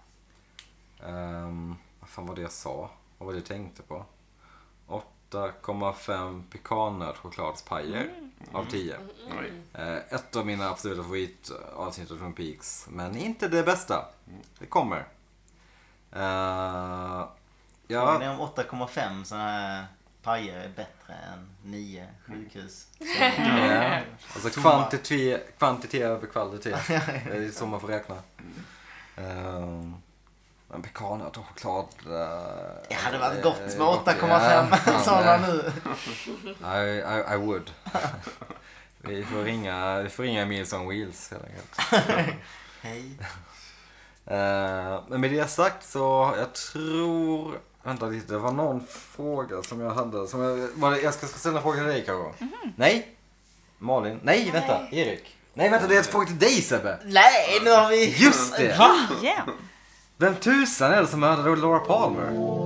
Vad fan var det jag sa? Vad var det jag tänkte på? 8,5 pekannöt-chokladspajer av 10. Ett av mina absoluta favoritavsnitt från Peaks. Men inte det bästa. Det kommer. Frågan är om 8,5 sådana här pajer är bättre än 9 sjukhus. Ja. Alltså kvantitet över kvalitet. Det är så man får räkna. En pekannöt och choklad. Det hade varit gott med 8,5 sådana nu. I would. Vi får ringa Meals on Wheels helt enkelt. Hej. Men med det sagt så jag tror... Vänta lite, det var någon fråga som jag hade. Jag ska ställa en fråga till dig, Karo. Nej? Malin? Nej, vänta. Erik? Nej, vänta, det är ett fråga till dig, Sebbe. Nej, nu har vi... Just det! Igen. Vem tusan är det som mördade Laura Palmer?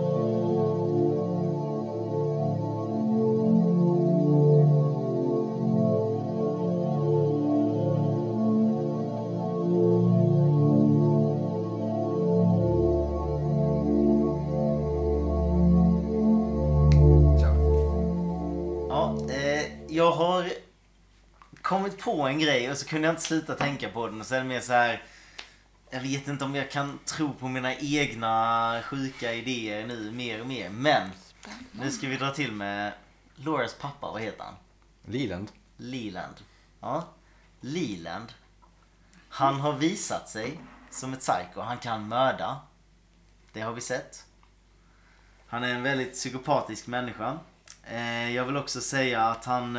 Jag har kommit på en grej och så kunde jag inte sluta tänka på den och så är det mer så här. Jag vet inte om jag kan tro på mina egna sjuka idéer nu mer och mer. Men nu ska vi dra till med Lauras pappa, vad heter han? Leland. Ja, Leland. Han har visat sig som ett psycho. Han kan mörda. Det har vi sett. Han är en väldigt psykopatisk människa. Jag vill också säga att han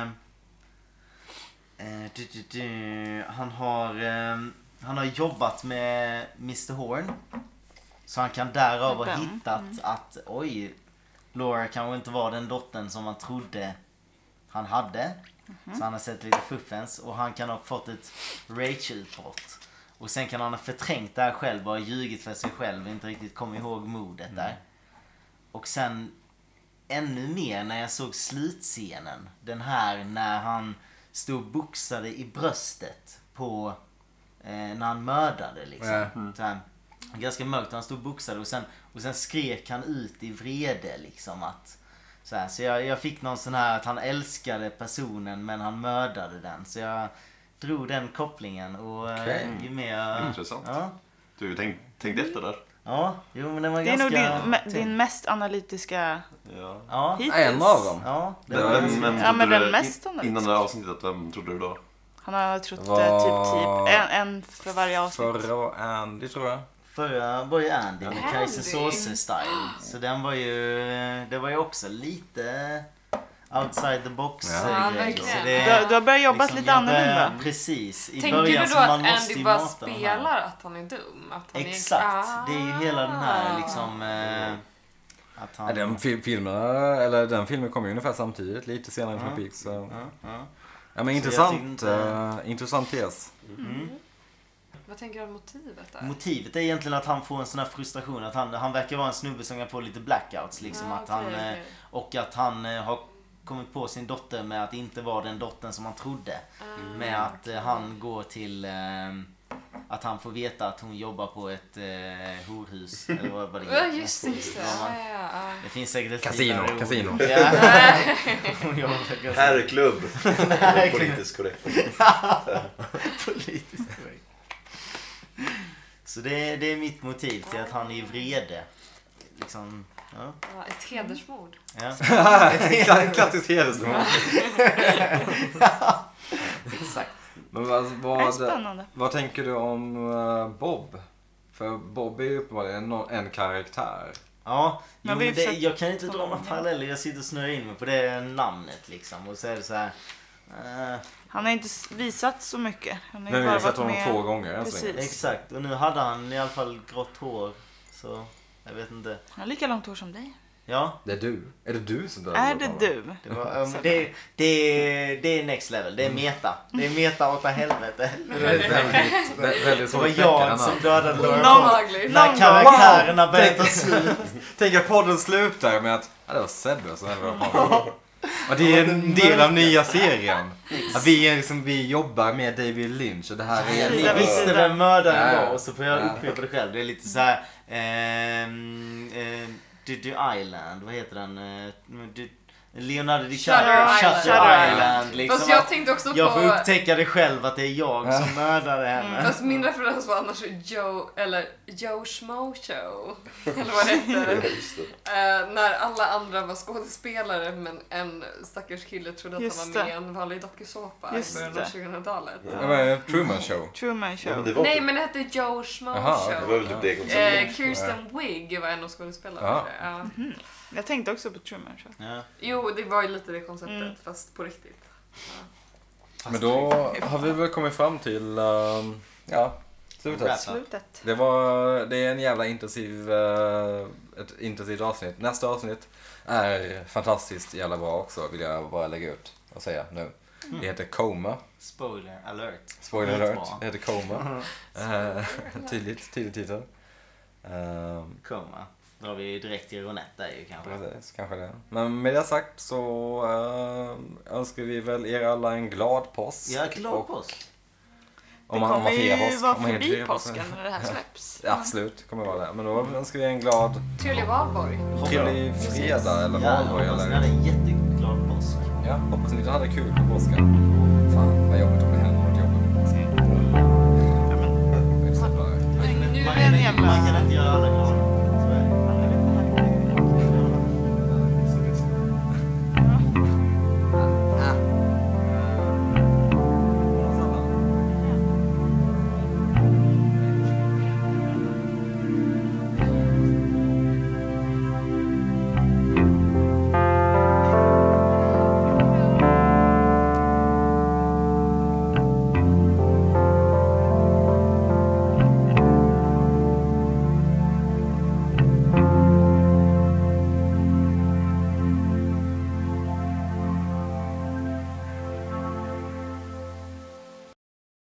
har jobbat med Mr. Horn. Så han kan därav ha hittat att oj, Laura kanske inte var den dottern som man trodde han hade. Så han har sett lite fuffens och han kan ha fått ett rage-utbrott. Och sen kan han ha förträngt det här själv och ha ljugit för sig själv och inte riktigt kommit ihåg mordet där. Och sen ännu mer när jag såg slutscenen. Den här när han stod och boxade i bröstet på när han mördade liksom. Så här, ganska mörkt. Han stod och boxade och sen skrek han ut i vrede liksom att så jag fick någon sån här att han älskade personen men han mördade den. Så jag drog den kopplingen och ju mer intressant. Ja. Du tänkte efter där. Ja, jo men den var det är ganska... nog din mest analytiska hittills. En av dem. Ja, Men den mest analytiska. Innan det här avsnittet, vem trodde du då? Han har trott typ en för varje avsnitt. Förra var Andy, tror jag. Förra var ju Andy med Kaiser Soze-style. Så den var ju... Det var ju också lite outside the box grej. Så Du har börjat jobba lite annorlunda. Precis. I tänker början du då att Andy bara spelar att han är dum? Att han exakt. Det är ju hela den här liksom... att han... Den filmen kom ju ungefär samtidigt, lite senare än Twin Peaks. Ja, men intressant tes. Vad tänker du om motivet där? Motivet är egentligen att han får en sån här frustration. Att han verkar vara en snubbe som kan få lite blackouts. Liksom, och att han har kommit på sin dotter med att inte vara den dottern som han trodde. Med att han går till... att han får veta att hon jobbar på ett horhus. Eller vad det är. Just det. Det finns säkert ett Kasino. Ja. Herrklubb. Politiskt korrekt. Politiskt korrekt. Så det är mitt motiv till att han är vrede. Liksom, ett hedersmord. Ja. Klassiskt hedersmord. Exakt. Men vad tänker du om Bob? För Bob är ju uppenbarligen en karaktär. Ja, jag kan inte dra några paralleller. Jag sitter och snurrar in mig på det namnet liksom. Och så är det så här... Han har inte visat så mycket. Men vi har sett honom 2 gånger. Exakt, och nu hade han i alla fall grått hår. Så jag vet inte. Han har lika långt hår som dig. Ja. Det är du. Är det du som dör? Är det du? Det är next level. Det är meta. Det är meta åt helvete. Väldigt det var jag som dödade Laura Palmer. När karaktärerna började ta slut. Tänk att podden slutar med att det var Sebbe som Laura Palmer. Och det är en del av nya serien. Att vi jobbar med David Lynch och det här är... Ni visste vem mördaren var och så får jag upprepa det själv. Det är lite så här... Island, vad heter den? Leonardo DiCaprio, Shutter Island liksom. Fast jag tänkte också jag på... får upptäcka det själv att det är jag som mördade henne. Fast min referens var annars Joe Schmo Show. Eller vad det heter. När alla andra var skådespelare men en stackars kille trodde att han var med i en vanlig dokusåpa i början av 2000-talet. Truman Show. Ja, Nej, men det hette Joe Schmo Show. Kirsten Wigg var en av skådespelarna. Jag tänkte också på Truman Show. Ja. Jo, det var ju lite det konceptet, fast på riktigt. Men då har vi väl kommit fram till slutet. Det är en jävla ett intensivt avsnitt. Nästa avsnitt är fantastiskt jävla bra också, vill jag bara lägga ut och säga nu. Det heter Coma. Spoiler alert. Det heter Coma. Tydlig titel. Coma. Då har vi direkt till Ronette där ju kanske. Precis, kanske det. Men med det sagt så önskar vi väl er alla en glad påsk. Ja, glad påsk. Det kommer ju vara förbi påsken när det här släpps. Absolut, kommer vara det. Men då önskar vi en glad... Trevlig valborg. Trevlig fredag eller valborg. Ja, hoppas ni hade en jätteglad påsk. Ja, hoppas ni hade kul på påsken. Fan, vad jobbigt om det händer något jobbigt på påsken. Nu är det en jävla... Man kan inte göra alla